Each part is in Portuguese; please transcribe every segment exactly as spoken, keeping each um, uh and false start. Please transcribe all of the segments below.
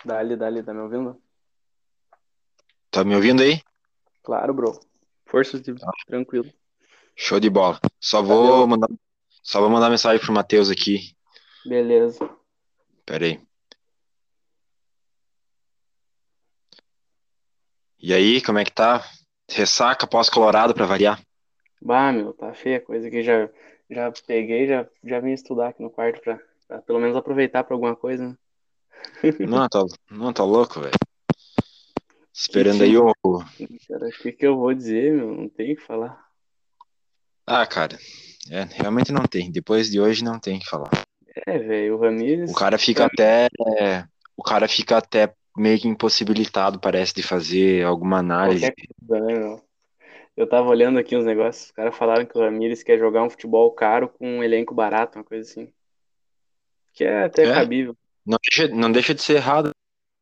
Dali, dali, tá me ouvindo? Tá me ouvindo aí? Claro, bro. Forças de tranquilo. Show de bola. Só Cadê o... vou mandar, só vou mandar mensagem pro Matheus aqui. Beleza. Pera aí. E aí, como é que tá? Ressaca pós-Colorado pra variar? Bah, meu, tá feia a coisa aqui. Já, já peguei, já, já vim estudar aqui no quarto pra, pra pelo menos aproveitar pra alguma coisa, né? Não, tá, não, tá louco, velho. Que Esperando time, aí o. cara. O que que eu vou dizer, meu? Não tem o que falar. Ah, cara, é, realmente não tem. Depois de hoje não tem o que falar. É, velho, o O Ramires, cara fica pra mim, até. é, o cara fica até meio que impossibilitado, parece, de fazer alguma análise. qualquer coisa, né, meu? Eu tava olhando aqui uns negócios. Os caras falaram que o Ramires quer jogar um futebol caro com um elenco barato, uma coisa assim. Que é até É, cabível. não deixa, não deixa de ser errado,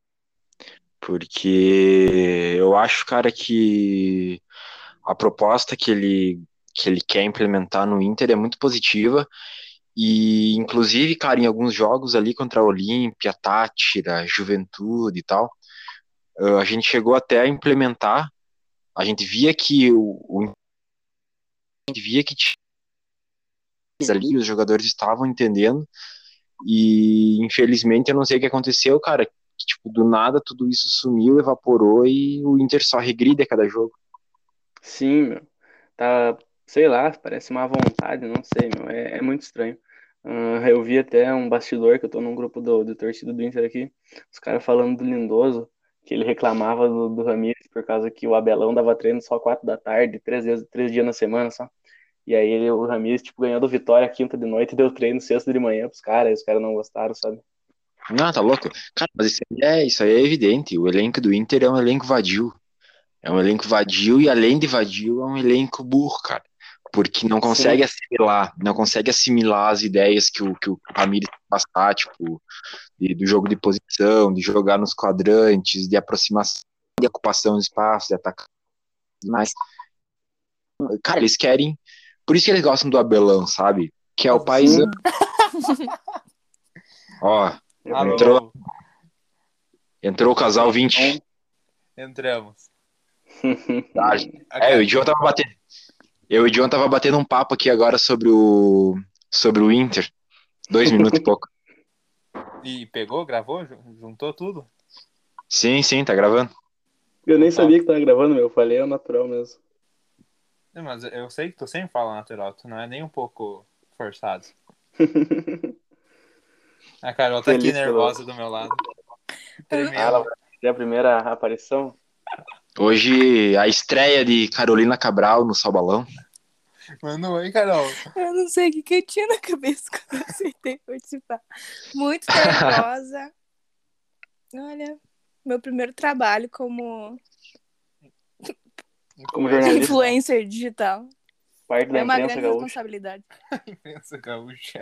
porque eu acho, cara, que a proposta que ele, que ele quer implementar no Inter é muito positiva e, inclusive, cara, em alguns jogos ali contra a Olímpia, Tátira, Juventude e tal, eh, a gente chegou até a implementar, a gente via que o, o a gente via que tinha ali, os jogadores estavam entendendo e, infelizmente, eu não sei o que aconteceu, cara, que, tipo, do nada tudo isso sumiu, evaporou e o Inter só regride a cada jogo. Sim, meu. Tá, sei lá, parece má vontade, não sei, meu. É, é muito estranho. Ah, eu vi até um bastidor, que eu tô num grupo do, do torcida do Inter aqui, os caras falando do Lindoso, que ele reclamava do, do Ramires por causa que o Abelão dava treino só quatro da tarde, três dias, três dias na semana só. E aí ele, o Ramires, tipo, ganhou do Vitória quinta de noite e deu treino sexta de manhã pros caras, e os caras não gostaram, sabe? Não, tá louco? Cara, mas isso aí é, isso aí é evidente. O elenco do Inter é um elenco vadio. É um elenco vadio e, além de vadio, é um elenco burro, cara. Porque não consegue Sim, assimilar, não consegue assimilar as ideias que o, que o Ramires passar, tipo, de- do jogo de posição, de jogar nos quadrantes, de aproximação, de ocupação de espaço, de atacar. Mas, cara, eles querem. Por isso que eles gostam do Abelão, sabe? Que é o paizão. sim, Ó, é Alô, verdade. entrou, alô. entrou o casal vinte. Então, Entramos. A É, o ca- John tava batendo. Eu e o John tava batendo um papo aqui agora sobre o, sobre o Inter. Dois minutos e pouco. E pegou, gravou, ju- juntou tudo? Sim, sim, tá gravando. eu Então nem tá. sabia que tava gravando, meu. Eu falei, é natural mesmo. Não, mas eu sei que tu sempre fala natural, tu não é nem um pouco forçado. A Carol tá aqui Feliz pelo. nervosa do meu lado, Ah, ela tremendo. vai fazer a primeira aparição. Hoje, a estreia de Carolina Cabral no Salbalão. Manda um oi, Carol. Eu não sei o que, que eu tinha na cabeça quando eu aceitei participar. Muito nervosa. Olha, meu primeiro trabalho como Como Influencer jornalista, digital. influencer digital. parte da É uma imprensa grande gaúcha. responsabilidade. Imprensa gaúcha.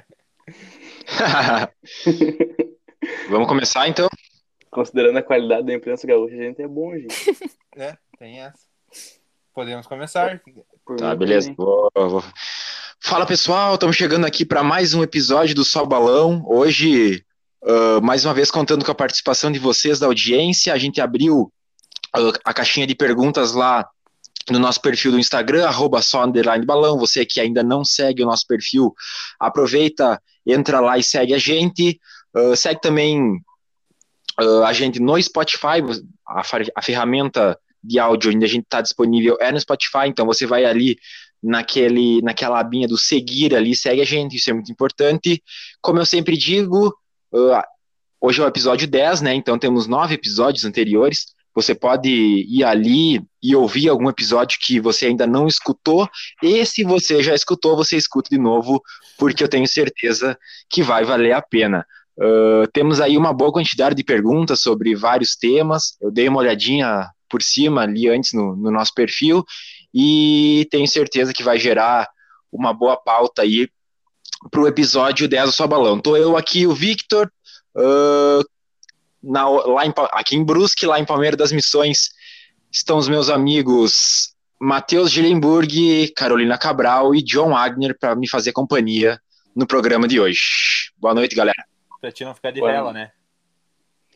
Vamos começar então? Considerando a qualidade da imprensa gaúcha, a gente é bom, gente. É, tem essa. Podemos começar. Por Tá, mim, beleza. também. Vou- vou- Fala pessoal, estamos chegando aqui para mais um episódio do Salbalão. Hoje, ah, mais uma vez, contando com a participação de vocês, da audiência. A gente abriu ah, a caixinha de perguntas lá no nosso perfil do Instagram, arroba só underline balão. Você que ainda não segue o nosso perfil, aproveita, entra lá e segue a gente. Uh, segue também uh, a gente no Spotify, a, a ferramenta de áudio onde a gente está disponível é no Spotify, então você vai ali naquele, naquela abinha do seguir ali, segue a gente, isso é muito importante. Como eu sempre digo, uh, hoje é o episódio dez, né? Então temos nove episódios anteriores. Você pode ir ali e ouvir algum episódio que você ainda não escutou. E se você já escutou, você escuta de novo, porque eu tenho certeza que vai valer a pena. Uh, temos aí uma boa quantidade de perguntas sobre vários temas. Eu dei uma olhadinha por cima ali antes no, no nosso perfil e tenho certeza que vai gerar uma boa pauta aí para o episódio dez do Só Balão. Tô eu aqui, o Victor, uh, na, lá em, aqui em Brusque, lá em Palmeiras das Missões, estão os meus amigos Matheus Gillenburg, Carolina Cabral e John Wagner para me fazer companhia no programa de hoje. Boa noite, galera. Pra ti não ficar de Boa vela, noite. né?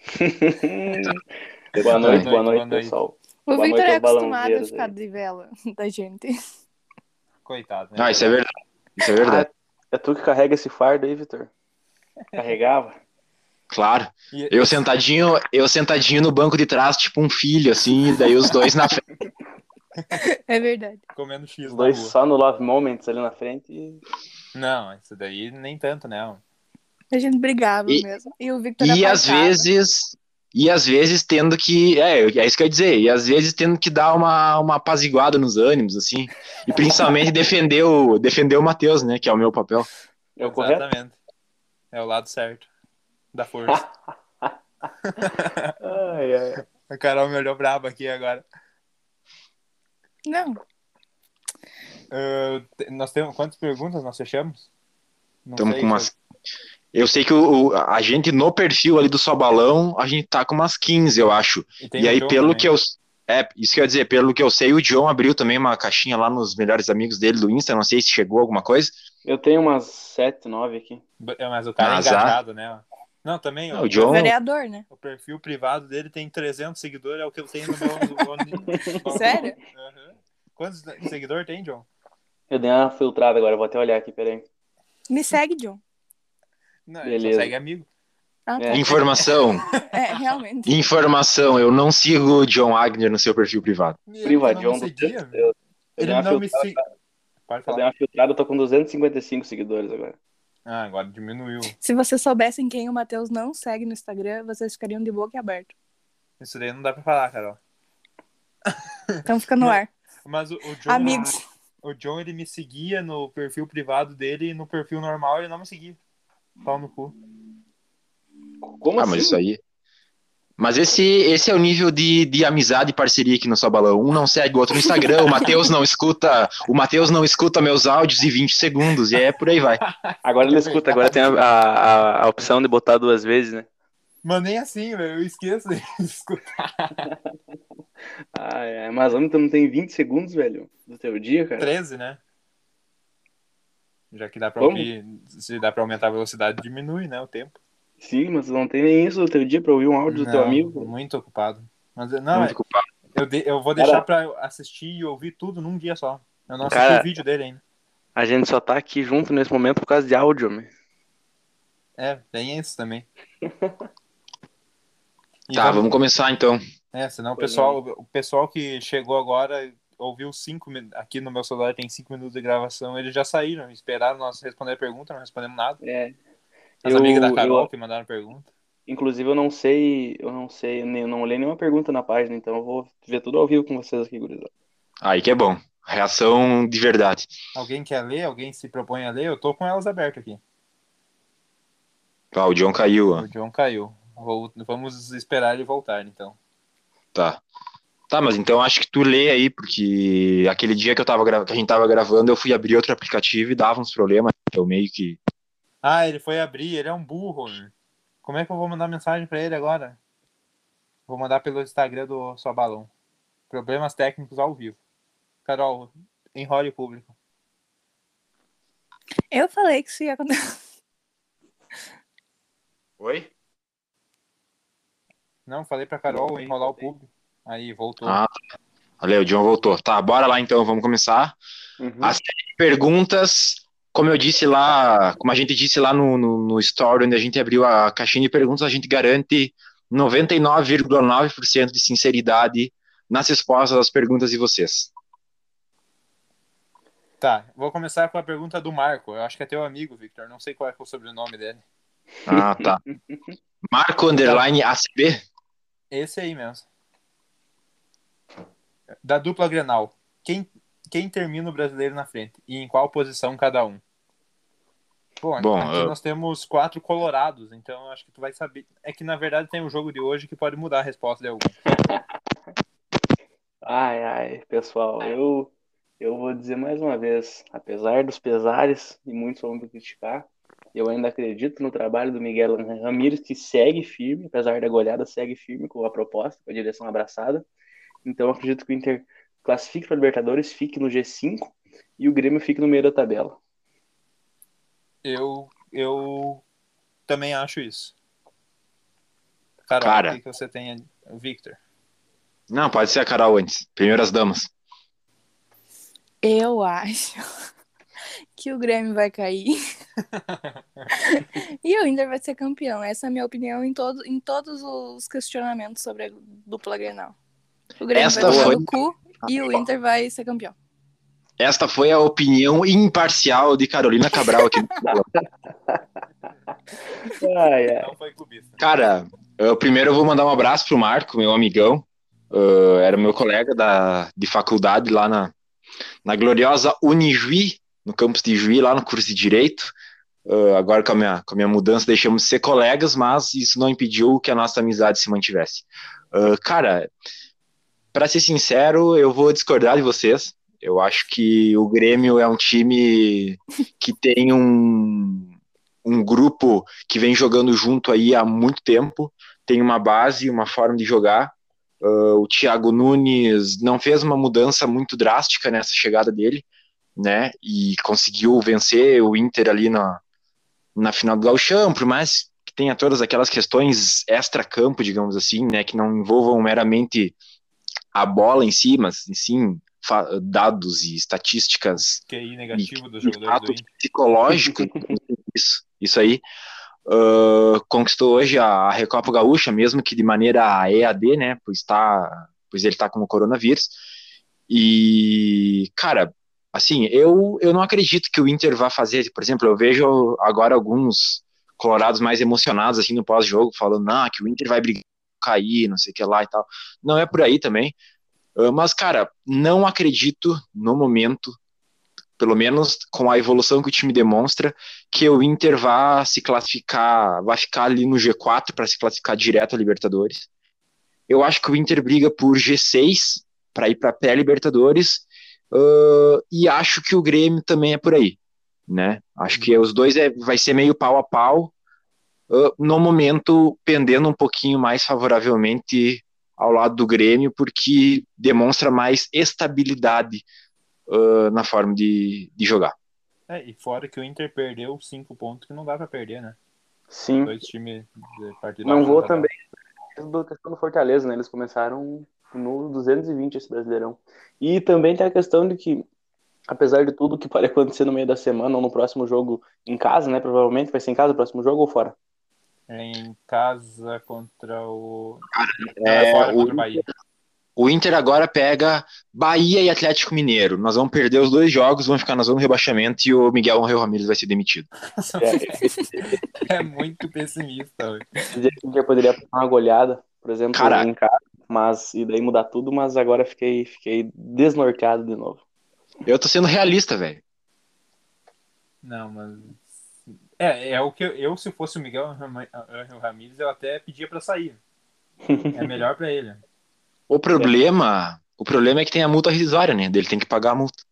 Boa noite, boa Boa noite, noite, boa noite. pessoal. O Boa Victor noite é aos acostumado a balangeiros ficar aí. de vela da gente. Coitado, né? Ah, isso é verdade. Isso é Ah, verdade. é tu que carrega esse fardo aí, Vitor? Carregava? Claro. E Eu esse- sentadinho, eu sentadinho no banco de trás, tipo um filho, assim, e daí os dois na frente. É verdade. comendo X Os na dois rua. só no Love Moments ali na frente. E... Não, isso daí nem tanto, né? A gente brigava E, mesmo. E o Victor e às apaitava. vezes, e às vezes tendo que, é, é isso que eu ia dizer, e às vezes tendo que dar uma, uma apaziguada nos ânimos, assim, e principalmente defender o, defender o Matheus, né, que é o meu papel. É o correto? Exatamente. É o lado certo da força. Ai, ai. A Carol me olhou braba aqui agora. Não. Uh, te- nós temos quantas perguntas nós fechamos? Não Estamos com sei se eu... umas. Eu sei que o, o- a gente no perfil ali do Só Balão, a gente tá com umas quinze, eu acho. E tem E o aí, John pelo que também. eu. É, isso que eu ia dizer, pelo que eu sei, o John abriu também uma caixinha lá nos melhores amigos dele do Insta, não sei se chegou alguma coisa. Eu tenho umas sete, nove aqui. É, mas o cara é Azar. engajado, né? Não, também Ah, o, o o John. perfil, Vereador, né? o perfil privado dele tem trezentos seguidores, é o que eu tenho no meu... no- no- Sério? Uhum. Quantos seguidores tem, John? Eu dei uma filtrada agora, vou até olhar aqui, peraí. Me segue, John. Não, ele só Beleza. segue amigo. Ah, tá. É. Informação. É, realmente. Informação, eu não sigo o John Wagner no seu perfil privado. Ele que não me Privadion duzentos. seguia. Eu, eu dei Ele uma não me filtrada. seguia. Pode Eu dei falar. uma filtrada, eu tô com duzentos e cinquenta e cinco seguidores agora. Ah, agora diminuiu. Se vocês soubessem quem o Matheus não segue no Instagram, vocês ficariam de boca aberta. Isso daí não dá pra falar, Carol. Então fica no ar. Mas o, o John, Amigos. o John, ele me seguia no perfil privado dele e no perfil normal ele não me seguia. Pau no cu. Como Ah, assim? mas isso aí. Mas esse, esse é o nível de, de amizade e parceria aqui no Só Balão. Um não segue o outro no Instagram, o Matheus não escuta, o Matheus não escuta meus áudios de vinte segundos, e é por aí vai. Agora ele escuta, agora tem a, a, a opção de botar duas vezes, né? Mas nem assim, velho. Eu esqueço de escutar. Ah, é. Mas homem, tu não tem vinte segundos, velho, do teu dia, cara? treze, né? Já que dá pra Como? ouvir, se dá pra aumentar a velocidade, diminui, né, o tempo. Sim, mas tu não tem nem isso do teu dia pra ouvir um áudio do teu Não, amigo, cara. muito ocupado. Mas não, Muito é, culpado. eu, de- eu vou deixar Cara, pra assistir e ouvir tudo num dia só. Eu não assisti cara, o vídeo dele ainda. a gente só tá aqui junto nesse momento por causa de áudio, meu. É, tem isso também. E Tá, vamos começar então. É, senão o Pois pessoal, o pessoal que chegou agora ouviu cinco min- aqui no meu celular tem cinco minutos de gravação, eles já saíram, esperaram nós responder a pergunta, não respondemos nada. É, As eu, amigas da Carol eu, que mandaram pergunta. inclusive, eu não sei, eu não sei, nem- não olhei nenhuma pergunta na página, então eu vou ver tudo ao vivo com vocês aqui, gurizada. Aí que é bom. Reação de verdade. Alguém quer ler? Alguém se propõe a ler? Eu tô com elas abertas aqui. Ah, o John caiu, ó. O John caiu. Vou- vamos esperar ele voltar, então. Tá. Tá, mas então acho que tu lê aí, porque aquele dia que, eu tava gra... que a gente tava gravando, eu fui abrir outro aplicativo e dava uns problemas. Eu meio que. Ah, ele foi abrir, ele é um burro. Né? Como é que eu vou mandar mensagem pra ele agora? Vou mandar pelo Instagram do Só Balão. Problemas técnicos ao vivo. Carol, enrole o público. Eu falei que isso ia acontecer. Oi? Não, falei pra Carol enrolar o público. Aí, voltou. Ah, olha, o John voltou. Tá, bora lá então, vamos começar. Uhum. A série de perguntas, como eu disse lá, como a gente disse lá no, no, no story, onde a gente abriu a caixinha de perguntas, a gente garante noventa e nove vírgula nove por cento de sinceridade nas respostas às perguntas de vocês. Tá, vou começar com a pergunta do Marco. Eu acho que é teu amigo, Victor. Não sei qual é o sobrenome dele. Ah, tá. Marco Underline A C B? Esse aí mesmo. Da dupla Grenal. Quem, quem termina o brasileiro na frente? E em qual posição cada um? Bom, aqui, Bom, aqui eu- nós temos quatro colorados, então eu acho que tu vai saber. É que na verdade tem o jogo de hoje que pode mudar a resposta de algum. Ai, ai, pessoal, eu, eu vou dizer mais uma vez, apesar dos pesares, e muitos vão me criticar, eu ainda acredito no trabalho do Miguel Ramírez, que segue firme, apesar da goleada, segue firme com a proposta, com a direção abraçada. Então eu acredito que o Inter classifique para a Libertadores, fique no G cinco e o Grêmio fique no meio da tabela. Eu, eu também acho isso. Carol, Cara. o que, que você tem, Victor? Não, pode ser a Carol antes. Primeiro as damas. Eu acho que o Grêmio vai cair e o Inter vai ser campeão. Essa é a minha opinião em, todo, em todos os questionamentos sobre a dupla Grenal. O Grêmio Esta vai tomar foi- no cu e o Inter vai ser campeão. Esta foi a opinião imparcial de Carolina Cabral aqui. Ai, ai. Não foi clubista. Cara, eu, primeiro eu vou mandar um abraço pro Marco, meu amigão. Uh, era meu colega da, de faculdade lá na, na gloriosa Unijuí, no campus de Juí, lá no curso de Direito. Uh, agora com a, minha, com a minha mudança deixamos de ser colegas, mas isso não impediu que a nossa amizade se mantivesse. Uh, cara, pra ser sincero, eu vou discordar de vocês. Eu acho que o Grêmio é um time que tem um, um grupo que vem jogando junto aí há muito tempo, tem uma base, uma forma de jogar. Uh, o Thiago Nunes não fez uma mudança muito drástica nessa chegada dele, né? E conseguiu vencer o Inter ali na, na final do Gauchão, por mais que tenha todas aquelas questões extra-campo, digamos assim, né? Que não envolvam meramente a bola em si, mas sim dados e estatísticas Q I negativo dos e jogadores do fato Inter. psicológico, isso, isso aí. Uh, conquistou hoje a Recopa Gaúcha, mesmo que de maneira E A D, né? Pois, tá, pois ele tá com o coronavírus. E, cara, assim, eu, eu não acredito que o Inter vá fazer. Por exemplo, eu vejo agora alguns colorados mais emocionados assim no pós-jogo, falando ah, que o Inter vai brigar, cair, não sei o que lá e tal. Não é por aí também. Uh, mas, cara, não acredito no momento, pelo menos com a evolução que o time demonstra, que o Inter vá se classificar, vai ficar ali no G quatro para se classificar direto a Libertadores. Eu acho que o Inter briga por G seis para ir para pré-Libertadores, uh, e acho que o Grêmio também é por aí, né? Acho que os dois é, vai ser meio pau a pau, uh, no momento pendendo um pouquinho mais favoravelmente ao lado do Grêmio, porque demonstra mais estabilidade uh, na forma de, de jogar. É, e fora que o Inter perdeu cinco pontos que não dá pra perder, né? Sim. Dois times de partido Não baixo vou da tabela. também. A questão do Fortaleza, né? Eles começaram no duzentos e vinte esse Brasileirão. E também tem a questão de que, apesar de tudo que pode acontecer no meio da semana ou no próximo jogo em casa, né? Provavelmente vai ser em casa o próximo jogo ou fora? Em casa contra o... É, é, fora o, contra o Bahia. O Inter agora pega Bahia e Atlético Mineiro. Nós vamos perder os dois jogos, vamos ficar na zona de rebaixamento e o Miguel Angel Ramírez vai ser demitido. É, É muito pessimista, velho. dizer que o Inter poderia tomar uma goleada, por exemplo, Cara, em casa, mas, e daí mudar tudo, mas agora fiquei, fiquei desnorteado de novo. eu tô sendo realista, velho. Não, mas... É, é o que eu, eu, se fosse o Miguel Angel Ramírez, eu até pedia pra sair. É melhor pra ele. O problema, o problema é que tem a multa rescisória, né? Dele tem que pagar a multa.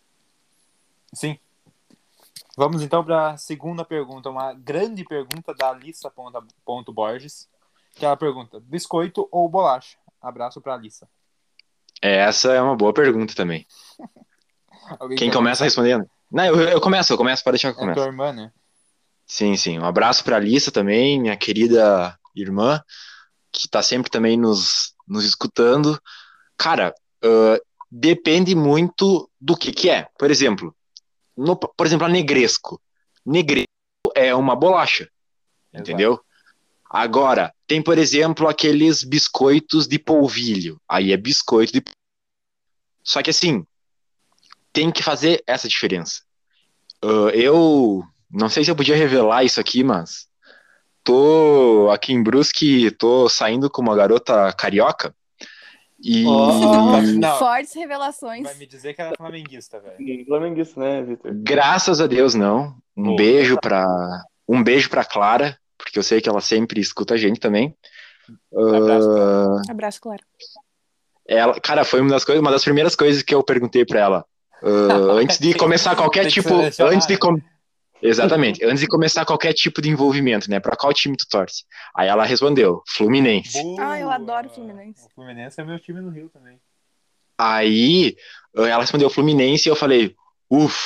Sim. Vamos então para a segunda pergunta, uma grande pergunta da Alissa ponto Borges, que ela pergunta: biscoito ou bolacha? Abraço para Alissa. Essa é uma boa pergunta também. Alguém Quem quer começa começar? respondendo? Não, eu, eu começo, eu começo, pode deixar que eu É comece. tua irmã, né? Sim, sim. Um abraço pra Alissa também, minha querida irmã, que tá sempre também nos, nos escutando. Cara, uh, depende muito do que que é. Por exemplo, no, por exemplo, a Negresco. Negresco é uma bolacha, Exato. entendeu? Agora, tem, por exemplo, aqueles biscoitos de polvilho. Aí é biscoito de... Só que assim, tem que fazer essa diferença. Uh, eu não sei se eu podia revelar isso aqui, mas tô aqui em Brusque, tô saindo com uma garota carioca. E Oh, não. Fortes revelações. Vai me dizer que ela é flamenguista, velho. Flamenguista, né, Vitor? graças a Deus não. Um Boa. beijo pra um beijo para Clara, porque eu sei que ela sempre escuta a gente também. Abraço, Uh, Clara. Abraço, claro. ela, cara, foi uma das coisas, uma das primeiras coisas que eu perguntei pra ela. Uh, antes de Tem- começar qualquer tem que tipo, selecionar, antes de né? com... Exatamente, antes de começar qualquer tipo de envolvimento, né? Pra qual time tu torce? Aí ela respondeu, Fluminense. Boa. Ah, eu adoro o Fluminense. O Fluminense é meu time no Rio também. Aí ela respondeu Fluminense e eu falei, ufa,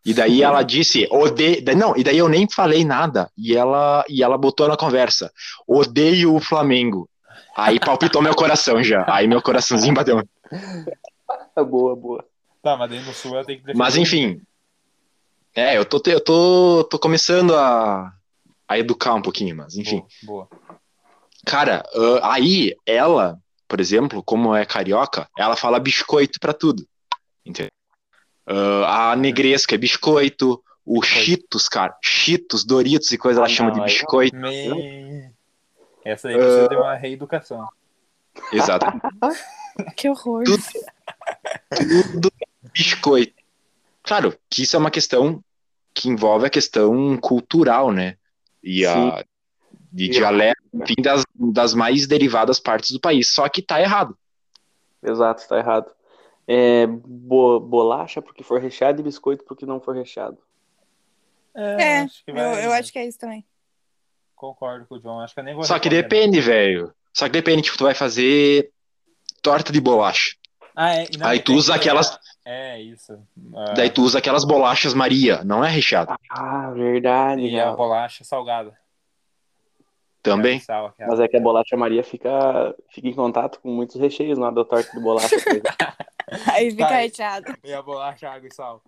E daí ela disse, odeio. Não, e daí eu nem falei nada. E ela, e ela botou na conversa: odeio o Flamengo. Aí palpitou meu coração já. Aí meu coraçãozinho bateu. Boa, boa. Tá, mas daí no sul ela tem que preferir. Mas o Inter. enfim. É, eu tô, te- eu tô, tô começando a, a educar um pouquinho, mas enfim. Boa, boa. Cara, ah, aí ela, por exemplo, como é carioca, ela fala biscoito pra tudo. Entendeu? Ah, a negresca é biscoito. O Biscoito. Cheetos, cara. Cheetos, Doritos e coisa, ela Ah, chama não, de aí não. biscoito. Me... Essa aí precisa de uma reeducação. Exato. Que horror. Tudo, tudo biscoito. Claro que isso é uma questão que envolve a questão cultural, né? E Sim. a de dialeto, enfim, das, das mais derivadas partes do país. Só que tá errado. Exato, tá errado. É, bo- bolacha porque for recheado e biscoito porque não for recheado. É, acho que eu, vai- eu acho que é isso também. Concordo com o John. Acho que eu nem vou Só que responder, depende, velho. Só que depende, tipo, tu vai fazer torta de bolacha. não. Ah, é. e não, Aí e tu tem usa que- aquelas. É, isso. Ah, Daí tu usa aquelas bolachas Maria, não é recheado. Ah, verdade, e a cara. bolacha salgada. Também. Sal, aquela. Mas é que a bolacha Maria fica, fica em contato com muitos recheios na da torta de bolacha. por exemplo. Aí fica Tá, recheado. E a bolacha, água e sal.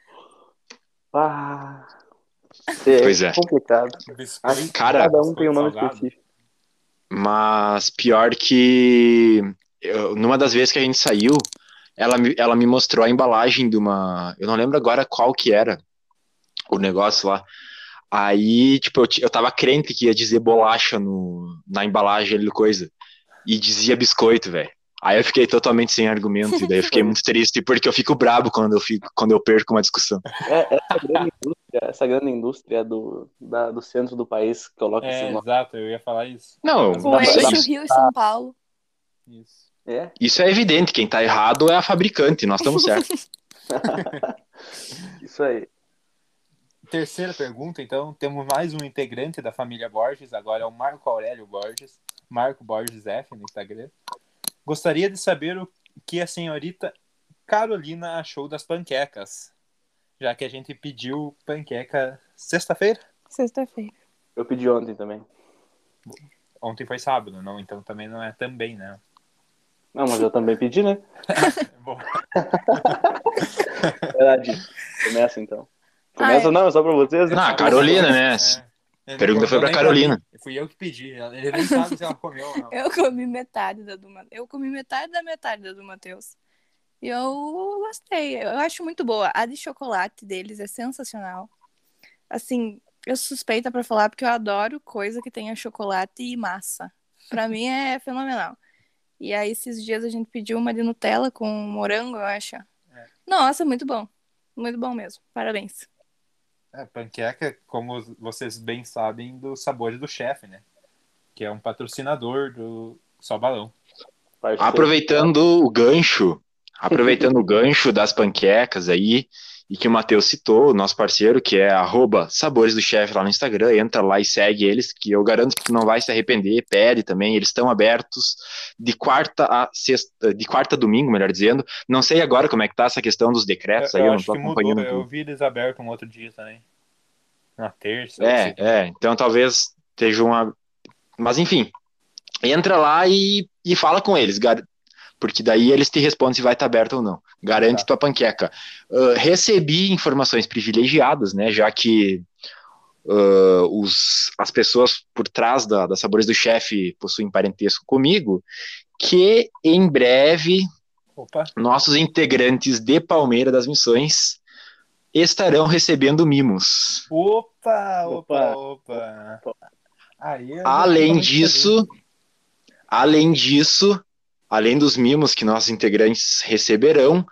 Ah, é Pois é. complicado. Biscoito. Cara, Cada um tem um biscoito nome salgado. específico. Mas pior que. Eu, numa das vezes que a gente saiu, ela, me- ela me mostrou a embalagem de uma. Eu não lembro agora qual que era o negócio lá. Aí, tipo, eu, ti- eu tava crente que ia dizer bolacha no, na embalagem ali, coisa. E dizia biscoito, velho. Aí eu fiquei totalmente sem argumento. E daí eu fiquei muito triste, porque eu fico brabo quando eu, fico, quando eu perco uma discussão. É, essa grande indústria, essa grande indústria do, da- do centro do país que coloca esses É, nomes. exato, eu ia falar isso. Não, Mas O Dá pra- isso, é- dá- eixo isso, Rio e São Paulo. Isso. É? isso é evidente. Quem tá errado é a fabricante, nós estamos certos. Isso aí. Terceira pergunta, então, temos mais um integrante da família Borges, agora é o Marco Aurélio Borges, Marco Borges F no Instagram. Gostaria de saber o que a senhorita Carolina achou das panquecas, já que a gente pediu panqueca sexta-feira. Sexta-feira. Eu pedi ontem também. Ontem foi sábado, não? Então também não é também, né? Não, mas eu também pedi, né? Bom, Verdade. Começa então. Começa Ah, é. não, é só pra vocês. né? Não, a Carolina, né? é. Ele Pergunta não foi comeu pra nem Carolina. mim. Fui eu que pedi. Ele nem sabe se ela comeu ou não. Eu comi metade da do Matheus. Eu comi metade da metade da do Matheus. E eu gostei. Eu acho muito boa. A de chocolate deles é sensacional. Assim, eu sou suspeita pra falar porque eu adoro coisa que tenha chocolate e massa. Pra mim é fenomenal. E aí, esses dias a gente pediu uma de Nutella com morango, eu acho. Nossa, muito bom. Muito bom mesmo. Parabéns. É, panqueca, como vocês bem sabem, dos Sabores do Chefe, né? Que é um patrocinador do Só Balão. Parceiro. Aproveitando o gancho, aproveitando o gancho das panquecas aí, e que o Matheus citou, o nosso parceiro, que é arroba Sabores do Chefe lá no Instagram, entra lá e segue eles, que eu garanto que tu não vai se arrepender, pede também, eles estão abertos de quarta a sexta, de quarta a domingo, melhor dizendo. Não sei agora como é que tá essa questão dos decretos Eu, aí, eu eu não acho tô que mudou. acompanhando Eu tudo. vi eles abertos um outro dia também. Na terça. ou É, segunda. é, então talvez esteja uma... Mas enfim, entra lá e, e fala com eles, gar- porque daí eles te respondem se vai estar aberto ou não. Garante Tá. tua panqueca. Uh, recebi informações privilegiadas, né, já que uh, os, as pessoas por trás da, das Sabores do Chefe possuem parentesco comigo, que em breve Opa. nossos integrantes de Palmeira das Missões estarão recebendo mimos. Opa, opa, Opa. opa. Aí eu já Além fico muito disso, feliz. além disso, além dos mimos que nossos integrantes receberão,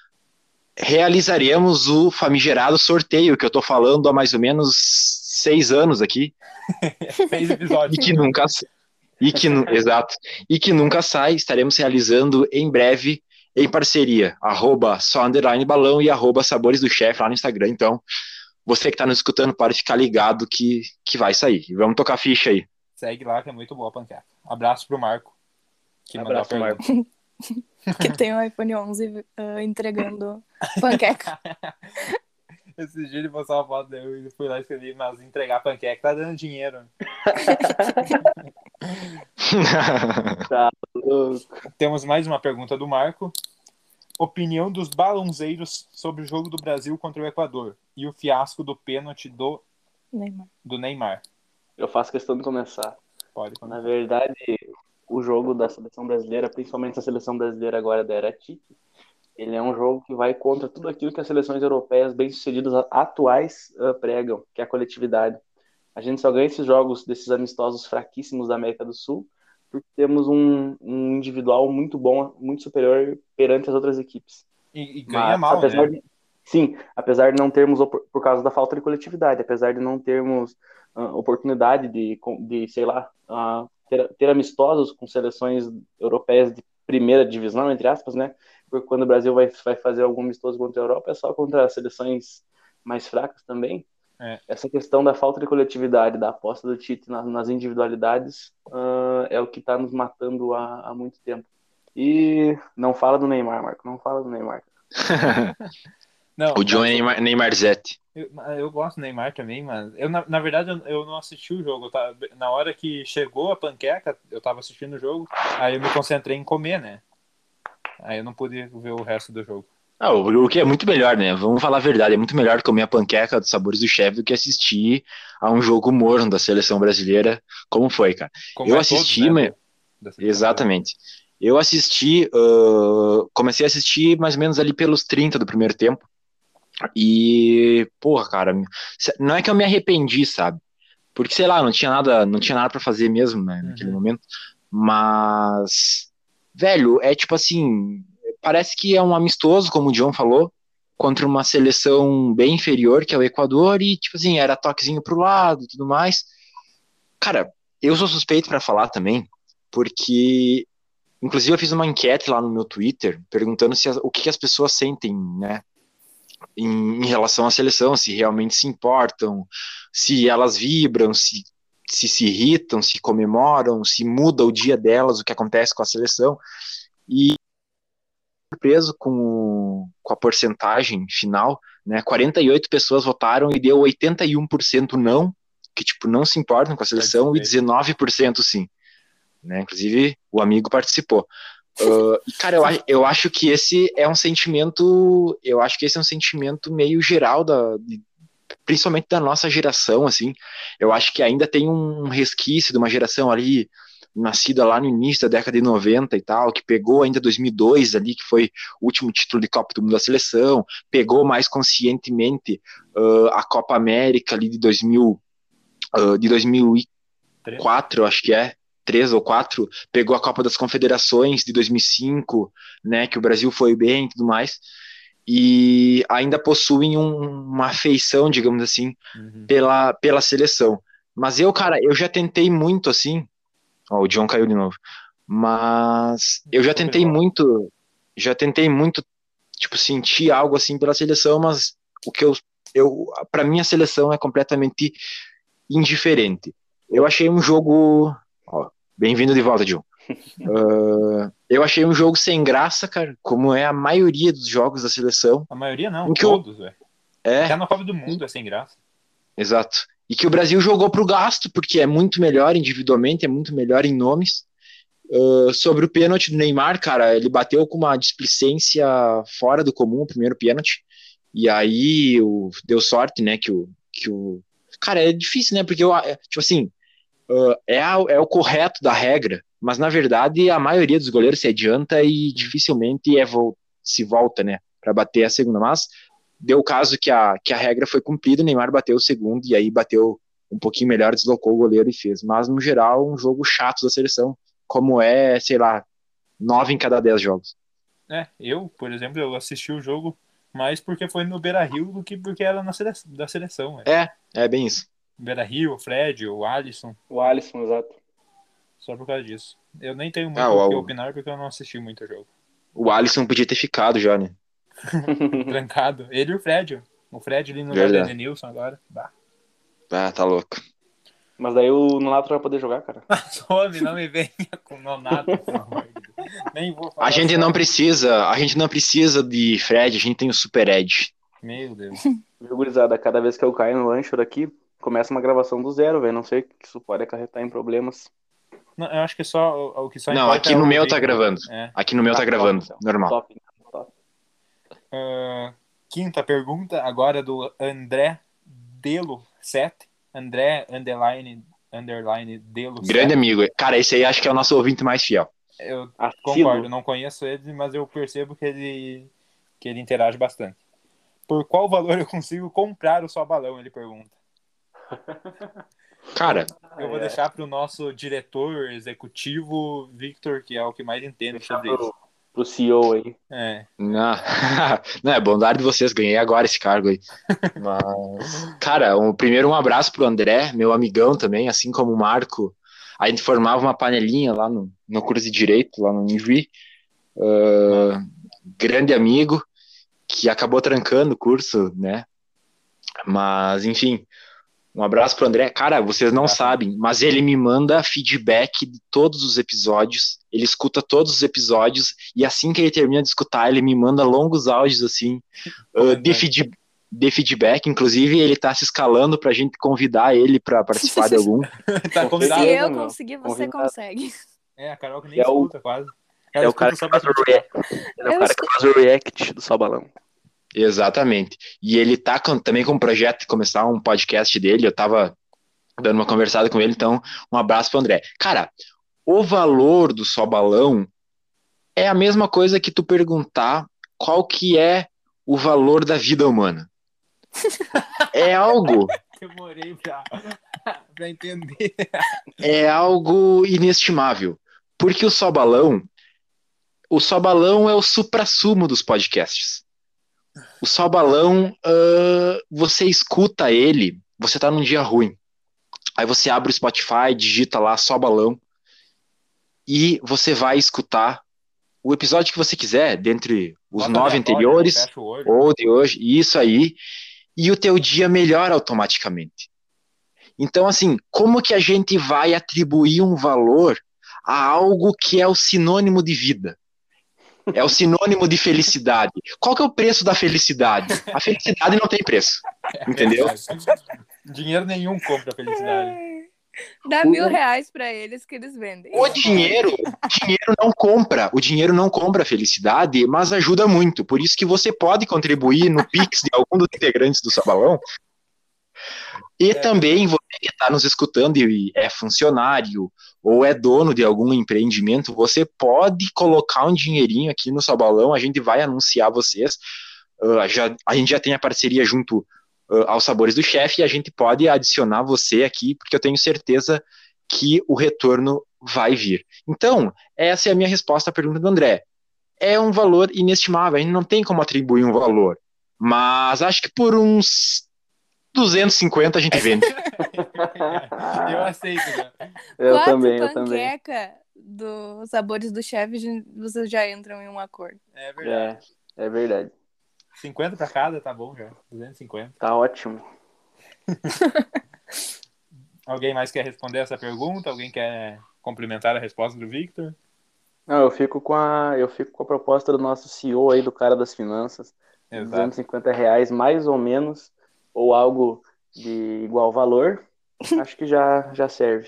realizaremos o famigerado sorteio que eu tô falando há mais ou menos seis anos aqui Seis episódios. e que nunca e que nu- exato e que nunca sai. Estaremos realizando em breve em parceria arroba só underline balão e arroba sabores do chefe lá no Instagram. Então você que tá nos escutando pode ficar ligado que que vai sair. E vamos tocar ficha aí. Segue lá que é muito boa a panqueca. Abraço pro Marco. Que mandou a Abraço, pergunta. Marco. Que tem o iPhone onze uh, entregando panqueca. Esse dia ele postou uma foto, eu fui lá e escrevi, mas entregar panqueca tá dando dinheiro. Tá louco. Temos mais uma pergunta do Marco. Opinião dos balonzeiros sobre o jogo do Brasil contra o Equador e o fiasco do pênalti do, Neymar. do Neymar. Eu faço questão de começar. Pode Na começar. verdade, o jogo da seleção brasileira, principalmente a seleção brasileira agora da era Tite, ele é um jogo que vai contra tudo aquilo que as seleções europeias bem-sucedidas atuais uh, pregam, que é a coletividade. A gente só ganha esses jogos desses amistosos fraquíssimos da América do Sul porque temos um, um individual muito bom, muito superior perante as outras equipes. E, e ganha Mas, mal, apesar né? de, sim, apesar de não termos, por causa da falta de coletividade, apesar de não termos uh, oportunidade de, de, sei lá, uh, ter, ter amistosos com seleções europeias de primeira divisão, entre aspas, né? Porque quando o Brasil vai, vai fazer algum amistoso contra a Europa, é só contra seleções mais fracas também. É. Essa questão da falta de coletividade, da aposta do Tite nas, nas individualidades, uh, é o que está nos matando há, há muito tempo. E não fala do Neymar, Marco, não fala do Neymar. Não, O John mas- é Neymar, Neymarzete. Eu, eu gosto do Neymar também, mas eu, na, na verdade eu, eu não assisti o jogo. Eu tava- na hora que chegou a panqueca, eu tava assistindo o jogo, aí eu me concentrei em comer, né? Aí eu não pude ver o resto do jogo. Ah, o, o que é muito melhor, né? Vamos falar a verdade. É muito melhor comer a panqueca dos sabores do chefe do que assistir a um jogo morno da seleção brasileira. Como foi, cara? Como Eu é assisti, todos, né, mas... do- da seleção Exatamente. Eu assisti, uh, comecei a assistir mais ou menos ali pelos trinta do primeiro tempo. E, porra, cara, não é que eu me arrependi, sabe? Porque, sei lá, não tinha nada, não tinha nada para fazer mesmo, né, naquele Uhum. momento. Mas, velho, é tipo assim, parece que é um amistoso, como o John falou, contra uma seleção bem inferior, que é o Equador, e, tipo assim, era toquezinho pro lado e tudo mais. Cara, eu sou suspeito para falar também, porque, inclusive, eu fiz uma enquete lá no meu Twitter, perguntando se as- o que, que as pessoas sentem, né, em, em relação à seleção, se realmente se importam, se elas vibram, se, se se irritam, se comemoram, se muda o dia delas, o que acontece com a seleção. E surpreso com, o- com a porcentagem final, né? quarenta e oito pessoas votaram e deu oitenta e um por cento não, que tipo não se importam com a seleção, e Participei. dezenove por cento sim. Né? Inclusive, o amigo participou. Uh, e, cara, eu, a- eu acho que esse é um sentimento, eu acho que esse é um sentimento meio geral, da, de- principalmente da nossa geração, assim. Eu acho que ainda tem um resquício de uma geração ali, nascida lá no início da década de noventa e tal, que pegou ainda dois mil e dois ali, que foi o último título de Copa do Mundo da seleção, pegou mais conscientemente uh, a Copa América ali de dois mil, uh, de dois mil e quatro, Três. acho que é, três ou quatro, pegou a Copa das Confederações de dois mil e cinco, né, que o Brasil foi bem e tudo mais, e ainda possuem um- uma afeição, digamos assim, Uhum. pela, pela seleção. Mas eu, cara, eu já tentei muito, assim, ó, o John caiu de novo, mas eu já Tô tentei curioso. muito, já tentei muito, tipo, sentir algo assim pela seleção, mas o que eu, eu para mim a seleção é completamente indiferente. Eu achei um jogo. Ó, bem-vindo de volta, John. Uh, eu achei um jogo sem graça, cara, como é a maioria dos jogos da seleção. A maioria não, Em que o- todos, velho. Até É, na Copa do Mundo é sem graça. exato. E que o Brasil jogou pro gasto, porque é muito melhor individualmente, é muito melhor em nomes. Uh, sobre o pênalti do Neymar, cara, ele bateu com uma displicência fora do comum, o primeiro pênalti. E aí o, deu sorte, né, que o, que o. Cara, é difícil, né? Porque eu, é, tipo assim, uh, é, a- é o correto da regra, mas na verdade a maioria dos goleiros se adianta e dificilmente é vol- se volta, né, para bater a segunda. Mas deu o caso que a, que a regra foi cumprida, o Neymar bateu o segundo e aí bateu um pouquinho melhor, deslocou o goleiro e fez. Mas no geral, um jogo chato da seleção, como é, sei lá, nove em cada dez jogos. É, eu, por exemplo, eu assisti o jogo mais porque foi no Beira-Rio do que porque era na sele... da seleção, velho. É, é bem isso. Beira-Rio, o Fred, o Alisson, O Alisson, exato. só por causa disso. Eu nem tenho muito Ah, o que o, opinar porque eu não assisti muito o jogo. o Alisson podia ter ficado já, né? Trancado. Ele e o Fred. O Fred ali no lugar do Verdade. Edenilson agora. Bah. Ah, tá louco. Mas daí o Nonato vai poder jogar, cara. Some, não me venha com Nonato, pelo amor de Deus. Nem vou falar A gente só. não precisa, a gente não precisa de Fred, a gente tem o Super Ed. Meu Deus. Viu, gurizada? Cada vez que eu caio no Anchor aqui, começa uma gravação do zero, velho. Não sei o que isso pode acarretar em problemas. Não, eu acho que só, o, o que só Não, importa aqui é no o meu tá Victor. gravando. É. Aqui no meu tá Ah, gravando, top, então. normal. Top, então, top. Ah, quinta pergunta, agora do André Delo sete. André underline, underline Delo Grande sete. amigo. Cara, esse aí acho que é o nosso ouvinte mais fiel. Eu Assíduo. concordo, não conheço ele, mas eu percebo que ele, que ele interage bastante. Por qual valor eu consigo comprar o Só Balão? Ele pergunta. Cara, Eu vou É, deixar para o nosso diretor executivo, Victor, que é o que mais entende deixar sobre isso. pro, pro C E O aí. É. não, não é bondade de vocês, ganhei agora esse cargo aí. Mas, cara, um, primeiro um abraço pro André, meu amigão também, assim como o Marco. A gente formava uma panelinha lá no, no curso de Direito, lá no Univi. Uh, grande amigo, que acabou trancando o curso, né? Mas, enfim, um abraço pro André. Cara, vocês não Abraço. sabem, mas ele me manda feedback de todos os episódios. Ele escuta todos os episódios e assim que ele termina de escutar, ele me manda longos áudios assim uh, de, feed, de feedback. Inclusive, ele tá se escalando pra gente convidar ele pra participar de algum. Tá Com convidado. Se certeza, eu meu. conseguir, você Convidado. consegue. É, a Carol que nem É o- escuta quase. Ela É o escuta cara que só pra faz o criticar. react. Ele é Eu o cara que faz o react do Só Balão. Exatamente. E ele tá com, também com um projeto de começar um podcast dele. Eu tava dando uma conversada com ele, então um abraço pro André. Cara, o valor do Só Balão é a mesma coisa que tu perguntar qual que é o valor da vida humana. É algo, Demorei pra, pra entender. é algo inestimável. Porque o Só Balão, o Só Balão é o suprassumo dos podcasts. O Só Balão, uh, você escuta ele, você tá num dia ruim. Aí você abre o Spotify, digita lá Só Balão e você vai escutar o episódio que você quiser, dentre os Bota nove aleatório, anteriores, né? Fecha o olho. ou de hoje, isso aí, e o teu dia melhora automaticamente. Então, assim, como que a gente vai atribuir um valor a algo que é o sinônimo de vida? É o sinônimo de felicidade. Qual que é o preço da felicidade? A felicidade não tem preço, É entendeu? verdade. Dinheiro nenhum compra a felicidade. Dá mil reais pra eles que eles vendem. O dinheiro, o dinheiro não compra, o dinheiro não compra a felicidade, mas ajuda muito. Por isso que você pode contribuir no Pix de algum dos integrantes do Sabalão. E É. também você que está nos escutando e é funcionário ou é dono de algum empreendimento, você pode colocar um dinheirinho aqui no Sabalão, a gente vai anunciar vocês. Uh, já, a gente já tem a parceria junto uh, aos Sabores do Chefe e a gente pode adicionar você aqui, porque eu tenho certeza que o retorno vai vir. Então, essa é a minha resposta à pergunta do André. É um valor inestimável, a gente não tem como atribuir um valor, mas acho que por uns duzentos e cinquenta a gente vende. Eu aceito, né? Eu Quatro também, eu também. panqueca dos sabores do chefe, vocês já entram em um acordo. É verdade. É, é verdade. cinquenta pra cada, tá bom já. duzentos e cinquenta. Tá ótimo. Alguém mais quer responder essa pergunta? Alguém quer complementar a resposta do Victor? Não, eu fico com a, eu fico com a proposta do nosso C E O aí, do cara das finanças. Exato. duzentos e cinquenta reais, mais ou menos, ou algo de igual valor. Acho que já, já serve.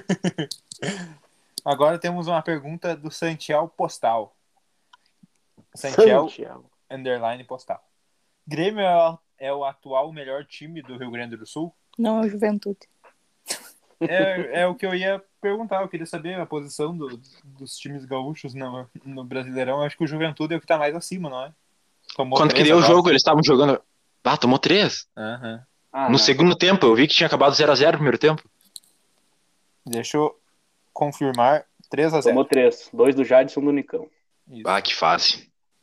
Agora temos uma pergunta do Santiel Postal. Santiel, Santiago. underline Postal. Grêmio é o, é o atual melhor time do Rio Grande do Sul? Não é o Juventude. É, é o que eu ia perguntar. Eu queria saber a posição do, dos times gaúchos no, no Brasileirão. Eu acho que o Juventude é o que tá mais acima, não é? Tomou Quando que três deu o agora. jogo, eles estavam jogando... Ah, tomou três. Aham. Ah, No não. segundo tempo, eu vi que tinha acabado zero a zero no primeiro tempo. Deixa eu confirmar. três a zero. Tomou três. Dois do Jadson do Nicão. Isso. Ah, que fácil.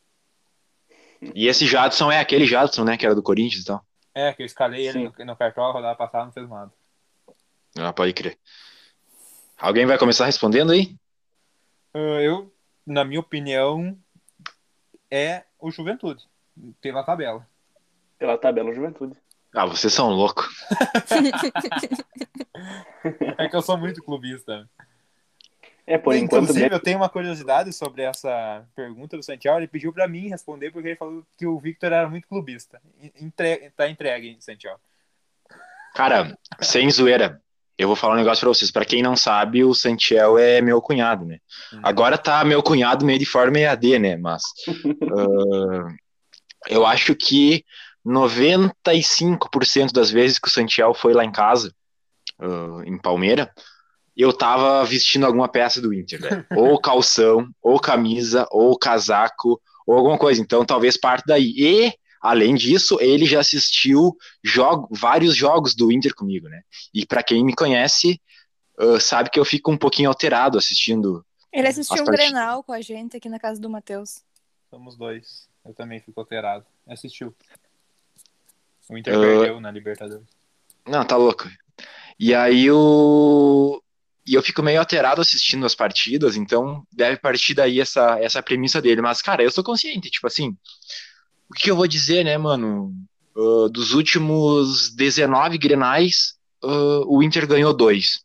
E esse Jadson é aquele Jadson, né, que era do Corinthians e tal. É, que eu escalei ele Sim. no, no Cartola, rodada passada, não fez nada. Ah, pode crer. Alguém vai começar respondendo aí? Uh, Eu, na minha opinião, é o Juventude, pela tabela. Pela tabela Juventude. Ah, vocês são loucos. É que eu sou muito clubista. É, por enquanto, Inclusive, bem, eu tenho uma curiosidade sobre essa pergunta do Santiago. Ele pediu pra mim responder porque ele falou que o Victor era muito clubista. Entre... Tá entregue, hein, Santiago? Cara, sem zoeira, eu vou falar um negócio pra vocês. Pra quem não sabe, o Santiel é meu cunhado, né? Hum. Agora tá meu cunhado meio de forma E A D, né? Mas uh, eu acho que noventa e cinco por cento das vezes que o Santiel foi lá em casa, uh, em Palmeira, eu tava vestindo alguma peça do Inter, velho. Ou calção, ou camisa, ou casaco, ou alguma coisa. Então, talvez parte daí. E, além disso, ele já assistiu jogo, vários jogos do Inter comigo, né? E para quem me conhece, uh, sabe que eu fico um pouquinho alterado assistindo Ele as assistiu um partidas. Grenal com a gente aqui na casa do Matheus. Somos dois. Eu também fico alterado. Assistiu. O Inter Uh, perdeu na Libertadores. não, tá louco. E aí o. E eu fico meio alterado assistindo as partidas, então deve partir daí essa, essa premissa dele. Mas, cara, eu sou consciente, tipo assim, o que eu vou dizer, né, mano? Uh, dos últimos dezenove Grenais, uh, o Inter ganhou dois.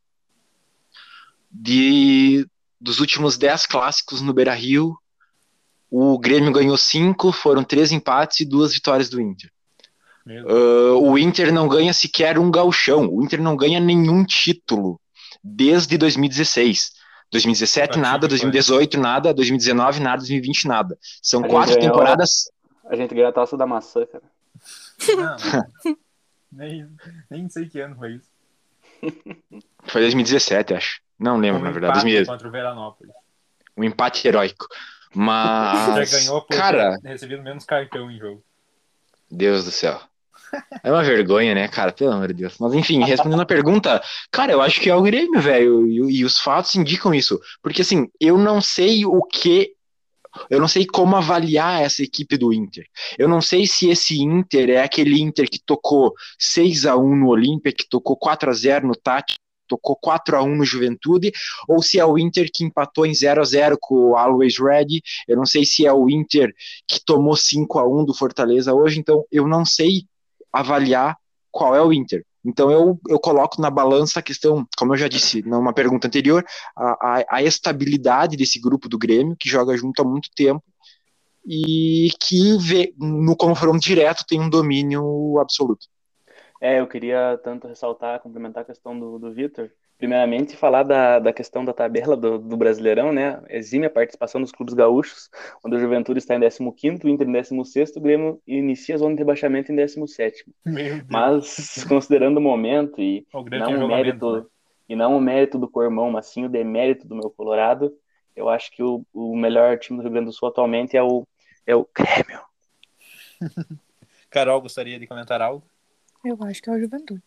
De, dos últimos dez clássicos no Beira-Rio, o Grêmio ganhou cinco, foram três empates e duas vitórias do Inter. Uh, o Inter não ganha sequer um gauchão, o Inter não ganha nenhum título desde dois mil e dezesseis. dois mil e dezessete nada, dois mil e dezoito nada, dois mil e dezenove nada, dois mil e vinte nada. São a quatro gente ganhou, temporadas. a gente ganhou a taça da maçã, cara. Não, nem, nem sei que ano foi isso. Foi dois mil e dezessete, acho. Não lembro, Um na verdade. empate dois mil e dez. contra o Veranópolis. Um empate heróico. Mas. Já ganhou por cara, ter recebido menos cartão em jogo. Deus do céu. É uma vergonha, né, cara? Pelo amor de Deus. Mas enfim, respondendo a pergunta, cara, eu acho que é o Grêmio, velho. E, e os fatos indicam isso. Porque assim, eu não sei o que. Eu não sei como avaliar essa equipe do Inter. Eu não sei se esse Inter é aquele Inter que tocou seis a um no Olímpia, que tocou quatro a zero no Tati, tocou quatro a um no Juventude, ou se é o Inter que empatou em zero a zero com o Always Ready. Eu não sei se é o Inter que tomou cinco a um do Fortaleza hoje. Então, eu não sei avaliar qual é o Inter. Então eu, eu coloco na balança a questão, como eu já disse numa pergunta anterior, a, a, a estabilidade desse grupo do Grêmio, que joga junto há muito tempo, e que vê, no confronto direto tem um domínio absoluto. É, eu queria tanto ressaltar, complementar a questão do, do Vitor. Primeiramente, falar da, da questão da tabela do, do Brasileirão, né? Exime a participação dos clubes gaúchos, onde o Juventude está em décimo quinto, o Inter em décimo sexto, o Grêmio inicia a zona de rebaixamento em décimo sétimo. Meu Deus. Mas, considerando o momento e O Grêmio não tem o jogo a mérito, menos, né? e não o mérito do Cormão, mas sim o demérito do meu Colorado, eu acho que o, o melhor time do Rio Grande do Sul atualmente é o, é o Grêmio. Carol, gostaria de comentar algo? Eu acho que é o Juventude.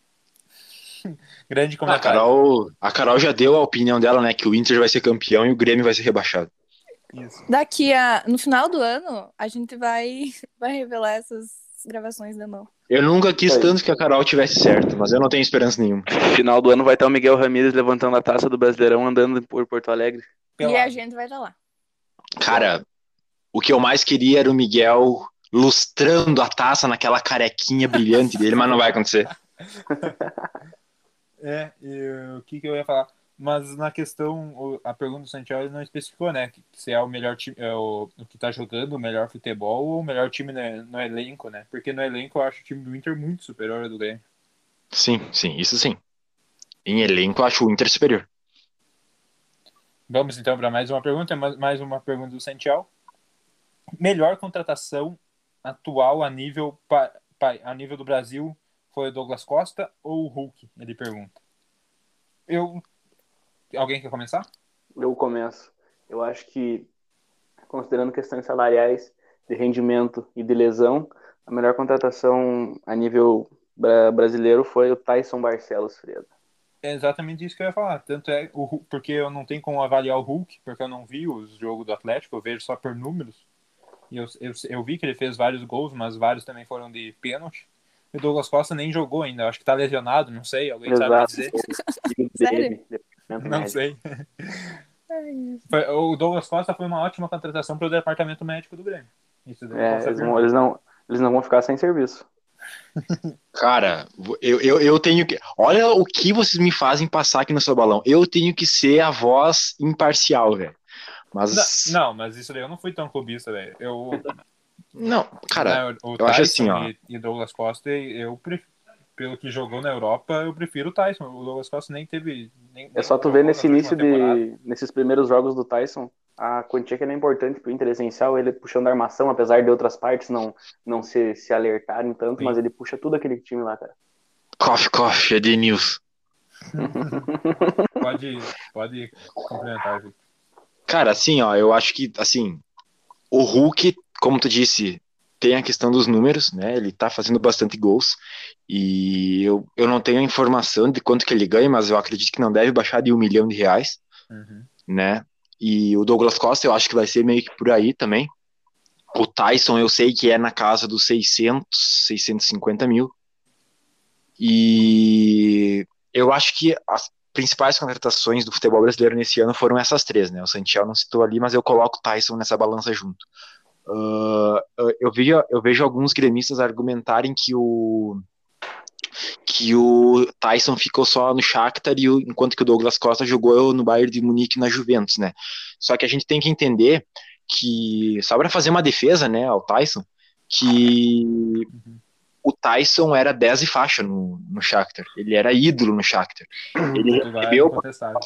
Grande A comentário. Carol, a Carol já deu a opinião dela, né? Que o Inter vai ser campeão e o Grêmio vai ser rebaixado. Isso. Daqui a... No final do ano, a gente vai, vai revelar essas gravações da mão. Eu nunca quis Aí. tanto que a Carol tivesse certo, mas eu não tenho esperança nenhuma. Final do ano vai estar o Miguel Ramírez levantando a taça do Brasileirão andando por Porto Alegre. E a gente vai estar lá. Cara, o que eu mais queria era o Miguel lustrando a taça naquela carequinha brilhante dele, mas não vai acontecer. É, e, o que, que eu ia falar? Mas na questão, o- a pergunta do Santiago ele não especificou, né? que- Se é o melhor time, é o, o que tá jogando o melhor futebol ou o melhor time no, no elenco, né? Porque no elenco eu acho o time do Inter muito superior ao do Grêmio. Sim, sim, isso sim. Em elenco, eu acho o Inter superior. Vamos então para mais uma pergunta, mais mais uma pergunta do Santiago. Melhor contratação atual a nível, pa- pa- a nível do Brasil foi o Douglas Costa ou o Hulk? Ele pergunta. Eu. Alguém quer começar? Eu começo. Eu acho que, considerando questões salariais, de rendimento e de lesão, a melhor contratação a nível bra- brasileiro foi o Tyson Barcelos, Fredo. É exatamente isso que eu ia falar. Tanto é o Hulk, porque eu não tenho como avaliar o Hulk, porque eu não vi os jogos do Atlético, eu vejo só por números. E eu, eu, eu vi que ele fez vários gols, mas vários também foram de pênalti. E o Douglas Costa nem jogou ainda, eu acho que tá lesionado, não sei, alguém sabe me Exato. dizer? O time Sério? dele, departamento Não médico. sei. É isso. Foi- o Douglas Costa foi uma ótima contratação para o departamento médico do Grêmio. Isso daí eu É, posso eles, afirmar. não, eles, não, eles não vão ficar sem serviço. Cara, eu, eu, eu tenho que. Olha o que vocês me fazem passar aqui no seu balão. Eu tenho que ser a voz imparcial, velho. Não, Mas, não, mas isso daí eu não fui tão clubista, velho. Eu, não, cara, na, o eu acho assim, Tyson ó. e, e Douglas Costa, eu prefiro, pelo que jogou na Europa, eu prefiro o Tyson. O Douglas Costa nem teve, nem, É nem só tu ver jogou nesse nas últimas início temporadas. de. Nesses primeiros jogos do Tyson, a quantia que era importante pro Inter essencial, ele puxando a armação, apesar de outras partes não, não se, se alertarem tanto, mas Sim. ele puxa tudo aquele time lá, cara. Coffee, coffee, é de news. Pode, pode complementar, Victor. Cara, assim, ó, eu acho que, assim, o Hulk, como tu disse, tem a questão dos números, né? Ele tá fazendo bastante gols. E eu, eu não tenho a informação de quanto que ele ganha, mas eu acredito que não deve baixar de um milhão de reais, Uhum. né? E o Douglas Costa eu acho que vai ser meio que por aí também. O Tyson eu sei que é na casa dos seiscentos, seiscentos e cinquenta mil. E eu acho que as principais contratações do futebol brasileiro nesse ano foram essas três, né? O Santiago não citou ali, mas eu coloco o Tyson nessa balança junto. Uh, uh, eu, vejo, eu vejo alguns gremistas argumentarem que o que o Tyson ficou só no Shakhtar e o, enquanto que o Douglas Costa jogou no Bayern de Munique e na Juventus, né? Só que a gente tem que entender que, só para fazer uma defesa, né, ao Tyson, que Uhum. o Tyson era dez e faixa no, no Shakhtar. Ele era ídolo no Shakhtar. Ele Titular recebeu, incontestável.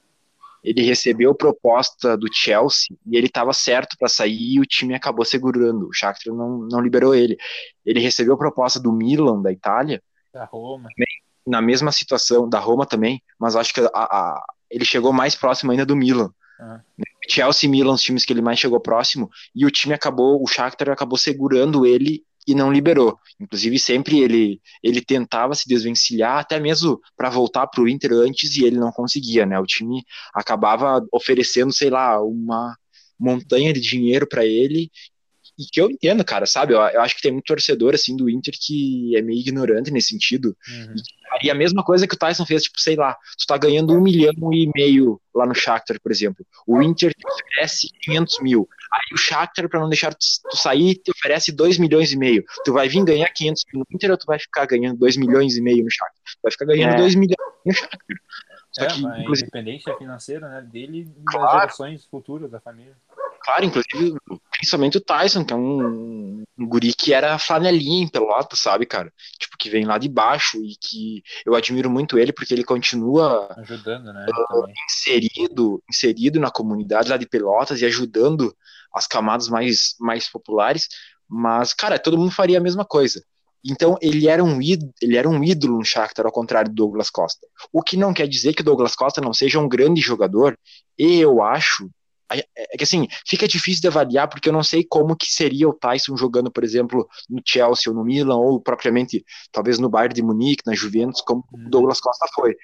ele recebeu proposta do Chelsea e ele estava certo para sair e o time acabou segurando. O Shakhtar não, não liberou ele. Ele recebeu proposta do Milan, da Itália, Da Roma. na mesma situação, da Roma também, mas acho que a, a, ele chegou mais próximo ainda do Milan. Ah. Chelsea e Milan, os times que ele mais chegou próximo, e o time acabou, o Shakhtar acabou segurando ele e não liberou. Inclusive, sempre ele, ele tentava se desvencilhar, até mesmo para voltar para o Inter antes, e ele não conseguia, né? O time acabava oferecendo, sei lá, uma montanha de dinheiro para ele, e que eu entendo, cara, sabe? Eu, eu acho que tem muito torcedor, assim, do Inter que é meio ignorante nesse sentido. E Uhum. faria a mesma coisa que o Tyson fez, tipo, sei lá, tu tá ganhando um milhão e meio lá no Shakhtar, por exemplo. O Inter te oferece quinhentos mil. Aí o Shakhtar, pra não deixar tu, tu sair, te oferece dois milhões e meio. Tu vai vir ganhar quinhentos mil no Inter ou tu vai ficar ganhando dois milhões e meio no Shakhtar? Tu vai ficar ganhando É, dois milhões no Shakhtar. Só É, que, a inclusive, independência financeira, né, dele e das claro, gerações futuras da família. claro, inclusive, principalmente o Tyson, que é um, um guri que era flanelinha em Pelotas, sabe, cara? Tipo, que vem lá de baixo e que eu admiro muito ele porque ele continua Ajudando, né, também. inserido, inserido na comunidade lá de Pelotas e ajudando as camadas mais, mais populares, mas, cara, todo mundo faria a mesma coisa. Então, ele era um ídolo, ele era um ídolo no Shakhtar, ao contrário do Douglas Costa. O que não quer dizer que o Douglas Costa não seja um grande jogador, e eu acho é é que assim, fica difícil de avaliar porque eu não sei como que seria o Tyson jogando, por exemplo, no Chelsea ou no Milan, ou propriamente, talvez no Bayern de Munique, na Juventus, como o Uhum. Douglas Costa foi.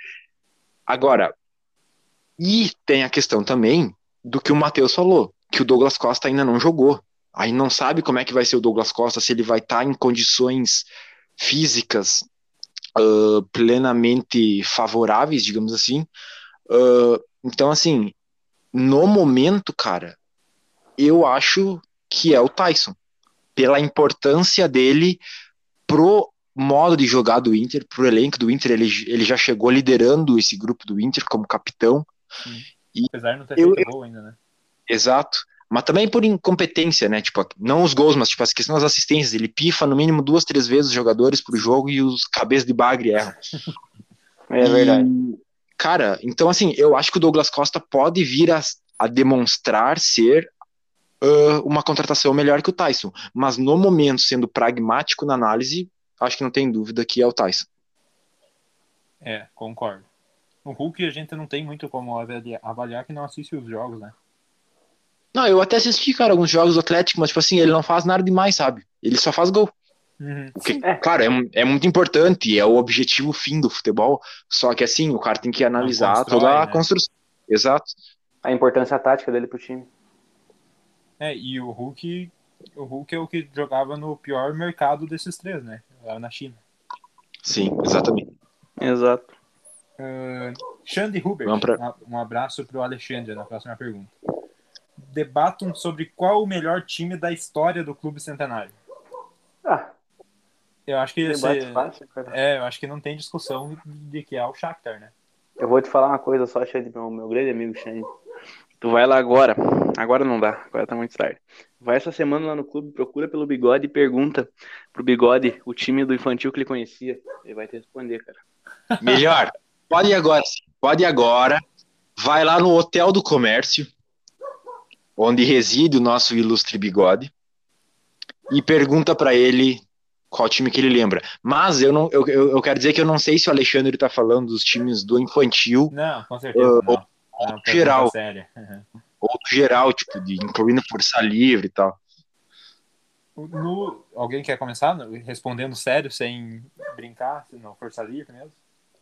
Agora, e tem a questão também do que o Matheus falou, que o Douglas Costa ainda não jogou. Aí não sabe como é que vai ser o Douglas Costa, se ele vai estar em condições físicas uh, plenamente favoráveis, digamos assim. Uh, então, assim, no momento, cara, eu acho que é o Tyson, pela importância dele pro modo de jogar do Inter, pro elenco do Inter. Ele, ele já chegou liderando esse grupo do Inter como capitão. Sim. E Apesar de não ter eu, feito gol ainda, né? exato. Mas também por incompetência, né? Tipo, não os gols, mas tipo, as questões das assistências. Ele pifa no mínimo duas, três vezes os jogadores por Sim. jogo e os cabeças de bagre erram. é E, verdade. cara, então assim, eu acho que o Douglas Costa pode vir a, a demonstrar ser uh, uma contratação melhor que o Tyson. Mas no momento, sendo pragmático na análise, acho que não tem dúvida que é o Tyson. É, concordo. O Hulk a gente não tem muito como avaliar, avaliar que não assiste os jogos, né? Não, eu até assisti, cara, alguns jogos do Atlético, mas, tipo assim, ele não faz nada demais, sabe? Ele só faz gol. Uhum. O que, É, claro, é, é muito importante, é o objetivo fim do futebol, só que, assim, o cara tem que Não analisar toda constrói, a né? construção. Exato. a importância tática dele pro time. É, e o Hulk, o Hulk é o que jogava no pior mercado desses três, né? Lá na China. Sim, exatamente. Exato. Uh, Xande Hubert, Vamos pra... um abraço pro Alexandre na próxima pergunta. Debatam sobre qual o melhor time da história do Clube Centenário. Ah, Eu acho que esse, Debate fácil, cara. é, eu acho que não tem discussão de que é o Shakhtar, né? Eu vou te falar uma coisa só, Xande, meu, meu grande amigo Xande. Tu vai lá agora. Agora não dá, agora tá muito tarde. Vai essa semana lá no clube, procura pelo Bigode e pergunta pro Bigode o time do infantil que ele conhecia. Ele vai te responder, cara. Melhor, pode ir agora, sim. Pode ir agora. Vai lá no Hotel do Comércio, onde reside o nosso ilustre Bigode, e pergunta pra ele qual time que ele lembra. Mas eu não, eu, eu, eu quero dizer que eu não sei se o Alexandre tá falando dos times do infantil Não, com certeza ou não. É uma pergunta geral, séria. ou do geral, tipo, de, incluindo Força Livre e tal. No, alguém quer começar respondendo sério, sem brincar, se não Força Livre mesmo?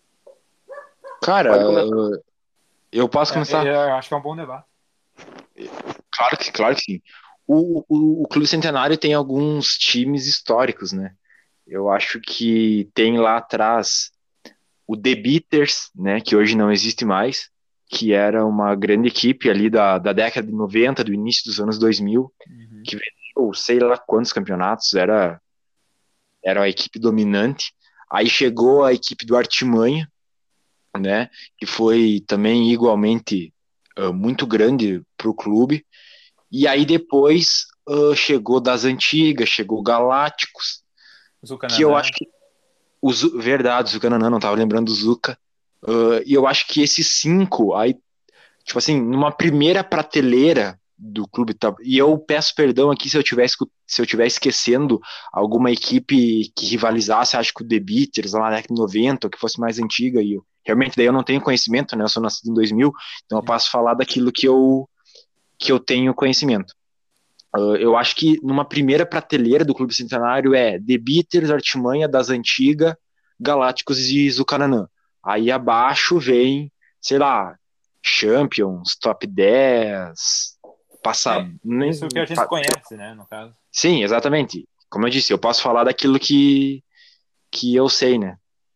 Cara, Pode começar. eu posso É, começar? é, eu acho que é um bom debate. Claro que, claro que sim. O, o, o Clube Centenário tem alguns times históricos, né? Eu acho que tem lá atrás o The Beaters, né, que hoje não existe mais, que era uma grande equipe ali da, da década de noventa, do início dos anos dois mil, Uhum. que venceu sei lá quantos campeonatos, era, era a equipe dominante. Aí chegou a equipe do Artimanha, né, que foi também igualmente uh, muito grande para o clube. E aí depois uh, chegou das antigas, chegou Galácticos, que eu acho Zucananã. que o Zu- verdade, o Zucananã, não estava lembrando do Zuca. Uh, e eu acho que esses cinco, aí, tipo assim, numa primeira prateleira do clube, tá, e eu peço perdão aqui se eu tiver, escu- se eu tiver esquecendo alguma equipe que rivalizasse, acho que o The Beaters, lá na década de noventa, ou que fosse mais antiga, e eu, realmente daí eu não tenho conhecimento, né, eu sou nascido em dois mil, então eu Sim. posso falar daquilo que eu, que eu tenho conhecimento. Uh, eu acho que numa primeira prateleira do Clube Centenário é The Beaters, Artimanha, das Antigas, Galácticos e Zucananã. Aí abaixo vem, sei lá, Champions, Top dez, passa... É, Nem, isso que a gente pa- conhece, né, no caso. sim, exatamente. Como eu disse, eu posso falar daquilo que, que eu sei, né?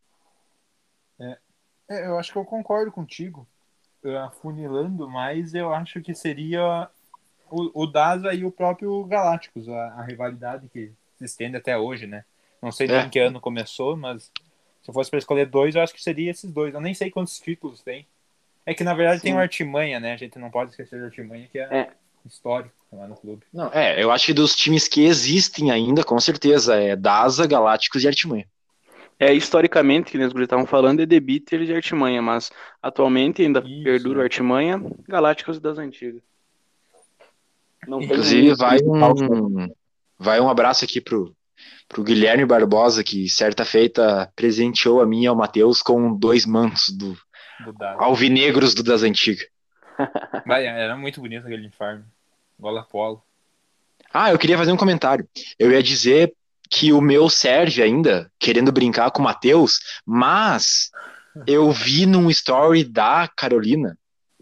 É, é, eu acho que eu concordo contigo. Uh, Afunilando mais, eu acho que seria o, o Daza e o próprio Galácticos, a, a rivalidade que se estende até hoje, né? Não sei nem em É, que ano começou, mas se eu fosse para escolher dois, eu acho que seria esses dois. Eu nem sei quantos títulos tem. É que na verdade tem o Sim. Artimanha, né? A gente não pode esquecer do Artimanha, que é É, histórico lá no clube. não, é, eu acho que dos times que existem ainda, com certeza, é Daza, Galácticos e Artimanha. é historicamente, que nem os guris estavam falando, é The Beatles e Artimanha, mas atualmente ainda Isso, perdura o é. Artimanha, Galácticos das Antigas. Não tem Inclusive, um vai principal. um, vai um abraço aqui pro, pro Guilherme Barbosa, que certa feita presenteou a mim e ao Matheus com dois mantos do Do Daza. alvinegros do das antigas. Vai, era muito bonito aquele uniforme. Bola polo. Ah, eu queria fazer um comentário. Eu ia dizer que o meu serve ainda, querendo brincar com o Matheus, mas eu vi num story da Carolina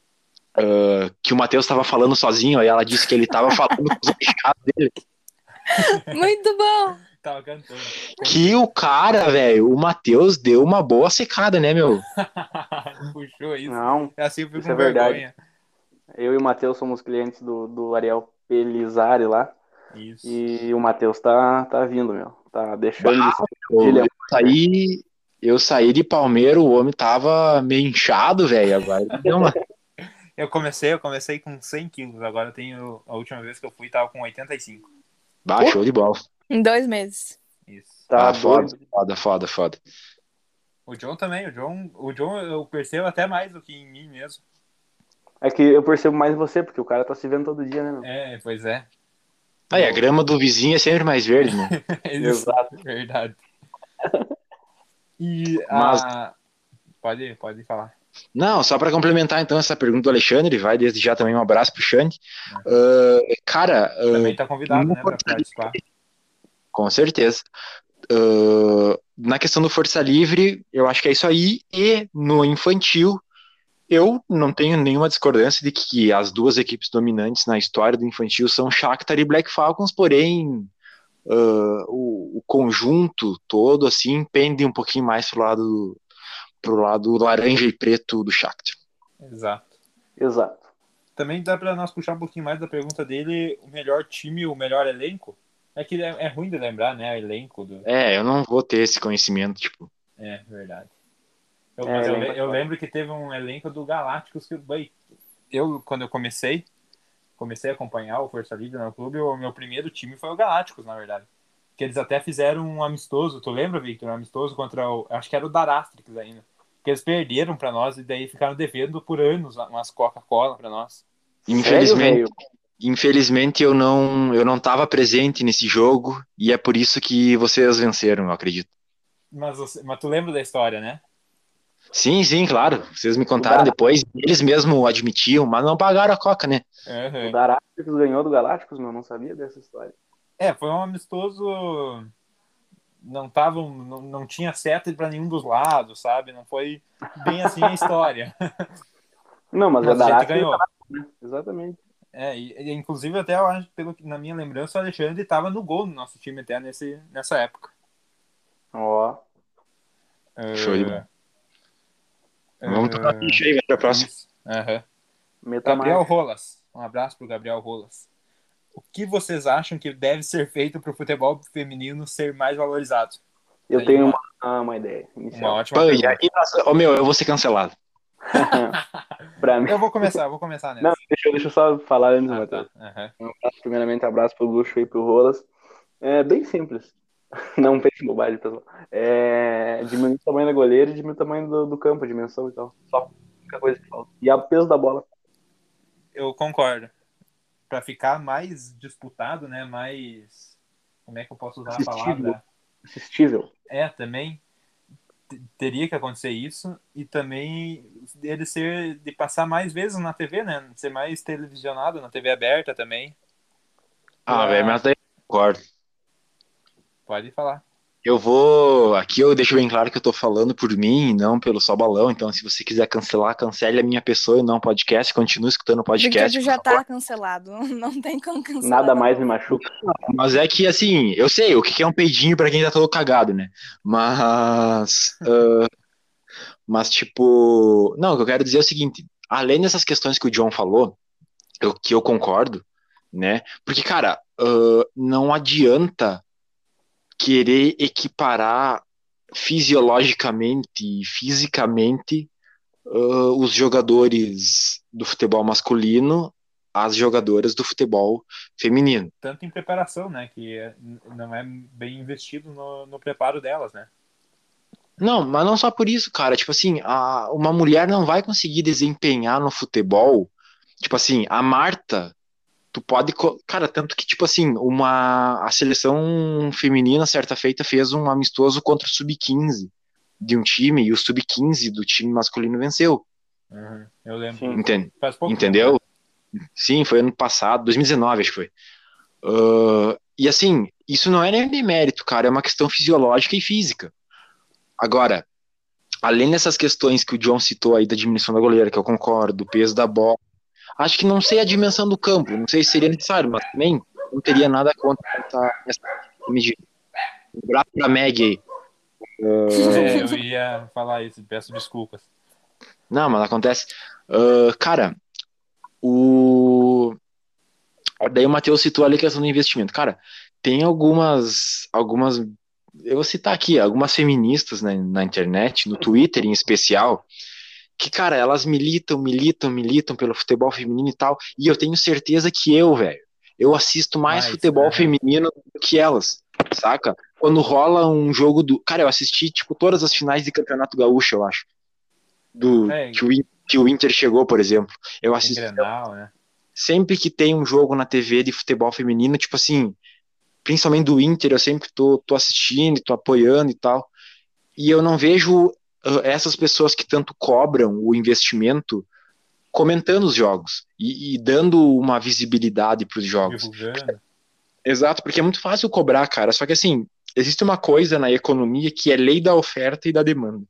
uh, que o Matheus estava falando sozinho, aí ela disse que ele estava falando com os achados dele. Muito bom! Tava cantando. Que o cara, velho, o Matheus deu uma boa secada, né, meu? Puxou isso. Não, É assim eu fico isso com é verdade. vergonha. Eu e o Matheus somos clientes do, do Ariel Pelizari lá. Isso. E o Matheus tá, tá vindo, meu. Tá deixando Bah, de ser eu, pilha. eu saí, eu saí de Palmeira, o homem tava meio inchado, velho. Agora ele deu uma. Eu comecei, eu comecei com cem quilos. Agora eu tenho. A última vez que eu fui tava com oitenta e cinco. Bah, show de bola. Em dois meses. Isso. Tá Ah, foda, doido. foda, foda, foda. O John também, o John, o John eu percebo até mais do que em mim mesmo. É que eu percebo mais em você, porque o cara tá se vendo todo dia, né, meu? É, pois é. Aí, a Eu... grama do vizinho é sempre mais verde, né? Isso, Exato. verdade. E Mas, a. Pode, pode falar. não, só para complementar então essa pergunta do Alexandre, vai desde já também um abraço pro Xande. Né? Uh, cara, Também uh, tá convidado, no né, pra Força Livre, participar. com certeza. Uh, na questão do Força Livre, eu acho que é isso aí. E no infantil, eu não tenho nenhuma discordância de que as duas equipes dominantes na história do infantil são Shakhtar e Black Falcons, porém uh, o, o conjunto todo assim pende um pouquinho mais pro lado pro lado laranja e preto do Shakhtar. Exato. Exato. Também dá pra nós puxar um pouquinho mais da pergunta dele, o melhor time, o melhor elenco. É que é, é ruim de lembrar, né? O elenco do. É, eu não vou ter esse conhecimento, tipo. É, verdade. Eu- É, mas eu, lembra le- eu só. lembro que teve um elenco do Galácticos que bem, eu, quando eu comecei, comecei a acompanhar o Força Livre no clube, o meu primeiro time foi o Galácticos, na verdade. Que eles até fizeram um amistoso, tu lembra, Victor? Um amistoso contra o. Acho que era o Darastrix ainda. Que eles perderam pra nós e daí ficaram devendo por anos umas Coca-Cola pra nós. Sério, Infelizmente, velho? infelizmente eu não, eu não tava presente nesse jogo e é por isso que vocês venceram, eu acredito. Mas, você- mas tu lembra da história, né? Sim, sim, claro. Vocês me O, contaram Dar depois, eles mesmo admitiam, mas não pagaram a coca, né? o Uhum. Darásticos ganhou do Galácticos, meu, não sabia dessa história. É, foi um amistoso. Não tavam, não, não tinha seta pra nenhum dos lados, sabe? Não foi bem assim a história. Não, mas é Mas a gente Darásticos, ganhou. né? Exatamente. É, e, e, inclusive até eu acho, pelo que- na minha lembrança, o Alexandre estava no gol no nosso time até nesse, nessa época. Ó, Show de bola. Uh, Vamos tocar a uh, ficha aí, vai pra próxima. isso. Aham. Gabriel metamarca. Rolas. Um abraço pro Gabriel Rolas. O que vocês acham que deve ser feito para o futebol feminino ser mais valorizado? Eu Aí tenho uma, uma, ah, uma ideia uma inicial. ótima Pô, e pergunta. aí, nossa, ô meu, eu vou ser cancelado. Pra mim. Eu vou começar, vou começar Não, nessa. deixa, eu- deixa eu só falar antes, Ah, Matheus. tá. Aham. Um abraço, primeiramente, abraço pro Luxo e pro Rolas. É bem simples. Não pense bobagem, pessoal. É, diminuir o tamanho da goleira e diminuir o tamanho do, do campo, a dimensão e tal. Só a única coisa que falta. E o peso da bola. Eu concordo. Para ficar mais disputado, né? Mais. Como é que eu posso usar a Assistível. palavra? Assistível. É, também t- teria que acontecer isso e também ele ser de passar mais vezes na T V, né? Ser mais televisionado na T V aberta também. Ah, velho, Pra... mas daí eu concordo. Pode falar. Eu vou. Aqui eu deixo bem claro que eu tô falando por mim e não pelo Só Balão. Então, se você quiser cancelar, cancele a minha pessoa e não o podcast. Continue escutando o Victor, podcast, tu por já favor. tá cancelado. Não tem como cancelar Nada de mais me novo. machuca. Mas é que, assim, eu sei o que que é um peidinho pra quem tá todo cagado, né? Mas. ah, mas, tipo. Não, o que eu quero dizer é o seguinte: além dessas questões que o John falou, eu, que eu concordo, né? Porque, cara, ah, não adianta querer equiparar fisiologicamente e fisicamente uh, os jogadores do futebol masculino às jogadoras do futebol feminino. Tanto em preparação, né? Que é- não é bem investido no, no preparo delas, né? Não, mas não só por isso, cara. Tipo assim, a, uma mulher não vai conseguir desempenhar no futebol. Tipo assim, a Marta, tu pode. co- Cara, tanto que, tipo assim, uma, a seleção feminina, certa feita, fez um amistoso contra o sub quinze de um time e o sub quinze do time masculino venceu. Uhum, eu lembro. Sim. Entende? Faz pouco tempo, Entendeu? né? Sim, foi ano passado, dois mil e dezenove, acho que foi. Ah, e assim, isso não é nem demérito, cara, é uma questão fisiológica e física. Agora, além dessas questões que o John citou aí da diminuição da goleira, que eu concordo, do peso da bola, acho que não sei a dimensão do campo, não sei se seria necessário, mas também não teria nada contra essa, essa medida. Um abraço pra Meg aí. É, eu ia falar isso, peço desculpas. Não, mas acontece. Ah, cara, o. Daí o Matheus citou ali a questão do investimento. Cara, tem algumas, algumas, eu vou citar aqui, algumas feministas né, na internet, no Twitter em especial, que, cara, elas militam, militam, militam pelo futebol feminino e tal, e eu tenho certeza que eu, velho, eu assisto mais Mas, futebol aham. feminino do que elas, saca? Quando rola um jogo do. Cara, eu assisti, tipo, todas as finais de Campeonato Gaúcho, eu acho, do É, que o, In- que o Inter chegou, por exemplo. Eu em assisti Grenal, né? sempre que tem um jogo na T V de futebol feminino, tipo assim, principalmente do Inter, eu sempre tô, tô assistindo, tô apoiando e tal. E eu não vejo uh, essas pessoas que tanto cobram o investimento comentando os jogos e, e dando uma visibilidade para os jogos. Divulgando. Exato, porque é muito fácil cobrar, cara. Só que assim, existe uma coisa na economia que é lei da oferta e da demanda.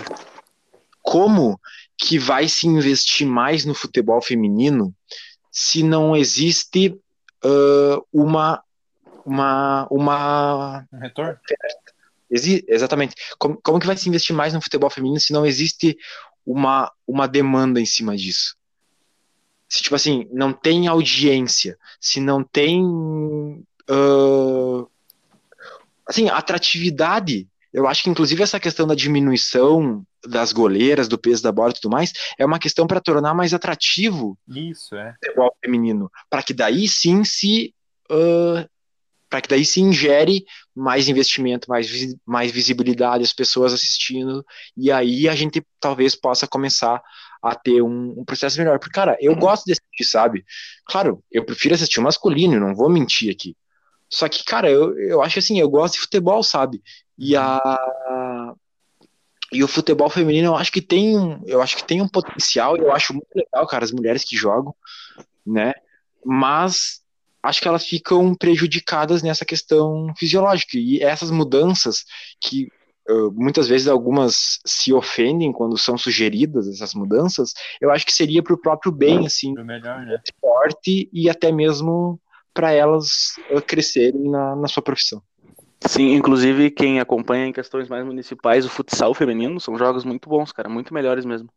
Como que vai se investir mais no futebol feminino se não existe uh, uma uma uma Um retorno? exi- exatamente como, como que vai se investir mais no futebol feminino se não existe uma uma demanda em cima disso? Se tipo assim não tem audiência, se não tem uh, assim, atratividade. Eu acho que, inclusive, essa questão da diminuição das goleiras, do peso da bola e tudo mais, é uma questão para tornar mais atrativo Isso, é. o futebol feminino, para que daí sim se uh, para que daí se ingere mais investimento, mais, vis- mais visibilidade, as pessoas assistindo, e aí a gente talvez possa começar a ter um, um processo melhor. Porque, cara, eu gosto de assistir, sabe? Claro, eu prefiro assistir o masculino, não vou mentir aqui. Só que, cara, eu, eu acho assim, eu gosto de futebol, sabe? E Uhum. a e o futebol feminino eu acho que tem um, eu acho que tem um potencial, eu acho muito legal, cara, as mulheres que jogam, né? Mas acho que elas ficam prejudicadas nessa questão fisiológica. E essas mudanças que uh, muitas vezes algumas se ofendem quando são sugeridas essas mudanças, eu acho que seria para o próprio bem, assim, Pro melhor, do né? esporte e até mesmo para elas uh, crescerem na, na sua profissão. Sim, inclusive quem acompanha em questões mais municipais, o futsal feminino, são jogos muito bons, cara, muito melhores mesmo.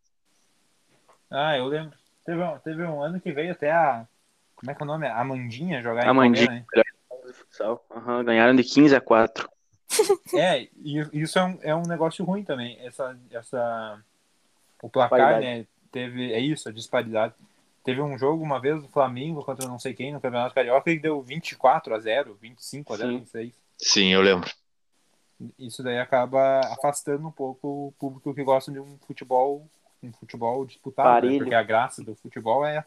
Ah, eu lembro. Teve um, teve um ano que veio até a. Como é que é o nome? A Mandinha jogar A em Mandinha, Palmeiras, né? melhores jogos de futsal. Aham, ganharam de quinze a quatro. É, e isso é um, é um negócio ruim também. Essa, essa, o placar, Qualidade. né? Teve. É isso, a disparidade. Teve um jogo uma vez do Flamengo contra não sei quem no Campeonato Carioca que deu vinte e quatro a zero, vinte e cinco a zero, Sim. vinte e seis. Sim, eu lembro. Isso daí acaba afastando um pouco o público que gosta de um futebol, um futebol disputado, né? Parelho. Porque a graça do futebol é.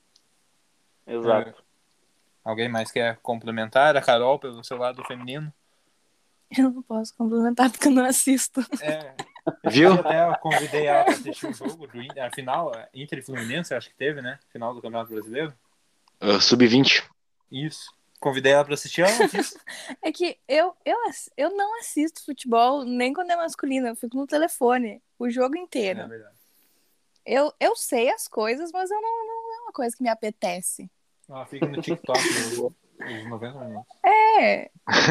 Exato. Alguém mais quer complementar? A Carol, pelo seu lado feminino? Eu não posso complementar porque eu não assisto. É. Viu? Eu até convidei ela para assistir o jogo do Inter, a final, Inter e Fluminense, acho que teve, né? Final do Campeonato Brasileiro. Uh, sub vinte. Isso. Convidei ela para assistir, ela não quis. É que eu, eu, ass- eu não assisto futebol nem quando é masculino, eu fico no telefone o jogo inteiro. É verdade. Eu, eu sei as coisas, mas eu não, não é uma coisa que me apetece. Ela fica no TikTok os noventa minutos. É.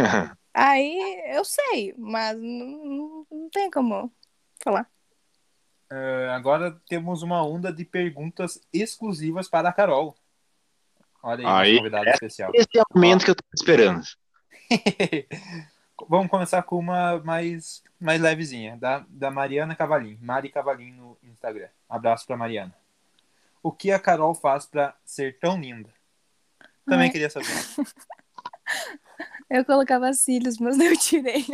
Aí eu sei, mas não, não, não tem como falar. Uh, agora temos uma onda de perguntas exclusivas para a Carol. Olha aí, Aí, nosso convidado especial. esse é o momento que eu tô esperando. Vamos começar com uma mais, mais levezinha, da, da Mariana Cavalim, Mari Cavalim no Instagram. Abraço pra Mariana. O que a Carol faz pra ser tão linda? Também Ai. queria saber. Eu colocava cílios, mas eu tirei.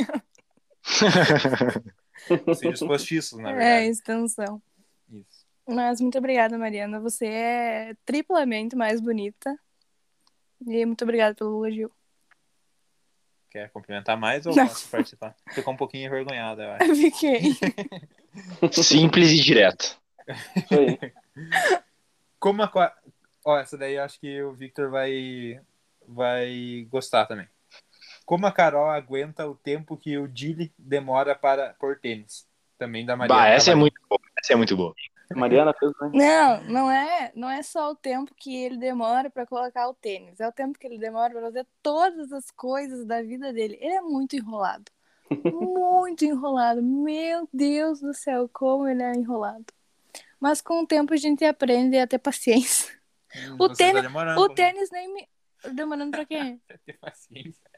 Cílios postiços, na É, verdade. extensão. Isso. Mas muito obrigada, Mariana. Você é triplamente mais bonita. E muito obrigada pelo elogio. Quer cumprimentar mais ou Não. posso participar? Ficou um pouquinho envergonhada, eu acho. Fiquei. Simples e direto. Isso aí. Como a... qua- Ó, essa daí eu acho que o Victor vai, vai gostar também. Como a Carol aguenta o tempo que o Dili demora para pôr tênis? Também da Mariana Bah, essa é Cavalim. muito boa. Essa é muito boa. Mariana fez, né? Não, não é, não é só o tempo que ele demora pra colocar o tênis. É o tempo que ele demora pra fazer todas as coisas da vida dele. Ele é muito enrolado. Muito enrolado. Meu Deus do céu, como ele é enrolado. Mas com o tempo a gente aprende a ter paciência. Hum, O você tênis, tá demorando um o pouquinho. tênis nem me... Demorando pra quê? Pra ter paciência.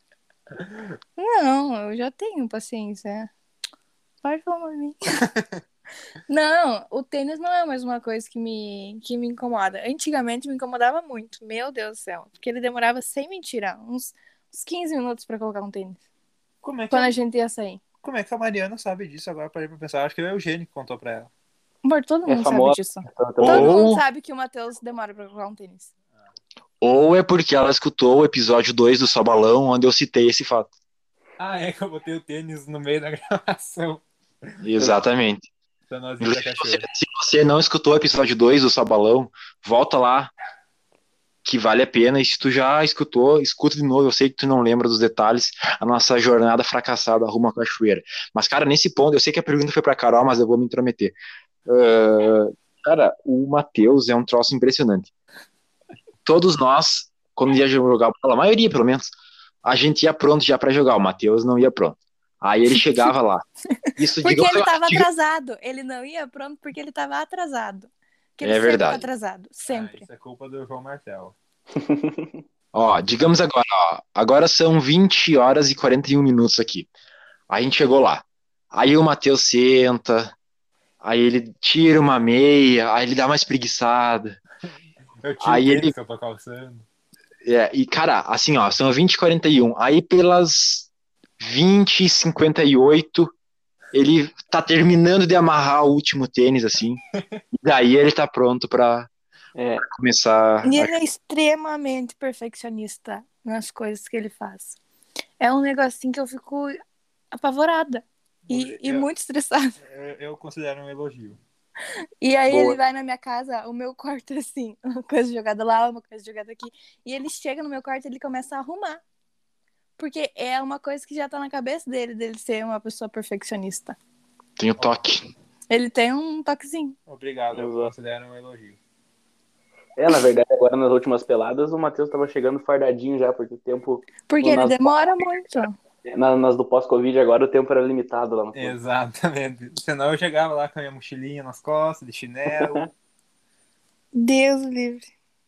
Não, eu já tenho paciência. Pode falar pra mim. Não, o tênis não é mais uma coisa que me, que me incomoda. Antigamente me incomodava muito. Meu Deus do céu. Porque ele demorava, sem mentira, uns, uns quinze minutos pra colocar um tênis. Como é, que Quando a, a gente ia sair. como é que a Mariana sabe disso? Agora parei pra pensar. Acho que é o Eugênio que contou pra ela. Amor, todo É mundo sabe famosa. disso. Então, Todo Ou- mundo sabe que o Matheus demora pra colocar um tênis. Ou é porque ela escutou o episódio dois do Só Balão, onde eu citei esse fato. Ah, é que eu botei o tênis no meio da gravação Exatamente. da nozinha da Inclusive, cachoeira. se você não escutou o episódio dois do Só Balão, volta lá, que vale a pena. E se tu já escutou, escuta de novo. Eu sei que tu não lembra dos detalhes, a nossa jornada fracassada rumo à cachoeira. Mas, cara, nesse ponto, eu sei que a pergunta foi pra Carol, mas eu vou me intrometer. Uh, cara, o Matheus é um troço impressionante. Todos nós, quando ia jogar bola, a maioria pelo menos, a gente ia pronto já pra jogar. O Matheus não ia pronto. Aí ele chegava lá. Isso, Porque digamos, ele tava diga- atrasado. Ele não ia pronto porque ele tava atrasado. Porque ele É sempre verdade. tá atrasado. Ah, Sempre. isso é culpa do João Marcelo. Ó, digamos agora, ó, agora são vinte horas e quarenta e um minutos aqui. Aí a gente chegou lá. Aí o Matheus senta, aí ele tira uma meia, aí ele dá uma espreguiçada. Eu tiro o Aí tênis ele. que eu tô calçando. É, e, cara, assim, ó, são vinte e quarenta e um. Aí pelas vinte e cinquenta e oito, ele tá terminando de amarrar o último tênis, assim. E daí ele tá pronto pra É, começar. E a- ele é extremamente perfeccionista nas coisas que ele faz. É um negocinho que eu fico apavorada e, e Eu, muito estressada. eu, eu considero um elogio. E aí ele boa. vai na minha casa, o meu quarto é assim, uma coisa jogada lá, uma coisa jogada aqui. E ele chega no meu quarto e ele começa a arrumar. Porque é uma coisa que já tá na cabeça dele, dele ser uma pessoa perfeccionista. Tem o toque. Ele tem um toquezinho. Obrigado, eu Exato. considero um elogio. É, na verdade, agora nas últimas peladas, o Matheus tava chegando fardadinho já, porque o tempo. Porque no- ele Nas, demora muito. na- nas do pós-Covid agora, o tempo era limitado lá no fundo. Exatamente. Senão eu chegava lá com a minha mochilinha nas costas, de chinelo. Deus livre.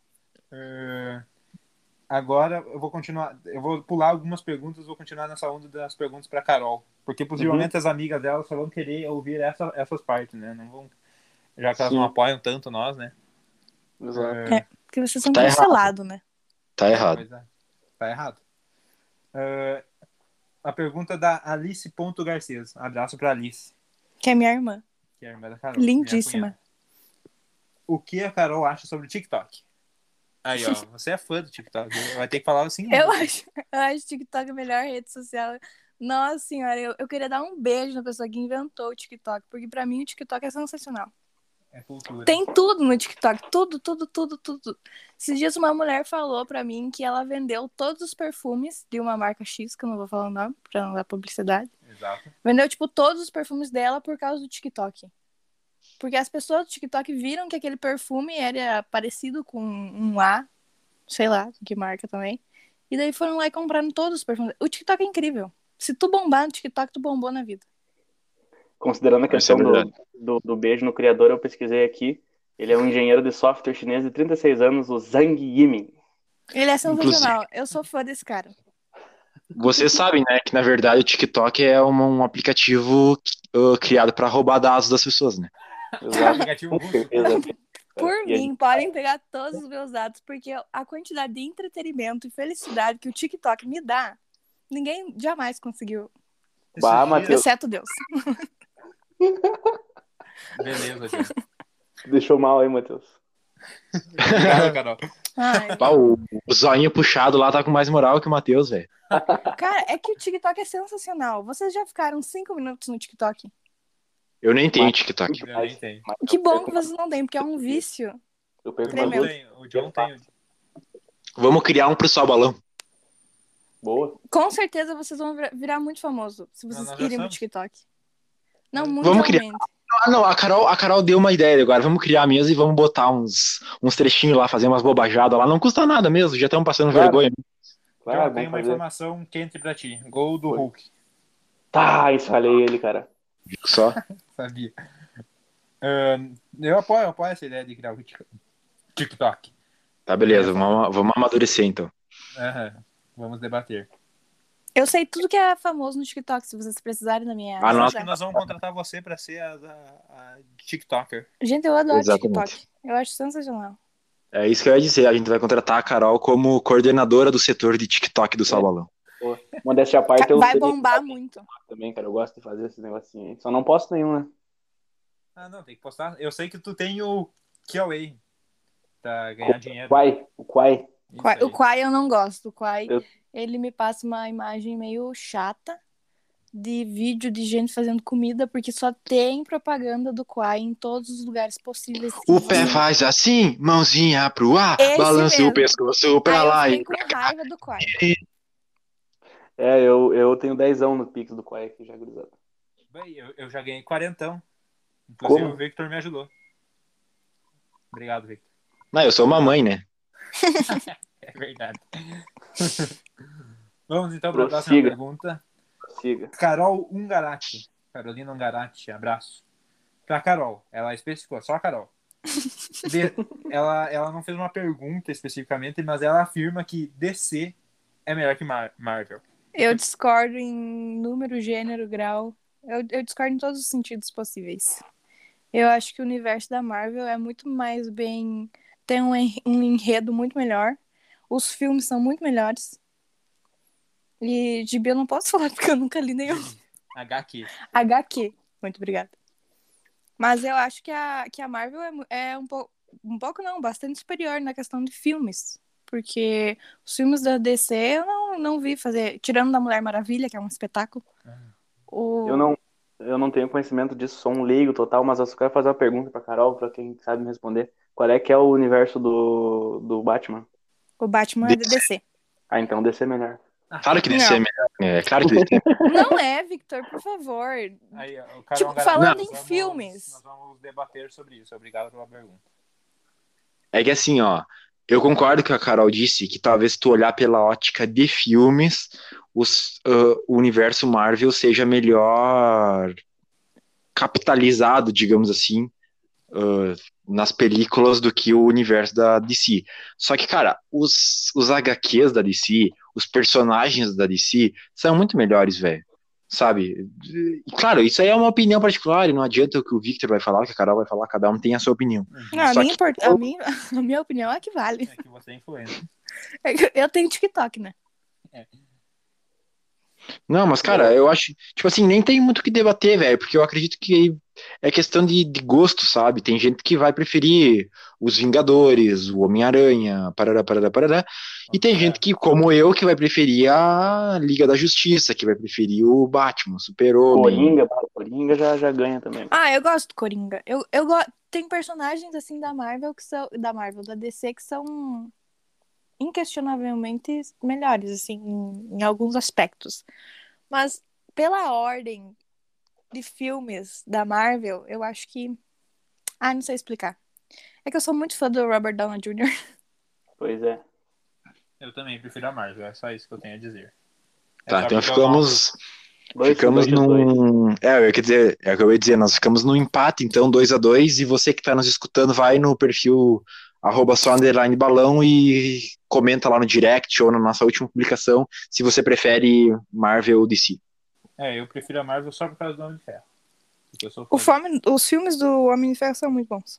Uh, agora eu vou continuar. Eu vou pular algumas perguntas, vou continuar nessa onda das perguntas para Carol. Porque possivelmente Uhum. as amigas dela só vão querer ouvir essa, essas partes, né? Não vão, já que elas Sim. não apoiam tanto nós, né? Exato. Uh, É, porque vocês são Tá errado. cancelados, né? Tá errado. Pois é, tá errado. Uh, a pergunta da Alice Ponto Garcês. Abraço pra Alice, Que é minha irmã. que é a irmã da Carol. minha Lindíssima. cunhada. O que a Carol acha sobre o TikTok? Aí, ó, você é fã do TikTok. Vai ter que falar assim. Eu acho, eu acho o TikTok a melhor rede social. Nossa senhora, eu, eu queria dar um beijo na pessoa que inventou o TikTok, porque pra mim o TikTok é sensacional. É cultura. Tem tudo no TikTok, tudo, tudo, tudo, tudo. Esses dias uma mulher falou pra mim que ela vendeu todos os perfumes de uma marca X, que eu não vou falar o nome, pra não dar publicidade. Exato. Vendeu, tipo, todos os perfumes dela por causa do TikTok. Porque as pessoas do TikTok viram que aquele perfume era parecido com um A, sei lá, que marca também. E daí foram lá e compraram todos os perfumes. O TikTok é incrível. Se tu bombar no TikTok, tu bombou na vida. Considerando a Isso é questão do, verdade. do, do beijo no criador, eu pesquisei aqui. Ele é um engenheiro de software chinês de trinta e seis anos, o Zhang Yimin. Ele é Inclusive, sensacional. Eu sou fã desse cara. vocês sabem, né, que na verdade o TikTok é um, um aplicativo uh, criado pra roubar dados das pessoas, né? Exato. Aplicativo Com russo. certeza. Por E a mim, podem pegar todos os meus dados, porque a quantidade de entretenimento e felicidade que o TikTok me dá, ninguém jamais conseguiu, Bah, Esses dias- Matheus. exceto Deus. Beleza, gente. Deixou mal aí, Matheus. Obrigado, Carol. Ai, Pá, o, o zoinho puxado lá tá com mais moral que o Matheus, velho. cara, é que o TikTok é sensacional. Vocês já ficaram cinco minutos no TikTok? Eu nem tenho Mas- TikTok. Eu nem tenho. Mas Que eu bom perco que uma- vocês não têm, porque é um vício. Eu O perco John uma Tremendo. duas. tem. O John tem. Vamos criar um pro Sol Balão. Boa. Com certeza vocês vão vir- virar muito famoso se vocês Não, nós já irem pro somos. TikTok. Não, Vamos criar. mundialmente. Ah, não, a Carol, a Carol deu uma ideia agora. Vamos criar a mesa e vamos botar uns, uns trechinhos lá, fazer umas bobajadas lá. Não custa nada mesmo, já estamos passando Claro. vergonha. Claro, John, vamos tem uma fazer. informação quente pra ti. Gol do Foi. Hulk. Tá, esfalei ele, cara. Viu só? Sabia. Ahn, eu apoio, eu apoio essa ideia de criar o Tik- TikTok. Tá, beleza, vamos, vamos amadurecer então. Aham. Vamos debater. Eu sei tudo que é famoso no TikTok, se vocês precisarem da minha Ah, Eu nossa. acho que nós vamos contratar você pra ser a, a, a TikToker. Gente, eu adoro Exatamente. TikTok. Eu acho sensacional. É isso que eu ia dizer. A gente vai contratar a Carol como coordenadora do setor de TikTok do Sol Balão. Pô, modéstia à parte, eu Vai sei bombar muito. também, cara. Eu gosto de fazer esses negocinhos aí. Só não posto nenhum, né? Ah, não, tem que postar. Eu sei que tu tem o Q A pra ganhar dinheiro. O Quai, o Quai. Isso Quai- aí. O Quai eu não gosto. O Quai, Eu- ele me passa uma imagem meio chata de vídeo de gente fazendo comida, porque só tem propaganda do Quai em todos os lugares possíveis. que O você- pé faz assim, mãozinha pro ar, Esse balança mesmo. o pescoço pra Aí lá eu e fiquei com raiva do Quai. É, eu, eu tenho dezão no Pix do Quai aqui já, gurizada. Bem, eu, eu já ganhei quarentão. Inclusive Como? o Victor me ajudou. Obrigado, Victor. Não, eu sou uma mãe, né? É verdade. Vamos então para a próxima Prossiga. pergunta. Siga. Carol Ungarati. Carolina Ungarati, abraço. Pra Carol, ela especificou, só a Carol. de- ela, ela não fez uma pergunta especificamente, mas ela afirma que D C é melhor que Mar- Marvel. Eu discordo em número, gênero, grau. Eu, eu discordo em todos os sentidos possíveis. Eu acho que o universo da Marvel é muito mais bem. Tem um, en- um enredo muito melhor. Os filmes são muito melhores. E de eu não posso falar porque eu nunca li nenhum. H Q. H Q. Muito obrigada. Mas eu acho que a, que a Marvel é, mu- é um pouco. Um pouco não, bastante superior na questão de filmes. Porque os filmes da D C eu não, não vi fazer. Tirando da Mulher Maravilha, que é um espetáculo. O... Eu não, eu não tenho conhecimento disso, sou um leigo total, mas eu só quero fazer uma pergunta pra Carol, pra quem sabe me responder. Qual é que é o universo do, do Batman? o Batman é da D C. Ah, então D C é melhor. Claro que D C é Não. melhor. É claro que D C é melhor. Não é, Victor, por favor. Aí, o Carol Tipo, Garapé, falando nós em vamos- filmes. Nós vamos debater sobre isso. Obrigado pela pergunta. É que assim, ó, eu concordo com a Carol disse que talvez se tu olhar pela ótica de filmes, os, ah, o universo Marvel seja melhor capitalizado, digamos assim, ah, nas películas do que o universo da D C. Só que, cara, os, os H Qs da D C, os personagens da D C são muito melhores, velho. Sabe? E, claro, isso aí é uma opinião particular, e não adianta o que o Victor vai falar, o que a Carol vai falar, cada um tem a sua opinião. Não, a, Só minha, que import- a, minha, a minha opinião é que vale. É que você é influencer. Eu tenho TikTok, né? Não, mas, cara, eu acho, tipo assim, nem tem muito o que debater, velho, porque eu acredito que é questão de, de gosto, sabe? Tem gente que vai preferir os Vingadores, o Homem-Aranha, parará, parará, parará, e tem É. gente que, como eu, que vai preferir a Liga da Justiça, que vai preferir o Batman, o Super-Homem. Coringa, pá, Coringa já, já ganha também. Ah, eu gosto do Coringa. Eu, eu go... Tem personagens, assim, da Marvel que são... Da Marvel, da D C, que são inquestionavelmente melhores, assim, em, em alguns aspectos. Mas, pela ordem de filmes da Marvel, eu acho que... Ah, não sei explicar. É que eu sou muito fã do Robert Downey júnior Pois é. Eu também prefiro a Marvel, é só isso que eu tenho a dizer. É Tá, só então porque eu não- ficamos, Dois, ficamos dois, dois. num... É, eu ia dizer, é o que eu ia dizer, nós ficamos num empate, então, dois a dois, e você que tá nos escutando, vai no perfil arroba só underline balão e comenta lá no direct ou na nossa última publicação se você prefere Marvel ou D C. É, eu prefiro a Marvel só por causa do Homem de Ferro. Porque eu sou O fã. fome- Os filmes do Homem de Ferro são muito bons.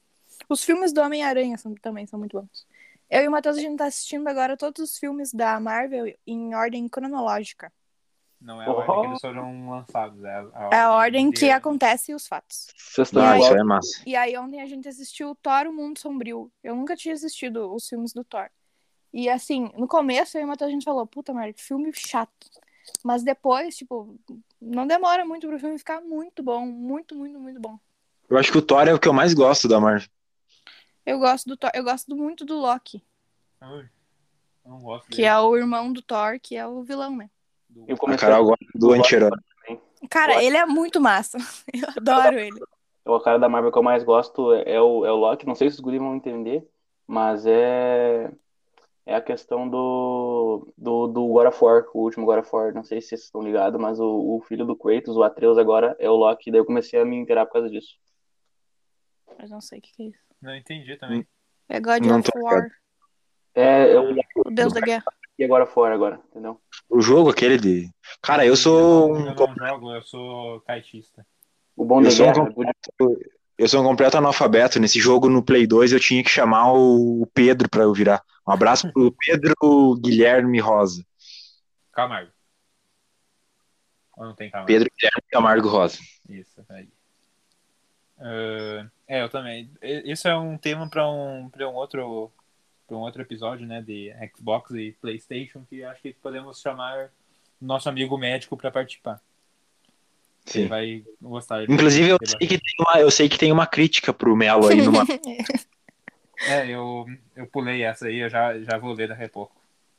Os filmes do Homem-Aranha são- também são muito bons. Eu e o Matheus, a gente tá assistindo agora todos os filmes da Marvel em ordem cronológica. Não é a ordem que eles foram lançados, é a, É a ordem de- que acontecem os fatos. Vocês estão E Ah, aí- isso igual. é massa. E aí ontem a gente assistiu o Thor, o Mundo Sombrio. Eu nunca tinha assistido os filmes do Thor. E assim, no começo eu e o Matheus a gente falou, puta merda, que filme chato. Mas depois, tipo, não demora muito pro filme ficar muito bom. Muito, muito, muito bom. Eu acho que o Thor é o que eu mais gosto da Marvel. Eu gosto do Thor, eu gosto muito do Loki, Ui, eu não gosto que dele. é o irmão do Thor, que é o vilão, né? Do- Eu A comecei Carol gosta do Eu anti-herói. Cara, Loki. ele é muito massa. Eu adoro ele. O cara da Marvel que eu mais gosto é o, é o Loki. Não sei se os guris vão entender, mas é, é a questão do, do, do God of War, o último God of War. Não sei se vocês estão ligados, mas o, o filho do Kratos, o Atreus, agora é o Loki. Daí eu comecei a me inteirar por causa disso. Mas não sei o que, que é isso. Não entendi também. É God Não of tô War, É, é o Loki o deus da guerra. e agora fora agora, entendeu? O jogo aquele de... Cara, eu sou Eu um, não, eu não jogo, eu sou caixista. O bom Eu de sou um guerra. eu sou um completo analfabeto. Nesse jogo no Play dois eu tinha que chamar o Pedro pra eu virar. Um abraço pro Pedro Guilherme Rosa. Camargo. Ou não tem Camargo? Pedro Guilherme Camargo Rosa. Isso, aí. Ah, é, eu também. E- Isso é um tema para um, para um outro para um outro episódio, né, de Xbox e PlayStation, que acho que podemos chamar nosso amigo médico para participar. Ele Sim. vai gostar. ele Inclusive, eu vai sei, que tem uma, eu sei que tem uma crítica pro Melo aí numa. É, eu, eu pulei essa aí, eu já, já vou ler daqui a pouco.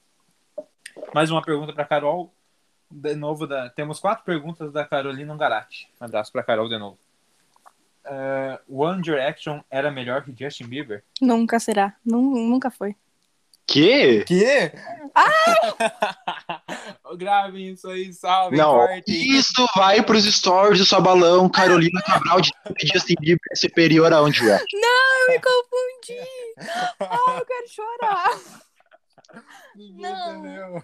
Mais uma pergunta para Carol. De novo, da, temos quatro perguntas da Carolina Ungarati. Um abraço para Carol de novo. Uh, One Direction era melhor que Justin Bieber? Nunca será. Nun- Nunca foi. Que? Que? Ah! Gravem isso aí, salve, Não, cortem. isso vai pros stories do Sabalão. Carolina Cabral de Justin Bieber é superior a onde é. Não, eu me confundi. Ah, eu quero chorar. Ninguém Não. entendeu.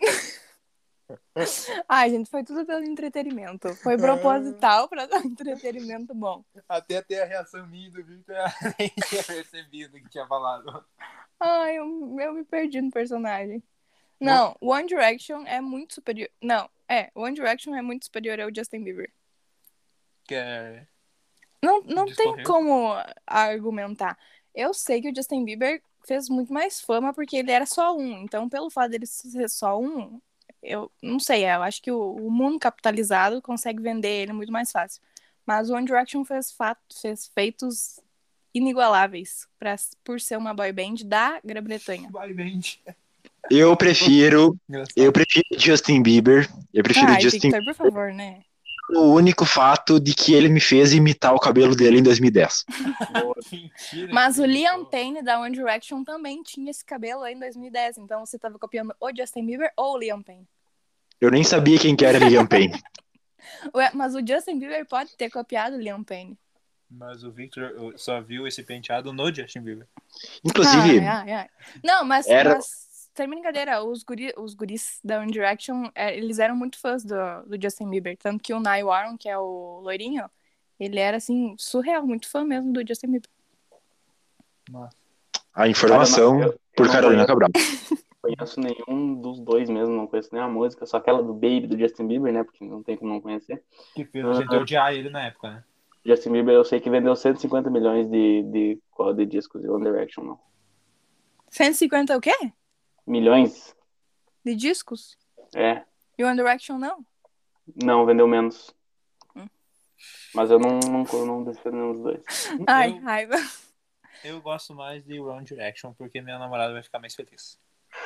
Ai, gente, foi tudo pelo entretenimento. Foi proposital pra dar um entretenimento bom. Até ter a reação minha do Victor, eu nem tinha percebido que tinha falado. Ai, eu, eu me perdi no personagem. Não, One Direction é muito superior. Não, é, One Direction é muito superior ao Justin Bieber. Que é... Não, não tem Discorreu. como argumentar. Eu sei que o Justin Bieber fez muito mais fama porque ele era só um. Então, pelo fato dele ser só um, eu não sei, eu acho que o, o mundo capitalizado consegue vender ele muito mais fácil. Mas o One Direction fez, fato, fez feitos inigualáveis pra, por ser uma boy band da Grã-Bretanha. Vai, vende. Eu prefiro, Engraçado. eu prefiro Justin Bieber. Eu prefiro Ai, Justin Victor, por favor, né? o único fato de que ele me fez imitar o cabelo dele em dois mil e dez. Mentira. Mas que o ele Liam falou. Payne da One Direction também tinha esse cabelo aí em dois mil e dez. Então você tava copiando o Justin Bieber ou o Liam Payne. Eu nem sabia quem que era Liam Payne. Ué, mas o Justin Bieber pode ter copiado o Liam Payne. Mas o Victor só viu esse penteado no Justin Bieber. Inclusive, Ai, ai, ai. Não, mas, Era- mas sem brincadeira, os, guri, os guris da One Direction, é, eles eram muito fãs do, do Justin Bieber. Tanto que o Niall Warren, que é o loirinho, ele era, assim, surreal, muito fã mesmo do Justin Bieber. Nossa. a informação Cara, eu não- eu por não Carolina Cabral. Não conheço nenhum dos dois mesmo, não conheço nem a música, só aquela do Baby do Justin Bieber, né? Porque não tem como não conhecer. Que fez a gente odiar ele na época, né? Justin Bieber eu sei que vendeu cento e cinquenta milhões de, de, qual, de discos e One Direction, não. cento e cinquenta o quê? Milhões? De discos? É. E One Direction não? Não, vendeu menos. Hum. Mas eu não, não, não defendo nenhum dos dois. Ai, Eu- raiva. Eu gosto mais de One Direction porque minha namorada vai ficar mais feliz.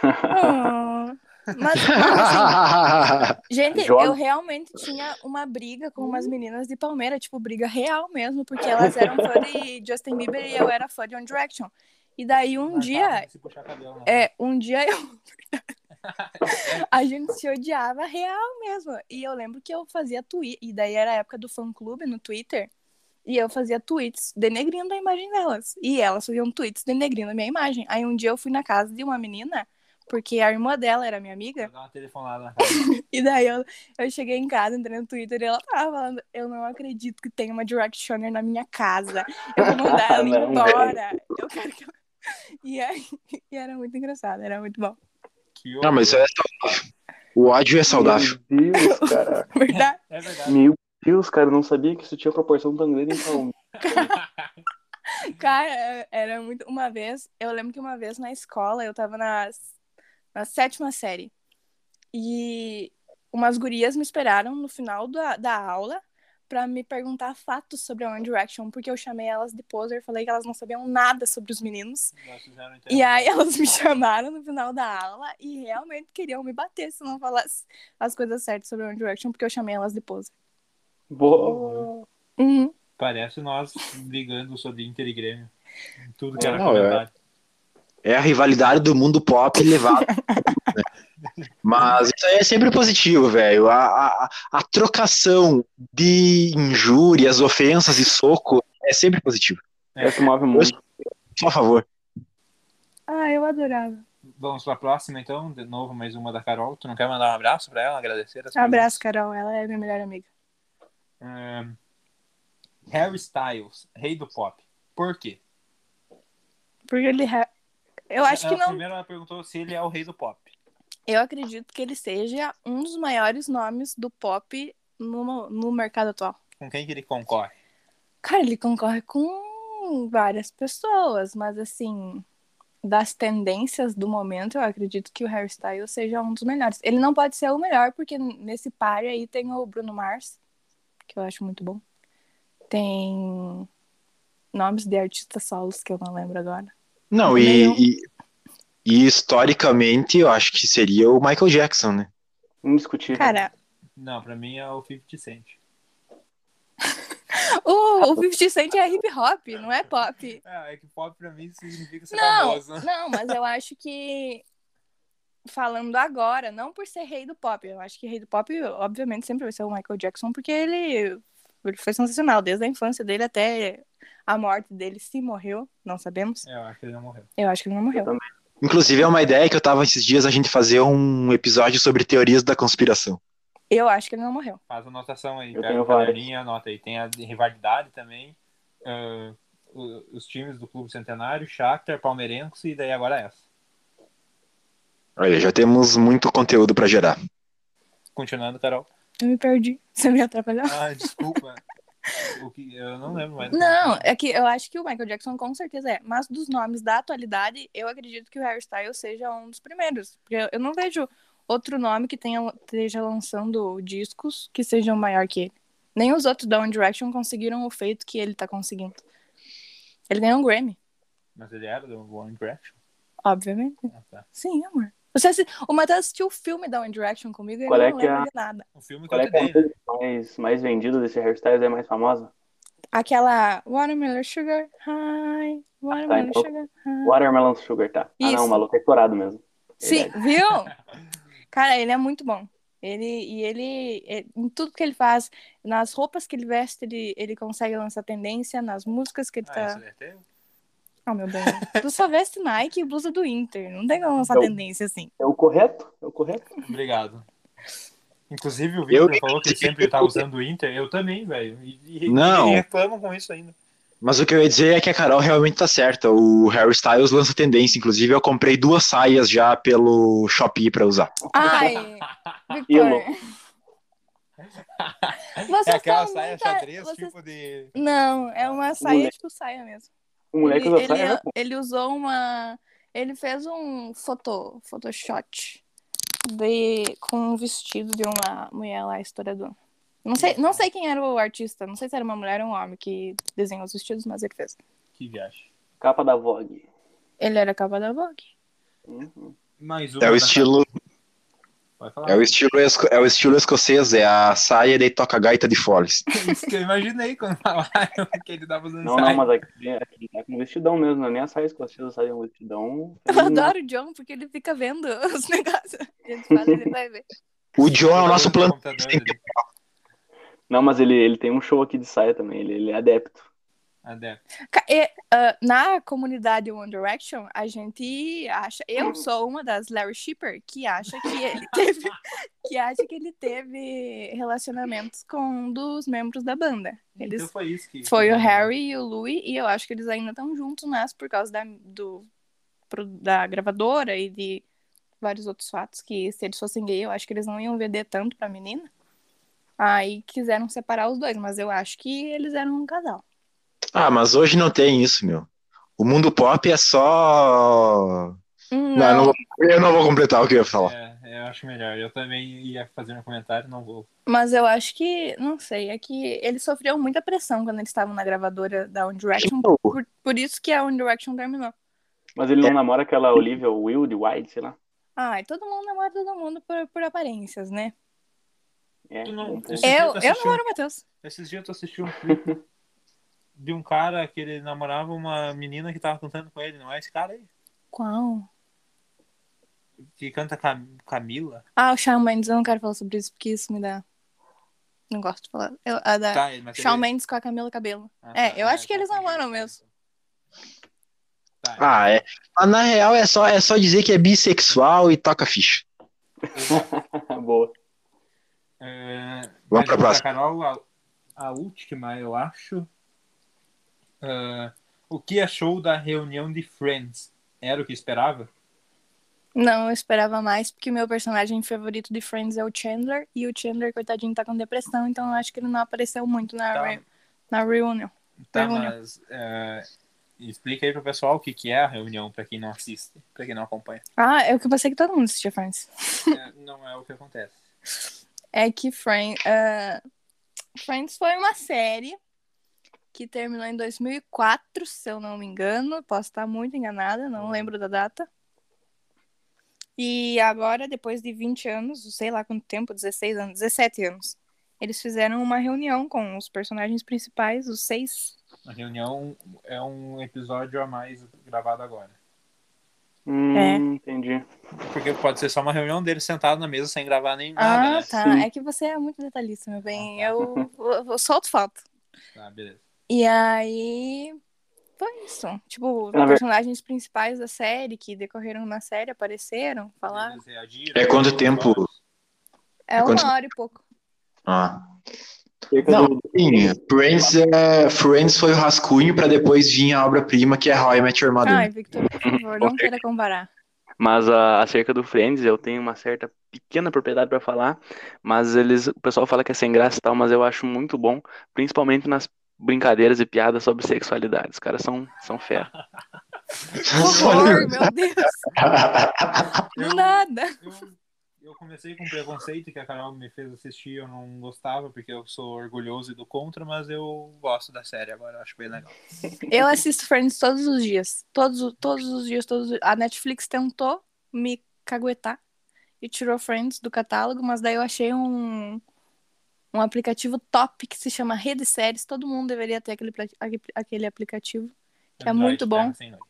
Oh. Mas, mas assim, gente, Joga. eu realmente tinha uma briga com umas meninas de Palmeira, tipo, briga real mesmo, porque elas eram fã de Justin Bieber e eu era fã de One Direction. E daí um Mas dia, tava, se puxar cabelo, né? é, um dia eu... a gente se odiava real mesmo. E eu lembro que eu fazia tweet, e daí era a época do fã-clube no Twitter, e eu fazia tweets denegrindo a imagem delas. E elas faziam tweets denegrindo a minha imagem. Aí um dia eu fui na casa de uma menina, porque a irmã dela era minha amiga, Vou dar uma telefonada na cara. e daí eu, eu cheguei em casa, entrei no Twitter e ela tava falando, eu não acredito que tem uma Directioner na minha casa. Eu vou mandar ela Não, embora. Eu quero que ela... E, aí, e era muito engraçado, era muito bom. Que Não, mas isso horror. é saudável. O ódio é saudável. Meu Deus, cara. Verdade? É verdade. Meu Deus, cara, eu não sabia que isso tinha proporção tão grande, então. Cara, era muito. Uma vez, eu lembro que uma vez na escola, eu tava na, na sétima série. E umas gurias me esperaram no final da, da aula pra me perguntar fatos sobre a One Direction, porque eu chamei elas de poser e falei que elas não sabiam nada sobre os meninos. Nós fizeram E aí elas me chamaram no final da aula e realmente queriam me bater se não falasse as coisas certas sobre a One Direction, porque eu chamei elas de poser. Boa. Uhum. Parece nós brigando sobre Inter e Grêmio. Tudo que era Não, comentário. É a rivalidade do mundo pop levada. né? Mas isso aí é sempre positivo, velho. A, a, a trocação de injúrias, ofensas e soco é sempre positivo. É o que move o mundo. Só a favor. Ah, eu adorava. Vamos pra próxima, então. De novo, mais uma da Carol. Tu não quer mandar um abraço pra ela? Agradecer as Abraço, coisas? Carol. Ela é minha melhor amiga. Ahn, Harry Styles, rei do pop. Por quê? Porque ele. re- Eu acho que Ela- não. Primeiro ela perguntou se ele é o rei do pop. Eu acredito que ele seja um dos maiores nomes do pop no, no mercado atual. Com quem que ele concorre? Cara, ele concorre com várias pessoas, mas assim, das tendências do momento, eu acredito que o Harry Styles seja um dos melhores. Ele não pode ser o melhor, porque nesse páreo aí tem o Bruno Mars, que eu acho muito bom. Tem nomes de artistas solos que eu não lembro agora. Não, Nenhum. e, e, e historicamente eu acho que seria o Michael Jackson, né? Indiscutível. Cara, Não, pra mim é o fifty Cent. o, o fifty Cent é hip hop, não é pop. É, é que pop pra mim significa ser Não, famoso. não, mas eu acho que falando agora, não por ser rei do pop. Eu acho que rei do pop, obviamente, sempre vai ser o Michael Jackson, porque ele, ele foi sensacional, desde a infância dele até a morte dele. Se morreu, não sabemos. É, eu acho que ele não morreu. Eu acho que ele não Eu morreu. também. Inclusive, é uma ideia que eu tava esses dias a gente fazer um episódio sobre teorias da conspiração. Eu acho que ele não morreu. Faz anotação aí, Eu pega tenho o caderninho e anota aí. Tem a rivalidade também. Uh, os times do Clube Centenário, Shakhtar, Palmeirense e daí agora essa. Olha, já temos muito conteúdo pra gerar. Continuando, Carol. Eu me perdi. Você me atrapalhou? Ah, desculpa. O que, eu não lembro mais. Não, é que eu acho que o Michael Jackson com certeza é. Mas dos nomes da atualidade, eu acredito que o Harry Styles seja um dos primeiros. Porque eu não vejo outro nome que tenha, esteja lançando discos que sejam maior que ele. Nem os outros da One Direction conseguiram o feito que ele tá conseguindo. Ele ganhou um Grammy, Mas ele era do One Direction? obviamente. Ah, tá. Sim, amor. Você assi... O Matheus assistiu o filme da One Direction comigo e Qual ele é não que é lembra a- de nada. O filme que Qual eu é te que é a dei, né? música mais, mais vendida desse hairstyles? É mais famosa? Aquela Watermelon Sugar High, Tá, Watermelon então. Sugar High. Watermelon Sugar, tá. Ah, não, o Isso. maluco é estourado mesmo. Sim, Verdade. viu? Cara, ele é muito bom. Ele, e ele, ele- em tudo que ele faz, nas roupas que ele veste, ele, ele consegue lançar tendência, nas músicas que ele Ah, tá. isso é teu? Oh, meu bem. Tu só veste Nike e blusa do Inter. Não tem como lançar Eu- tendência assim. É o correto? É o correto? Obrigado. Inclusive o Eu- Victor falou que ele sempre tá usando o Inter. Eu também, velho. E, e, Não. e reclamam com isso ainda. Mas o que eu ia dizer é que a Carol realmente tá certa. O Harry Styles lança tendência. Inclusive, eu comprei duas saias já pelo Shopee pra usar. Ai, Ilo. Victor. Vocês É aquela são saia muito- xadrez, vocês- tipo de... Não, é uma saia Moleque. tipo saia mesmo. O moleque Ele, usa ele, saia, né? pô? ele usou uma. Ele fez um foto, photoshot de, com um vestido de uma mulher lá, historiadora. Não sei, não sei quem era o artista, não sei se era uma mulher ou um homem que desenhou os vestidos, mas ele fez. Que viagem. Capa da Vogue. Ele era capa da Vogue. Uhum. Mais uma É o da estilo, Carol. Pode falar. é o estilo, esco- é o estilo escocês, é a saia e daí toca gaita de foles. Isso que eu imaginei quando falaram que ele tava usando Não, não, saia. mas aqui, aqui é com vestidão mesmo, não é nem a saia escocesa, saia é um vestidão. Eu feminino. adoro o John porque ele fica vendo os negócios. Ele fala, ele vai ver. O John é o nosso plano. Computador ali. Não, mas ele, ele tem um show aqui de saia também, ele, ele é adepto. Adepto. Ca- e, ah, na comunidade One Direction, a gente acha. Eu sou uma das Larry Shipper que acha que ele teve. que acha que ele teve relacionamentos com um dos membros da banda. Eles, Então foi isso que... foi o Harry e o Louis, e eu acho que eles ainda estão juntos, mas por causa da, do, pro- da gravadora e de vários outros fatos, que se eles fossem gay, eu acho que eles não iam vender tanto pra menina. Aí quiseram separar os dois, mas eu acho que eles eram um casal. Ah, mas hoje não tem isso, meu. O mundo pop é só. Não, Não, eu não vou, eu não vou completar o que eu ia falar. É, eu acho melhor. Eu também ia fazer um comentário, não vou. mas eu acho que, não sei, é que eles sofriam muita pressão quando eles estavam na gravadora da One Direction, Tipo, por, por isso que a One Direction terminou. Mas ele não namora aquela Olivia Wilde, White, sei lá. Ai, todo mundo namora todo mundo por, por aparências, né? É, Tu não- um pouco. Esse dia Eu, tu eu assistiu- namoro o Matheus. Esses dias eu assisti um clipe de um cara que ele namorava uma menina que tava cantando com ele, não é esse cara aí? Qual? Que canta Cam- Camila? Ah, o Shawn Mendes, eu não quero falar sobre isso, porque isso me dá... Não gosto de falar. Eu, a da Tá, mas Shawn ele- Mendes com a Camila Cabello. Ah, É, tá. eu Ah, acho que eles confundi. namoram mesmo. Tá, Ah, é. Mas na real é só, é só dizer que é bissexual e toca ficha. Boa. É, Vamos mais pra uma próxima. Carol, a, a última, eu acho. É, o que achou da reunião de Friends? Era o que esperava? Não, eu esperava mais, porque o meu personagem favorito de Friends é o Chandler, e o Chandler, coitadinho, tá com depressão, então eu acho que ele não apareceu muito na, Tá. re... na reunião. Tá, Reunião. mas é, explica aí pro pessoal o que, que é a reunião, pra quem não assiste, pra quem não acompanha. Ah, eu que pensei que todo mundo assistia Friends. É, não é o que acontece. É que Friend, ah, Friends foi uma série que terminou em dois mil e quatro, se eu não me engano. Posso estar muito enganada, não lembro da data. E agora, depois de vinte anos, sei lá quanto tempo, dezesseis anos, dezessete anos, eles fizeram uma reunião com os personagens principais, os seis. A reunião é um episódio a mais gravado agora. É. Hum, entendi. Porque pode ser só uma reunião deles sentado na mesa sem gravar nem nada, Ah, né? tá. Sim. É que você é muito detalhista, meu bem. Ah, tá. Eu, eu, eu solto foto. Tá, beleza. E aí. Foi isso. Tipo, os Na ver- personagens principais da série que decorreram na série apareceram, falaram. Eles reagiram. É quanto nos tempo? episódios. É É uma quanto- hora e pouco. Ah. Cerca Não, do- sim, Friends, é, Friends foi o rascunho pra depois vir a obra-prima que é How I Met Your Mother. Ai, Victor, por favor, não queira comparar. Mas ah, acerca do Friends, eu tenho uma certa pequena propriedade pra falar, mas eles, o pessoal fala que é sem graça e tal, mas eu acho muito bom, principalmente nas brincadeiras e piadas sobre sexualidade. Os caras são, são fera. Por favor, meu Deus. Do Eu- nada. Eu, eu comecei com preconceito que a Carol me fez assistir, eu não gostava, porque eu sou orgulhoso e do contra, mas eu gosto da série agora, eu acho bem legal. Eu assisto Friends todos os dias. Todos, todos os dias, todos os... A Netflix tentou me caguetar e tirou Friends do catálogo, mas daí eu achei um, um aplicativo top que se chama Rede Séries. Todo mundo deveria ter aquele, pla- aquele aplicativo, que é Android, muito bom. terra sem lei.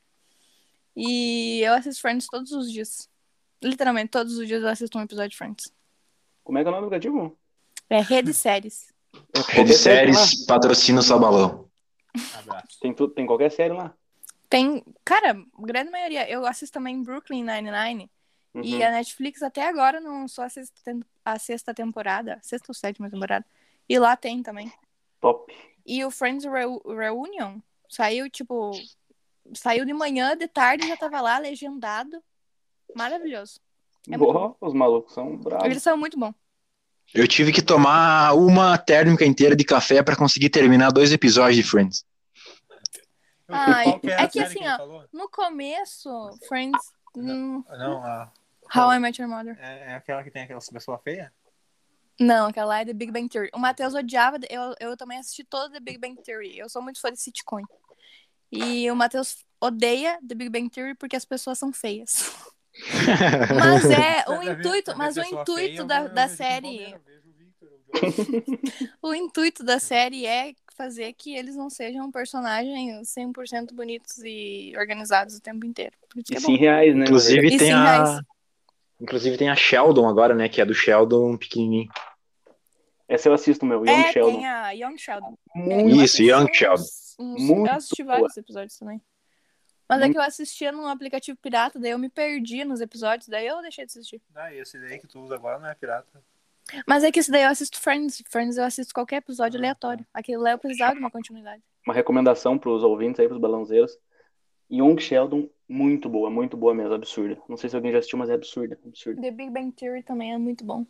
E eu assisto Friends todos os dias. Literalmente, todos os dias eu assisto um episódio de Friends. Como é que é o nome do aplicativo? É Rede Séries. É Rede qualquer série lá. Séries patrocina o Sabalão. Abraço. Tem, tudo, tem qualquer série lá. Tem, cara, grande maioria. Eu assisto também Brooklyn Nine-Nine. Uhum. E a Netflix até agora não lançou a sexta, tem- a sexta temporada. Sexta ou sétima temporada. E lá tem também. Top. E o Friends Reu- Reunion saiu, tipo... Saiu de manhã, de tarde já tava lá, legendado. Maravilhoso. É muito Boa, os malucos são bravos. Eles são muito bons. Eu tive que tomar uma térmica inteira de café pra conseguir terminar dois episódios de Friends. Eu- Ai, Qual que é, a é que série assim, que ele ó, falou? no começo, Friends... hum, Não, a, How I Met Your Mother. é, é aquela que tem aquela pessoa feia? Não, aquela lá é The Big Bang Theory. O Matheus odiava, eu, eu também assisti todo The Big Bang Theory. Eu sou muito fã de sitcom. E o Matheus odeia The Big Bang Theory porque as pessoas são feias. Mas é, o Pra ver- intuito, pra ver mas o pessoa intuito feia, eu da, vou- eu da vejo com série, bobeira, eu vejo o Victor, o Johnny. o intuito da série é fazer que eles não sejam personagens cem por cento bonitos e organizados o tempo inteiro. Por isso que E é sim bom. reais, né? Inclusive E tem sim, a. reais. Inclusive tem a Sheldon agora, né? Que é do Sheldon pequenininho. Essa eu assisto, meu. Young É, Sheldon. tem a Young Sheldon. É, Muito, eu Isso, assisti Young uns- Sheldon. uns- Muito eu assisti boa. vários episódios também. Mas é Muito. que eu assistia num aplicativo pirata, daí eu me perdi nos episódios, daí eu deixei de assistir. Ah, e esse daí que tu usa agora não é pirata. Mas é que isso daí eu assisto Friends. Friends eu assisto qualquer episódio Ah, aleatório. Aquele lá eu precisava de uma continuidade. Uma recomendação pros ouvintes aí, pros balãozeiros. Young Sheldon, muito boa, muito boa mesmo, absurda. Não sei se alguém já assistiu, mas é absurda, absurda. The Big Bang Theory também é muito bom.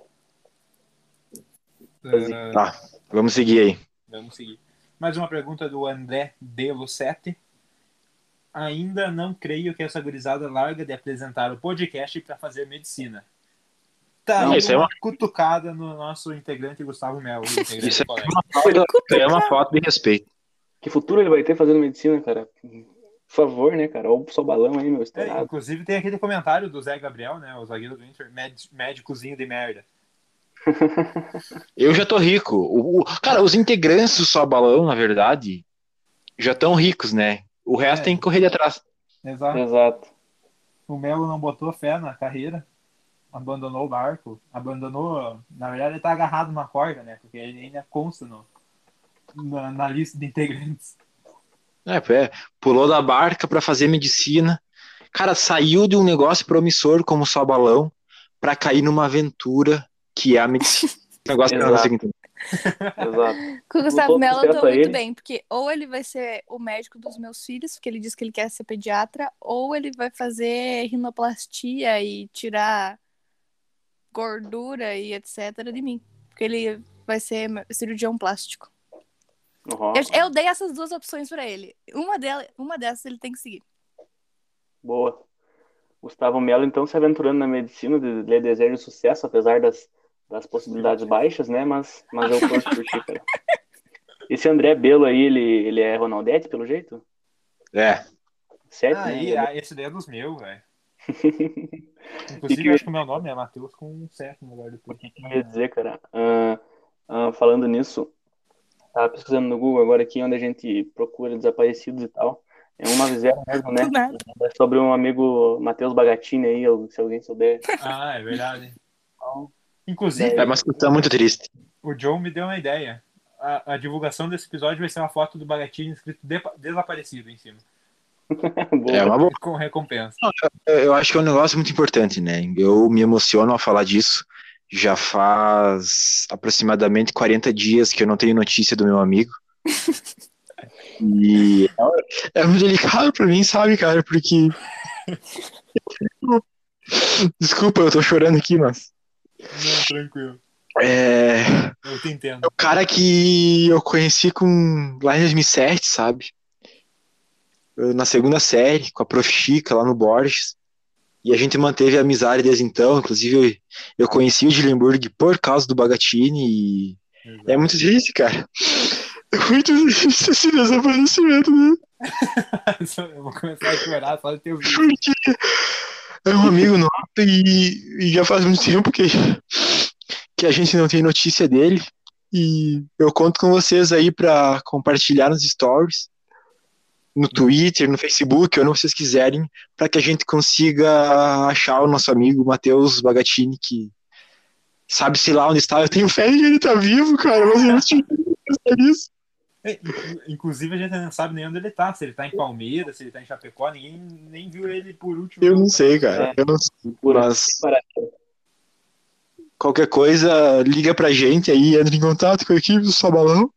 Uh, Tá, vamos seguir aí. Vamos seguir. Mais uma pergunta do André Delo sete. Ainda não creio que essa gurizada larga de apresentar o podcast para fazer medicina. Tá Não, aí isso é uma uma- cutucada no nosso integrante Gustavo Melo. integrante Isso é do colégio. uma falta, é uma falta de respeito. Que futuro ele vai ter fazendo medicina, cara? Por favor, né, cara? Olha o seu balão aí, meu, É, estourado. inclusive tem aquele comentário do Zé Gabriel, né? O zagueiro do Inter, méd- médicozinho de merda. Eu já tô rico. O, o- cara, os integrantes do Só Balão, na verdade, já estão ricos, né? O resto É. tem que correr de atrás. Exato. Exato. O Melo não botou fé na carreira, abandonou o barco, abandonou. Na verdade, ele tá agarrado numa corda, né? Porque ele ainda consta no, na, na lista de integrantes. É, é, pulou da barca pra fazer medicina. Cara, saiu de um negócio promissor como Só Balão pra cair numa aventura que é a medicina. Um negócio que eu não Exato. consigo entender. Exato. Com o Gustavo todo Mello eu sucesso tô a muito ele. bem, porque ou ele vai ser o médico dos meus filhos, porque ele diz que ele quer ser pediatra, ou ele vai fazer rinoplastia e tirar gordura e etcétera de mim. Porque ele vai ser cirurgião plástico. Uhum. Eu, eu dei essas duas opções pra ele. Uma, dela, uma dessas ele tem que seguir. Boa. Gustavo Melo, então, se aventurando na medicina, de- lhe desejo sucesso, apesar das, das possibilidades baixas, né? Mas, mas eu torço por ti, cara. Esse André Belo aí, ele, ele é Ronaldete, pelo jeito? É. Sete, Ah, né? e, ah, esse daí é dos meus, velho. Inclusive, que- eu acho que o meu nome é Matheus com um sete no lugar do O P. que que eu ia dizer, cara? Ah, ah, falando nisso, tava pesquisando no Google agora aqui, onde a gente procura desaparecidos e tal. É uma zero mesmo, né? Do nada. É sobre um amigo Matheus Bagatini aí, se alguém souber. Ah, é verdade. Então, Inclusive, É uma situação muito triste. o John me deu uma ideia. A, a divulgação desse episódio vai ser uma foto do Bagatini escrito de, desaparecido em cima. É uma boa. Com recompensa. Eu acho que é um negócio muito importante, né? Eu me emociono ao falar disso. Já faz aproximadamente quarenta dias que eu não tenho notícia do meu amigo. E é muito delicado pra mim, sabe, cara? Porque. Desculpa, eu tô chorando aqui, mas. Não, tranquilo. É. Eu te entendo. É o cara que eu conheci com lá em dois mil e sete, sabe? Eu, na segunda série, com a Prof. Chica, lá no Borges. E a gente manteve a amizade desde então. Inclusive, eu, eu conheci o Dillenburg por causa do Bagatini. E Exato. é muito triste, cara. É muito triste esse desaparecimento, né? Eu vou começar a chorar só de ter ouvido. Porque é um amigo nosso e, e já faz muito tempo que, que a gente não tem notícia dele. E eu conto com vocês aí pra compartilhar nos stories, no Twitter, no Facebook, ou onde vocês quiserem, para que a gente consiga achar o nosso amigo Matheus Bagatini, que sabe-se lá onde está. Eu tenho fé que ele tá vivo, cara, mas eu não tinha isso. É, inclu- inclusive, a gente não sabe nem onde ele tá. Se ele tá em Palmeiras, se ele tá em Chapecó, ninguém nem viu ele por último. Eu não sei, cara. Eu não sei. por Mas qualquer coisa, liga pra gente aí, entra em contato com a equipe do Sabalão.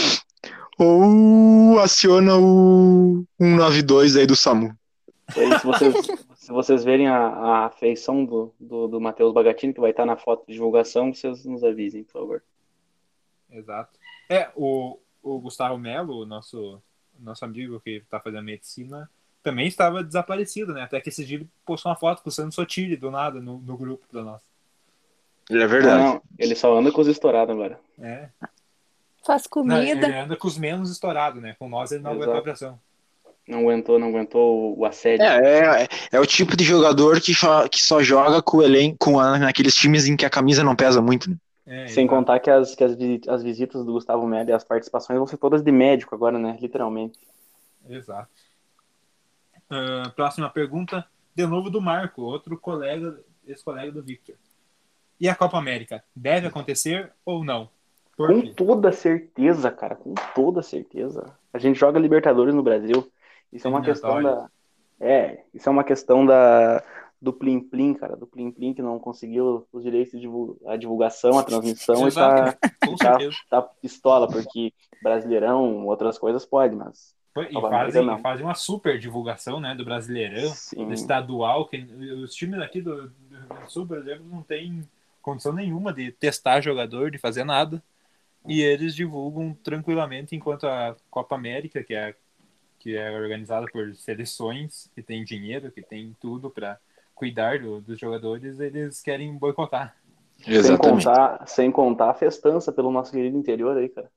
Ou aciona o um nove dois aí do SAMU. E aí, se vocês, se vocês verem a, a afeição do, do, do Matheus Bagatini, que vai estar na foto de divulgação, vocês nos avisem, por favor. Exato. É, o, o Gustavo Melo, o nosso, nosso amigo que tá fazendo medicina, também estava desaparecido, né? Até que esse dia ele postou uma foto com o Sandro Sotiri, do nada, no, no grupo da nossa. É verdade. Não, ele só anda com os estourados agora. É. Faz Não, comida. ele anda com os menos estourados, né? Com nós ele não Exato. aguentou a pressão. Não aguentou, não aguentou o assédio. É, é, é o tipo de jogador que, só- que só joga com o elenco, com a- naqueles times em que a camisa não pesa muito, né? É, Sem exato. contar que, as, que as, visi- as visitas do Gustavo Melo e as participações vão ser todas de médico agora, né? Literalmente. Exato. Ah, próxima pergunta, de novo do Marco, outro colega, ex-colega do Victor. E a Copa América, deve acontecer ou não? Por Com quê? toda certeza, cara, com toda certeza. A gente joga Libertadores no Brasil. Isso é uma questão da. É, isso é uma questão da do Plim Plim, cara, do Plim Plim que não conseguiu os direitos de divul- a divulgação, a transmissão Exato, e com tá, certeza. tá, tá pistola, porque Brasileirão, outras coisas pode, mas Foi- E Copa América fazem, não. fazem uma super divulgação, né, do Brasileirão, Sim. do estadual, que os times aqui do, do Rio Grande do Sul, por exemplo, não tem condição nenhuma de testar jogador, de fazer nada. E eles divulgam tranquilamente, enquanto a Copa América, que é, que é organizada por seleções, que tem dinheiro, que tem tudo para cuidar do- dos jogadores, eles querem boicotar. Sem Exatamente. contar, sem contar a festança pelo nosso querido interior aí, cara.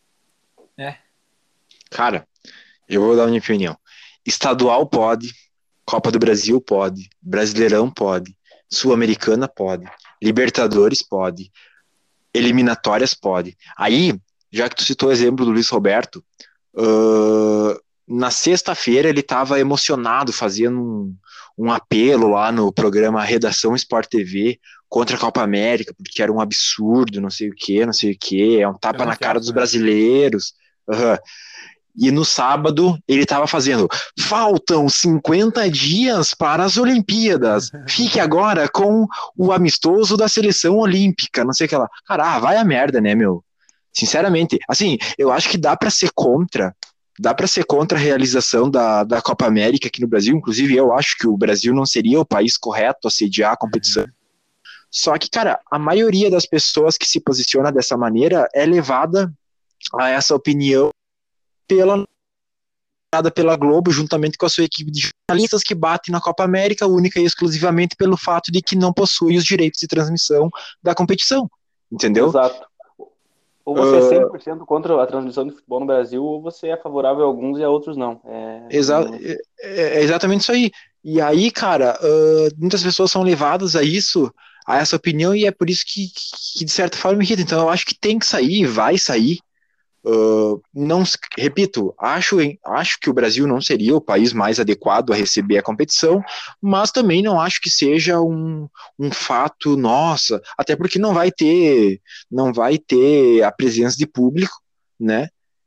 Cara, eu vou dar a minha opinião. Estadual pode, Copa do Brasil pode, Brasileirão pode, Sul-Americana pode, Libertadores pode, eliminatórias pode. Aí, já que tu citou o exemplo do Luiz Roberto, uh, na sexta-feira ele estava emocionado, fazendo um, um apelo lá no programa Redação Sport T V contra a Copa América, porque era um absurdo, não sei o que, não sei o que, é um tapa Eu não na cara quero, dos né? brasileiros. Aham. E no sábado ele estava fazendo: faltam cinquenta dias para as Olimpíadas. Fique agora com o amistoso da seleção olímpica, não sei o que lá. Cara, ah, vai a merda, né, meu? Sinceramente, assim, eu acho que dá para ser contra, dá para ser contra a realização da, da Copa América aqui no Brasil. Inclusive, eu acho que o Brasil não seria o país correto a sediar a competição. Só que, cara, a maioria das pessoas que se posiciona dessa maneira é levada a essa opinião pela pela Globo, juntamente com a sua equipe de jornalistas que bate na Copa América, única e exclusivamente pelo fato de que não possui os direitos de transmissão da competição, entendeu? Exato. Ou você é cem por cento contra a transmissão de futebol no Brasil, ou você é favorável a alguns e a outros não. É, Exa é, é exatamente isso aí. E aí, cara, uh, muitas pessoas são levadas a isso, a essa opinião, e é por isso que, que de certa forma me irrita. Então eu acho que tem que sair, vai sair, Uh, não, repito, acho, acho que o Brasil não seria o país mais adequado a receber a competição, mas também não acho que seja um, um fato, nossa, até porque não vai ter, não vai ter a presença de público, né?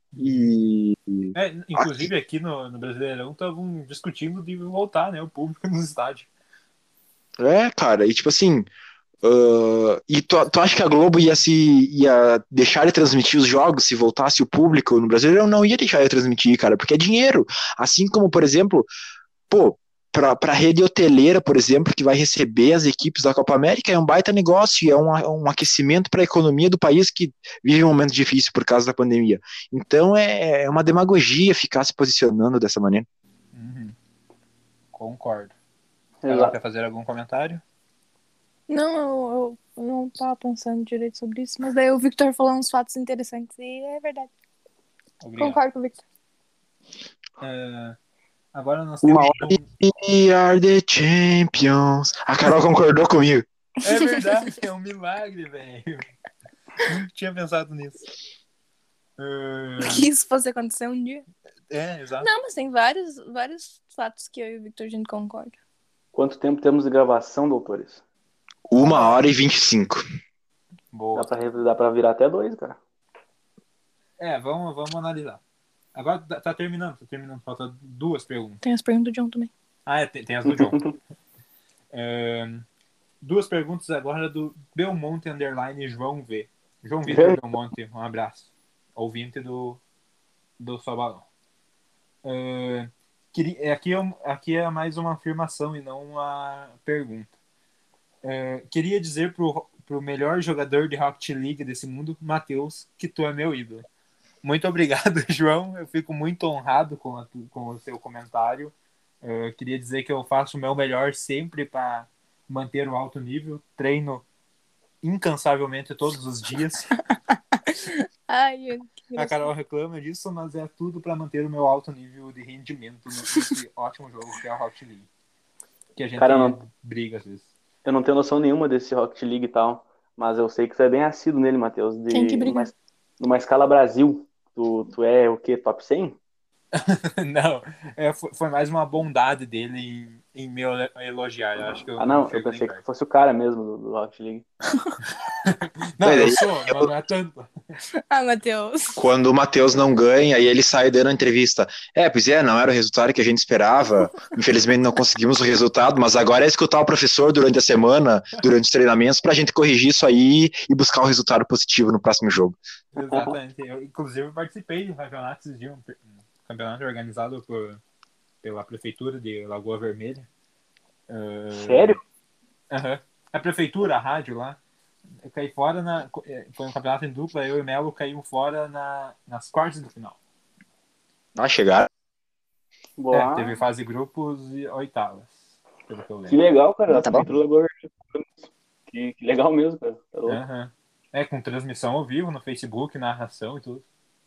E É, inclusive aqui no, no Brasileirão estavam discutindo de voltar, né, o público nos estádios. é, cara, e tipo assim, Uh, e tu, tu acha que a Globo ia se ia deixar de transmitir os jogos se voltasse o público no Brasil? Eu não ia deixar de transmitir, cara, porque é dinheiro. Assim como, por exemplo, pô, pra, pra rede hoteleira, por exemplo, que vai receber as equipes da Copa América, é um baita negócio, é um, um aquecimento para a economia do país que vive um momento difícil por causa da pandemia. Então é, é uma demagogia ficar se posicionando dessa maneira. Uhum. Concordo. Exato. Ela quer fazer algum comentário? Não, eu, eu não tava pensando direito sobre isso, mas daí o Victor falou uns fatos interessantes e é verdade. Obrigado. Concordo com o Victor. É, agora nós temos Uma hora we are the champions. A Carol concordou comigo. É verdade, é um milagre, velho. Nunca tinha pensado nisso. Uh... Que isso fosse acontecer um dia. É, exato. Não, mas tem vários, vários fatos que eu e o Victor a gente concorda. Quanto tempo temos de gravação, doutores? Uma hora e vinte e cinco. Boa. Dá pra, dá pra virar até dois, cara. É, vamos, vamos analisar. Agora tá, tá terminando, tá terminando. Falta duas perguntas. Tem as perguntas do John também. Ah, é, tem, tem as do John. uh, duas perguntas agora do Belmonte Underline João V. João Vitor Belmonte, um abraço. Ouvinte do, do Só Balão. Uh, queria, aqui, é, aqui é mais uma afirmação e não uma pergunta. Uh, queria dizer pro, pro melhor jogador de Rocket League desse mundo, Matheus, que tu é meu ídolo. Muito obrigado, João. Eu fico muito honrado com, a, com o seu comentário. Uh, queria dizer que eu faço o meu melhor sempre para manter o alto nível. Treino incansavelmente todos os dias. Ai, que A Carol reclama disso, mas é tudo para manter o meu alto nível de rendimento nesse ótimo jogo que é o Rocket League. Que a gente Cara, não... briga às vezes. Eu não tenho noção nenhuma desse Rocket League e tal, mas eu sei que tu é bem assíduo nele, Matheus. De... Quem que briga? Numa, numa escala Brasil, tu, tu é o quê? Top cem? Não, é, foi mais uma bondade dele em, em me elogiar. Eu acho que eu ah, não, eu pensei que fosse o cara mesmo do, do Rocket League. Não, eu sou, mas não é tanto. Ah, Matheus. Quando o Matheus não ganha, aí ele sai dando a entrevista. É, pois é, não era o resultado que a gente esperava. Infelizmente não conseguimos o resultado, mas agora é escutar o professor durante a semana, durante os treinamentos, pra gente corrigir isso aí e buscar o um resultado positivo no próximo jogo. Exatamente. Eu, inclusive, participei de um campeonato esses dias, um campeonato organizado por, pela prefeitura de Lagoa Vermelha. Uh... Sério? Uhum. A prefeitura, a rádio lá. Eu caí fora na. Foi um campeonato em dupla, eu e o Melo caímos fora na, nas quartas do final. Ah, chegaram. Boa. É, teve fase grupos e oitavas. Pelo que eu lembro. Que legal, cara. Tá bom. Que, que legal mesmo, cara. Tá louco. Uhum. É, com transmissão ao vivo no Facebook, narração e tudo.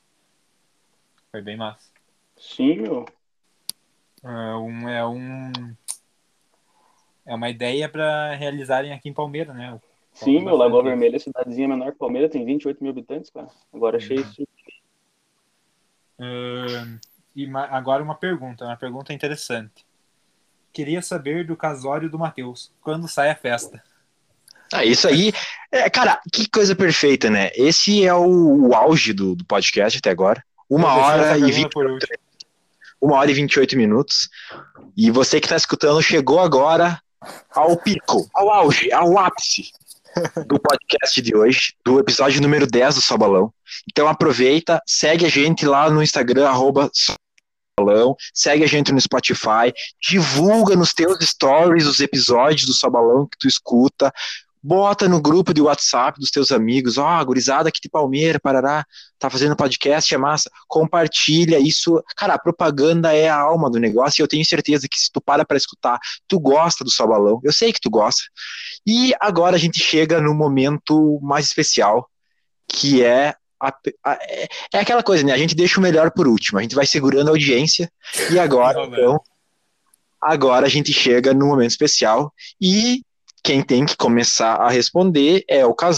Foi bem massa. Sim, meu. É um. É, um, é uma ideia para realizarem aqui em Palmeira, né? Sim, meu, Lagoa Vermelha, cidadezinha menor que Palmeira, tem vinte e oito mil habitantes, cara. Agora achei isso. Uh, e ma- agora uma pergunta, uma pergunta interessante. Queria saber do casório do Matheus. Quando sai a festa? Ah, isso aí, é, cara, que coisa perfeita, né? Esse é o, o auge do, do podcast até agora. Uma hora e vinte, uma hora e vinte e oito minutos. E você que está escutando chegou agora ao pico, ao auge, ao ápice do podcast de hoje, do episódio número dez do Só Balão. Então aproveita, segue a gente lá no Instagram, arroba Só Balão, segue a gente no Spotify, divulga nos teus stories os episódios do Só Balão que tu escuta, bota no grupo de WhatsApp dos teus amigos, ó, oh, gurizada aqui de Palmeira, Parará, tá fazendo podcast, é massa, compartilha isso, cara, a propaganda é a alma do negócio e eu tenho certeza que se tu para pra escutar, tu gosta do Só Balão, eu sei que tu gosta. E agora a gente chega no momento mais especial, que é a, a, é, é aquela coisa, né, a gente deixa o melhor por último, a gente vai segurando a audiência e agora, então, agora a gente chega no momento especial e quem tem que começar a responder é o casal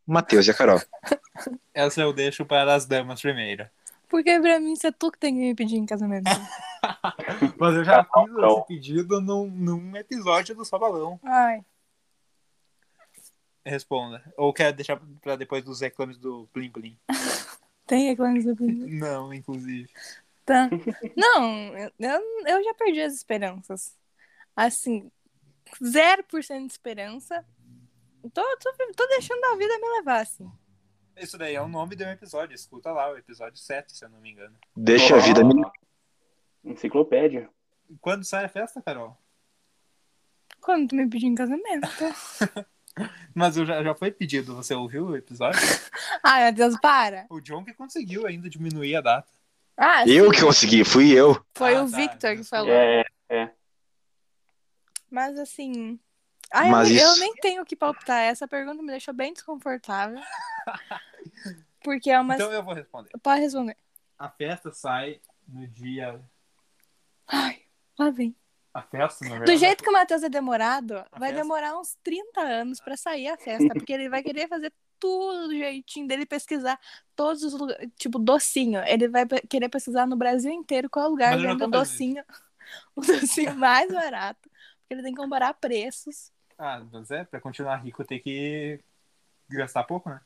Matheus e a Carol. Essa eu deixo para as damas primeiro. Porque pra mim, isso é tu que tem que me pedir em casamento. Mas eu já fiz esse pedido num, num episódio do Só Balão. Ai. Responda. Ou quer deixar pra depois dos reclames do Plim Plim? Tem reclames do Plim? Não, inclusive. Tá. Não, eu, eu- eu já perdi as esperanças. Assim, zero por cento de esperança. Tô, tô, tô deixando a vida me levar, assim. Isso daí é o nome de um episódio. Escuta lá, o episódio sete, se eu não me engano. Deixa a vida me... Enciclopédia. Quando sai a festa, Carol? Quando tu me pediu em casamento. Mas eu já, já foi pedido. Você ouviu o episódio? Ai, meu Deus, para. O John que conseguiu ainda diminuir a data. Ah, Eu sim, que consegui, fui eu. Foi Ah, o tá, Victor que desculpa. falou. É, é. Mas assim. Ai, Mas eu, eu isso- nem tenho o que palpitar. Essa pergunta me deixou bem desconfortável. Porque é uma. Então eu vou responder. Pode responder. A festa sai no dia... Ai, lá vem. A festa, na verdade... Do jeito que o Matheus é demorado, vai festa? demorar uns trinta anos pra sair a festa. Porque ele vai querer fazer tudo do jeitinho dele, pesquisar todos os lugares. Tipo, docinho. Ele vai pe- querer pesquisar no Brasil inteiro qual lugar Mas eu já vende tô o fazendo docinho. O docinho mais barato. Porque ele tem que comparar preços. Ah, mas é, pra continuar rico tem que gastar pouco, né?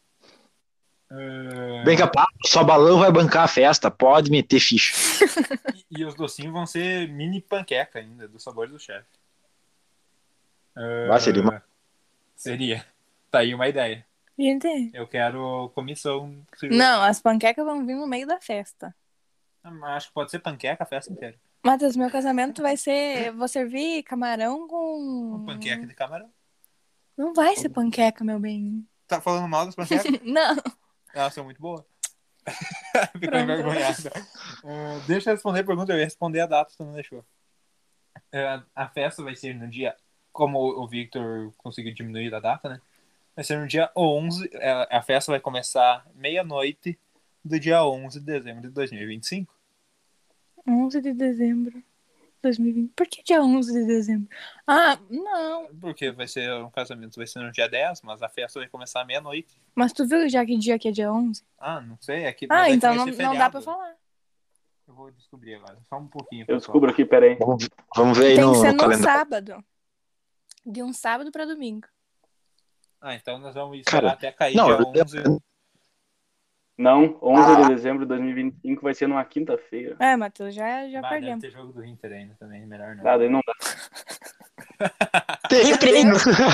Ah, Bem capaz, só balão vai bancar a festa, pode meter ficha. e, e os docinhos vão ser mini panqueca ainda, do sabor do chefe. Ah, Ah, seria uma- Seria. Tá aí uma ideia. Gente. Eu quero comissão. Não, as panquecas vão vir no meio da festa. Ah, acho que pode ser panqueca a festa inteira. Matheus, meu casamento vai ser. Vou servir camarão com. Uma panqueca de camarão. Não vai ser panqueca, meu bem. Tá falando mal das panquecas? Não. Elas são muito boas. Ficou Pronto. envergonhada. Ah, deixa eu responder a pergunta, eu ia responder a data, tu não deixou. Ah, a festa vai ser no dia, como o Victor conseguiu diminuir a data, né? Vai ser no dia onze, é, a festa vai começar meia-noite do dia onze de dezembro de dois mil e vinte e cinco. onze de dezembro de dois mil e vinte. Por que dia onze de dezembro? Ah, não. Porque vai ser um casamento, vai ser no dia dez, mas a festa vai começar meia-noite. Mas tu viu já que dia que é dia onze? Ah, não sei, é que... mas Ah, é que então vai não, ser não dá feriado. pra falar. Eu vou descobrir agora, só um pouquinho. Eu pessoal. descubro aqui, peraí. Vamos, vamos ver aí Tem no, que ser no num calendário. sábado. De um sábado pra domingo. Ah, então nós vamos esperar Cara, até cair não, dia eu- onze. Não, onze Ah. de dezembro de dois mil e vinte e cinco vai ser numa quinta-feira. É, Matheus, já, já Bah, deve perdemos. ter jogo do Inter ainda também, melhor não. Tá, daí não dá. Tem treino.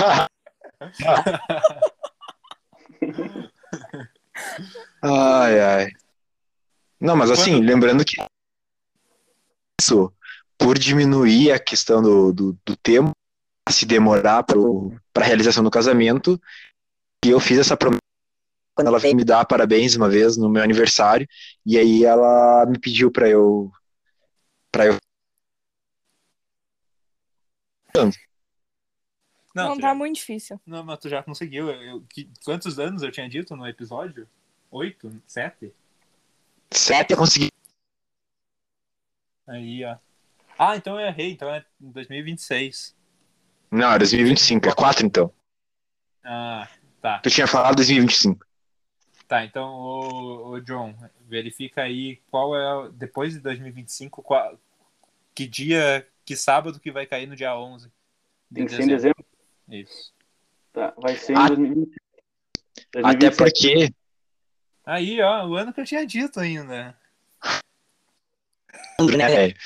Ai, ai. Não, mas assim, Quando- lembrando que isso, por diminuir a questão do, do, do tempo, se demorar para a realização do casamento, e eu fiz essa promessa quando ela veio me dar parabéns uma vez no meu aniversário, e aí ela me pediu para eu para eu Não, Não, tu tá já, muito difícil. não, mas tu já conseguiu. Eu, eu- que- quantos anos eu tinha dito no episódio? Oito? Sete? sete eu consegui. Aí, ó. Ah, então eu errei. Então é dois mil e vinte e seis. Não, é dois mil e vinte e cinco, é quatro então. Ah, tá. Tu tinha falado dois mil e vinte e cinco. Tá, então, ô, ô John, verifica aí qual é, o- depois de dois mil e vinte e cinco, qual, que dia, que sábado que vai cair no dia onze de Tem que ser em dezembro. Isso. Tá, vai ser em Ah. dois mil e vinte. Até porque Aí, ó, o ano que eu tinha dito ainda. né, velho?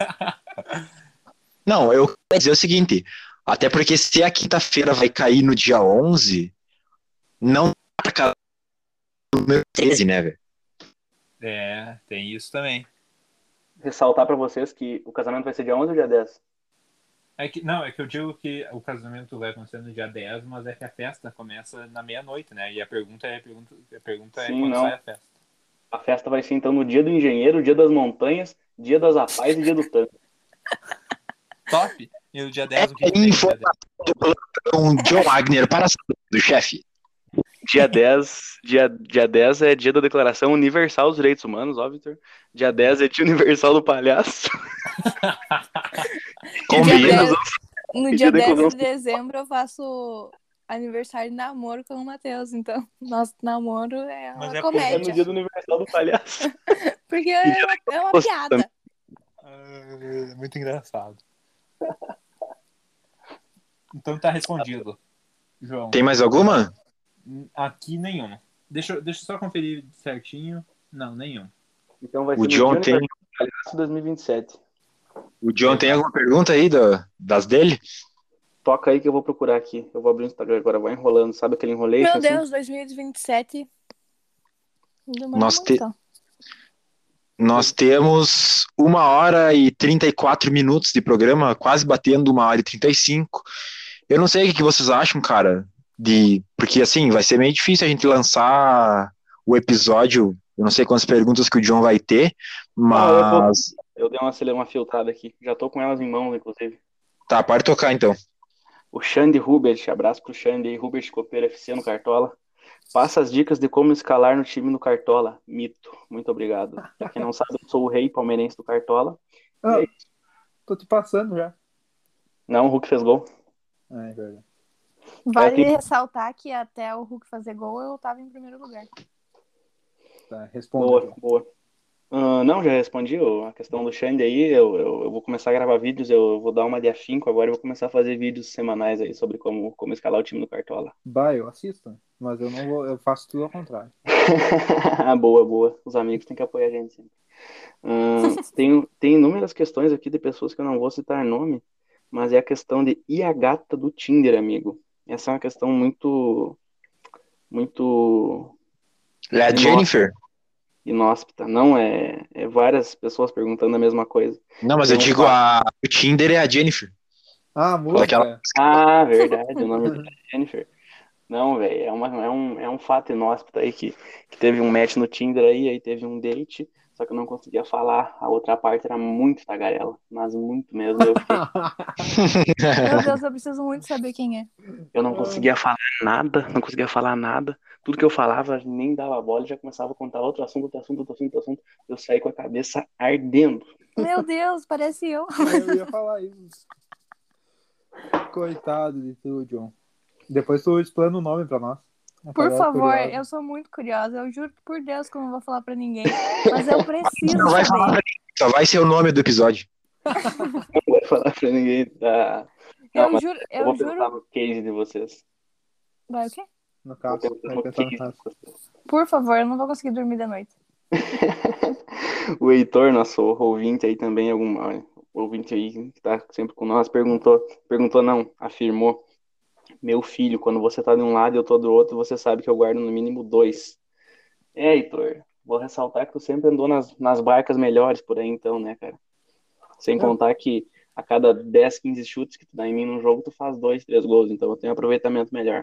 Não, eu quero dizer o seguinte, até porque se a quinta-feira vai cair no dia onze, não dá pra casar no número treze, né, velho? É, tem isso também. Ressaltar pra vocês que o casamento vai ser dia onze ou dia dez? É que, não, é que eu digo que o casamento vai acontecer no dia dez, mas é que a festa começa na meia-noite, né? E a pergunta é, a pergunta, a pergunta é Sim, quando não. sai a festa. A festa vai ser então no dia do engenheiro, dia das montanhas, dia das apais e dia do tanque. Top! E no dia dez, o que, É que tem no dia informação com John Wagner para a saúde do chefe. Dia dez, dia, dia dez é dia da Declaração Universal dos Direitos Humanos, ó, Vitor. Dia dez é dia universal do palhaço. Combina. dez No E dia dia da dez de inclusão- dezembro eu faço aniversário de namoro com o Matheus. Então, nosso namoro é uma Mas é É comédia. no dia do aniversário do palhaço. Porque é uma, é uma piada. Ah, muito engraçado. Então tá respondido, João. Tem mais alguma? Aqui nenhuma. Deixa, eu- deixa eu só conferir certinho. Não, nenhum. Então vai O ser John no dia tem, do palhaço dois mil e vinte e sete. o John tem alguma pergunta aí da- das dele? Toca aí que eu vou procurar aqui. Eu vou abrir o Instagram agora, vai enrolando. Sabe aquele enrolation? Meu assim? Deus, dois mil e vinte e sete. Não demora Nós, muito. te- nós temos uma hora e trinta e quatro minutos de programa, quase batendo uma hora e trinta e cinco. Eu não sei o que que vocês acham, cara, de porque assim, vai ser meio difícil a gente lançar o episódio. Eu não sei quantas perguntas que o John vai ter, Não, eu vou. mas Eu dei uma, cele- uma filtrada aqui. Já tô com elas em mãos, inclusive. tá, pode tocar então. O Xande Hubert, abraço pro Xande aí, Hubert Copeiro F C no Cartola. Passa as dicas de como escalar no time no Cartola. Mito. Muito obrigado. Pra quem não sabe, eu sou o rei palmeirense do Cartola. Ah, E aí? tô te passando já. Não, o Hulk fez gol. Ah, é verdade. Vale É, tem- ressaltar que até o Hulk fazer gol, eu tava em primeiro lugar. Tá, responda, Boa, João. boa. Ah, não, já respondi ó, a questão do Xande aí. Eu, eu, eu vou começar a gravar vídeos. Eu vou dar uma de afinco agora. Eu vou começar a fazer vídeos semanais aí sobre como, como escalar o time do Cartola. Bah, eu assisto, mas eu não vou, eu faço tudo ao contrário. Boa, boa. Os amigos têm que apoiar a gente sempre. Ahn, tem, tem inúmeras questões aqui de pessoas que eu não vou citar nome, mas é a questão de e a gata do Tinder, amigo. Essa é uma questão muito, muito É a Jennifer? inóspita. Não é, é várias pessoas perguntando a mesma coisa. Não, mas Tem eu um digo a o Tinder é a Jennifer. Ah, a música. Aquela- Ah, verdade, o nome dela é Jennifer. Não, velho, é, uma, é, um, é um fato inóspito aí que, que teve um match no Tinder aí, aí teve um date, só que eu não conseguia falar, a outra parte era muito tagarela, mas muito mesmo, eu fiquei, Meu Deus, eu preciso muito saber quem é. eu não conseguia falar nada, não conseguia falar nada, tudo que eu falava nem dava bola, já começava a contar outro assunto, outro assunto, outro assunto, outro assunto, eu saí com a cabeça ardendo. Meu Deus, parece eu. Eu ia falar isso. Coitado de tu, John. Depois tu explana o nome pra nós. A Por galera favor, curiosa. eu sou muito curiosa. Eu juro por Deus que eu não vou falar pra ninguém. Mas eu preciso Não vai falar pra saber. ninguém, só vai ser o nome do episódio. Não vou falar pra ninguém, tá? Não, Eu mas juro, eu eu vou juro. pensar no case de vocês. Vai o quê? No Vou caso, pensar vai no pensar no case caso. de vocês. Por favor, eu não vou conseguir dormir de noite. O Heitor, nosso ouvinte aí também, algum ouvinte aí que tá sempre com nós, perguntou, perguntou não, afirmou, meu filho, quando você tá de um lado e eu tô do outro, você sabe que eu guardo no mínimo dois. É, Heitor, vou ressaltar que tu sempre andou nas, nas barcas melhores por aí então, né, cara? Sem Eu- contar que a cada dez, quinze chutes que tu dá em mim num jogo, tu faz dois, três gols, então eu tenho um aproveitamento melhor.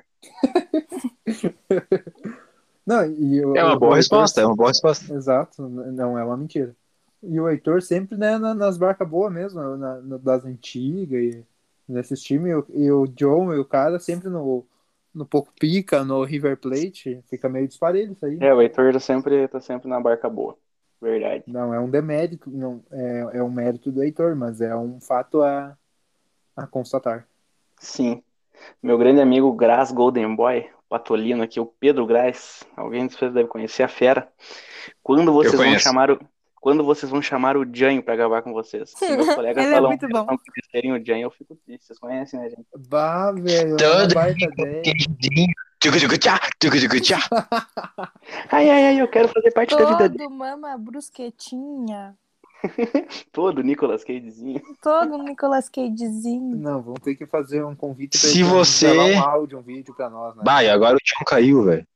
Não, e o, É uma o- boa o resposta, é Heitor... uma boa resposta. Exato, n- não é uma mentira. E o Heitor sempre, né, na- nas barcas boas mesmo, na, na- das antigas e nesses times. E o, e o John e o cara sempre no, no pouco pica, no River Plate, fica meio disparelho isso aí. É, o Heitor tá sempre, tá sempre na barca boa. Verdade. Não é um demérito, não é, é um mérito do Heitor, mas é um fato a, a constatar. Sim. Meu grande amigo Graz Golden Boy, Patolino aqui, o Pedro Graz. Alguém de vocês deve conhecer a fera. Quando vocês vão conheço. chamar o quando vocês vão chamar o Janho pra gravar com vocês? Se meus colegas Ele é falam muito que bom. não conhecerem o Janho, eu fico triste. Vocês conhecem, né, gente? Bah, velho, é uma Todo baita ideia. queridinho. Tchucu, tchucu, tchá, tchucu, tchucu, tchá. Ai, ai, ai, eu quero fazer parte da vida dele. Todo mama brusquetinha. Todo, Nicolas Cagezinho. Todo Nicolas Cagezinho. Não, vamos ter que fazer um convite pra Se ele você- gravar um áudio, um vídeo pra nós, né? Bah, e agora o John caiu, velho.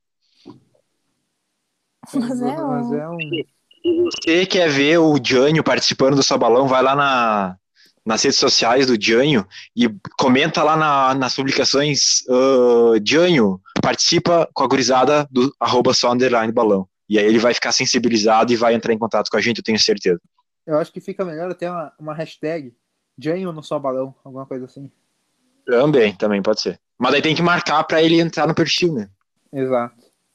Mas é Mas um... é um... Você quer ver o Jânio participando do Sabalão, vai lá na, nas redes sociais do Jânio e comenta lá na- nas publicações uh, Jânio, participa com a gurizada do arroba só underline balão. E aí ele vai ficar sensibilizado e vai entrar em contato com a gente, eu tenho certeza. Eu acho que fica melhor até uma, uma hashtag Janho no só balão, alguma coisa assim. Também, também pode ser. Mas daí tem que marcar pra ele entrar no perfil, né? Exato.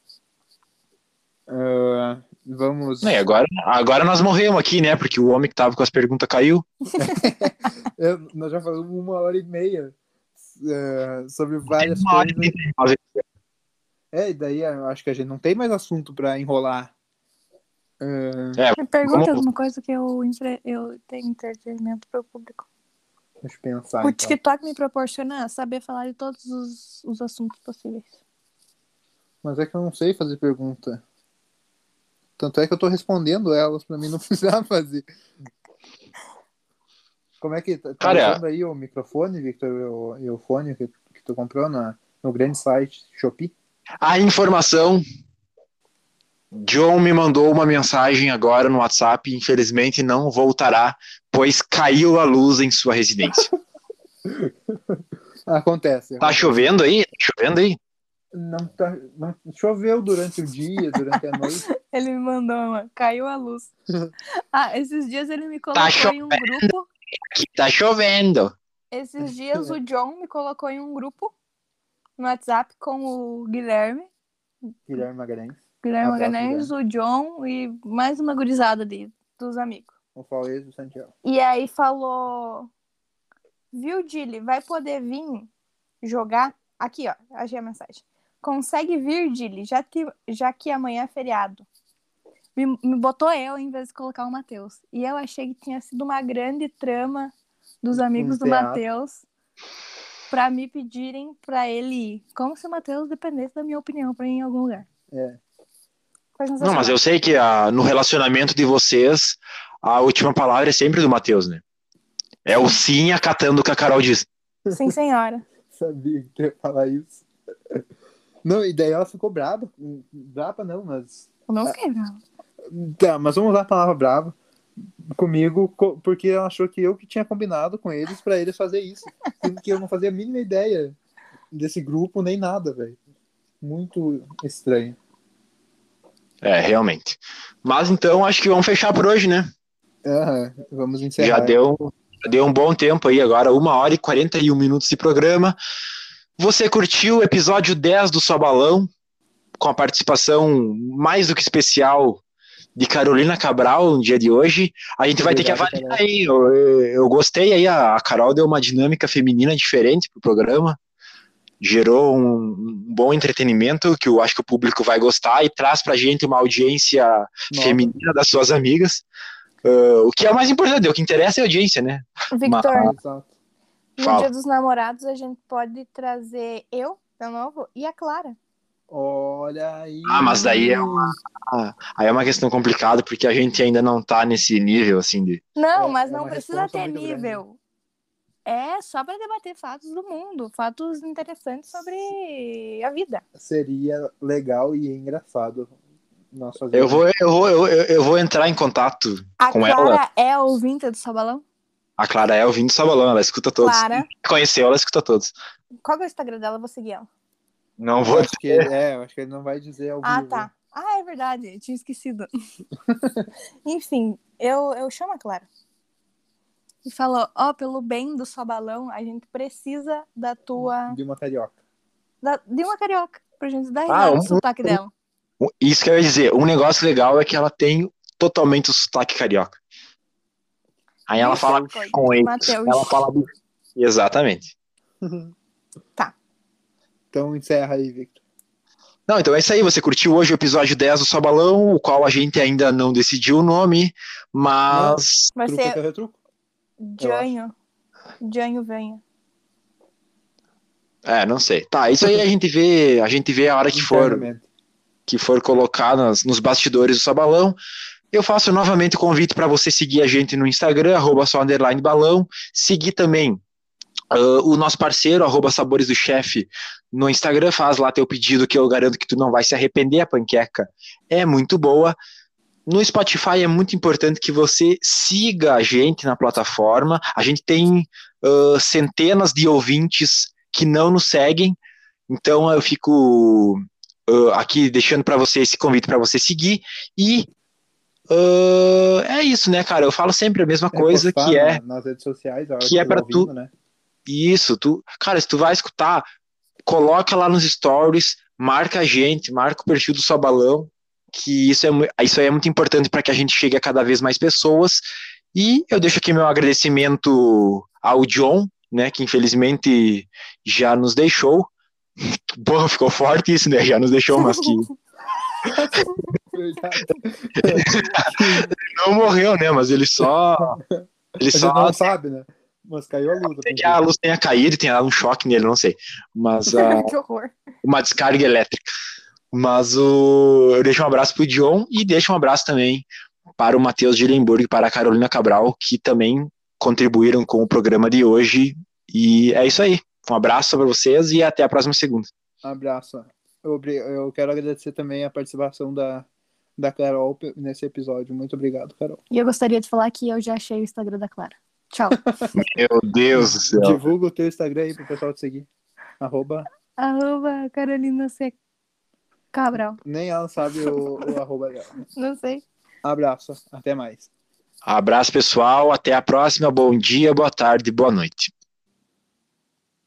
Ah, vamos. Não, e agora, agora nós morremos aqui, né? Porque o homem que tava com as perguntas caiu. Eu- nós já falamos uma hora e meia uh, sobre várias Uma hora coisas. e nove. É, e daí eu acho que a gente não tem mais assunto pra enrolar. Uh, É, Me pergunta vamos- alguma coisa que eu, entre... eu tenho entretenimento para o público. deixa eu pensar. O então. TikTok me proporciona saber falar de todos os, os assuntos possíveis. Mas é que eu não sei fazer pergunta. Tanto é que eu tô respondendo elas pra mim não precisar fazer. Como é que tá, tá Cara, usando aí o microfone, Victor, e o, e o fone que, que tu comprou na, no grande site Shopee? a informação. John me mandou uma mensagem agora no WhatsApp. Infelizmente não voltará, pois caiu a luz em sua residência. Acontece. Tá acontece. chovendo aí? Tá chovendo aí? Não tá, não, choveu durante o dia, durante a noite. Ele me mandou uma, caiu a luz. Ah, esses dias ele me colocou Tá em um grupo. Aqui tá chovendo. Esses dias o John me colocou em um grupo no WhatsApp com o Guilherme. Guilherme Magalhães, Guilherme Abraço, Magalhães, o John e mais uma gurizada ali, dos amigos. o Fauês do Santiago. E aí falou: Viu, Dili, vai poder vir jogar? Aqui, ó, achei a mensagem. Consegue vir, Dili, já que, já que amanhã é feriado. Me, me botou eu em vez de colocar o Matheus. E eu achei que tinha sido uma grande trama dos amigos Um do teatro. Matheus pra me pedirem pra ele ir. Como se o Matheus dependesse da minha opinião pra ir em algum lugar. É. Foi Não, sensacional. mas eu sei que a- no relacionamento de vocês, a última palavra é sempre do Matheus, né? É o sim acatando o que a Carol diz. Sim, senhora. Sabia que tu ia falar isso. Não, e daí ela ficou brava. Brava não, mas... Eu não fiquei brava. Tá, mas vamos usar a palavra brava comigo, co- porque ela achou que eu que tinha combinado com eles pra eles fazer isso. Sendo que eu não fazia a mínima ideia desse grupo, nem nada, velho. Muito estranho. É, realmente. Mas então, acho que vamos fechar por hoje, né? Aham, vamos encerrar. Já deu, já deu um bom tempo aí agora, uma hora e quarenta e um minutos de programa. Você curtiu o episódio dez do Só Balão, com a participação mais do que especial de Carolina Cabral no dia de hoje. A gente vai ter que Obrigado, avaliar Carol. aí. Eu, eu gostei aí, a, a Carol deu uma dinâmica feminina diferente pro programa. Gerou um, um bom entretenimento que eu acho que o público vai gostar e traz pra gente uma audiência Nova. feminina das suas amigas. Uh, o que é o mais importante, o que interessa é a audiência, né? Victor, Exato. no Fala. Dia dos Namorados a gente pode trazer eu, de novo, e a Clara. Olha aí. Ah, mas daí é uma, aí é uma questão complicada, porque a gente ainda não tá nesse nível, assim, de... Não, É- mas é não uma precisa responsa ter muito grande. nível. É só pra debater fatos do mundo, fatos interessantes sobre a vida. Seria legal e engraçado nós fazermos. Eu vou, eu, vou, eu, eu- eu vou entrar em contato A com Clara ela. é ouvinte do Sabalão? A Clara é ouvinte do Sabalão, ela escuta todos. Clara. Conheceu, ela escuta todos. Qual que é o Instagram dela? Eu vou seguir ela. Não Eu vou acho que ele, é, eu acho que ele não vai dizer ao Ah, vivo. tá. Ah, é verdade. Eu tinha esquecido. Enfim, eu, eu chamo a Clara. E falo, ó, pelo bem do Sabalão, a gente precisa da tua... De uma carioca. da- de uma carioca, pra gente dar Ah, risada um- do sotaque dela. Isso que eu ia dizer, um negócio legal é que ela tem totalmente o sotaque carioca. Aí ela fala Misericórdia. com ele. Mateus. Ela fala do... Exatamente. Então encerra aí, Victor. Não, então é isso aí. Você curtiu hoje o episódio dez do Só Balão, o qual a gente ainda não decidiu o nome, mas Vai Truco ser até retruco? Janho. Janho venha. é, não sei. Tá, isso aí a gente vê, a gente vê a hora que for, Internamente. que for colocar nas- nos bastidores do Só Balão. Eu faço novamente o convite para você seguir a gente no Instagram, arroba só underline balão, seguir também ah, o nosso parceiro, arroba Sabores do Chefe, no Instagram, faz lá teu pedido que eu garanto que tu não vai se arrepender, a panqueca é muito boa. No Spotify é muito importante que você siga a gente na plataforma, a gente tem ah, centenas de ouvintes que não nos seguem, então eu fico ah, aqui deixando para você esse convite para você seguir, e ah, é isso, né, cara, eu falo sempre a mesma coisa, Repostar que é na- nas redes sociais, a hora que que, é tu pra tá ouvindo, tu- né? isso, tu, cara, se tu vai escutar, coloca lá nos stories, marca a gente, marca o perfil do Só Balão, que isso, é, mu- isso aí é muito importante para que a gente chegue a cada vez mais pessoas. E eu deixo aqui meu agradecimento ao John, né, que infelizmente já nos deixou. Porra, ficou forte isso, né? Já nos deixou, mas que Verdade. não morreu, né? Mas ele só. Ele A gente só. não sabe, né? Mas caiu a luz. Tem que a luz tenha caído, tenha dado um choque nele, não sei. Mas ah, Que horror. uma descarga elétrica. Mas o... eu deixo um abraço pro John e deixo um abraço também para o Matheus Gilenburg e para a Carolina Cabral, que também contribuíram com o programa de hoje. E é isso aí. Um abraço para vocês e até a próxima segunda. Um abraço. Eu, eu quero agradecer também a participação da, da Carol nesse episódio. Muito obrigado, Carol. E eu gostaria de falar que eu já achei o Instagram da Clara. Tchau. Meu Deus do céu. Divulga o teu Instagram aí pro pessoal te seguir. Arroba. Arroba Carolina C. Cabral. Nem ela sabe o, o arroba dela. Não sei. Abraço. Até mais. Abraço, pessoal. Até a próxima. Bom dia, boa tarde, boa noite.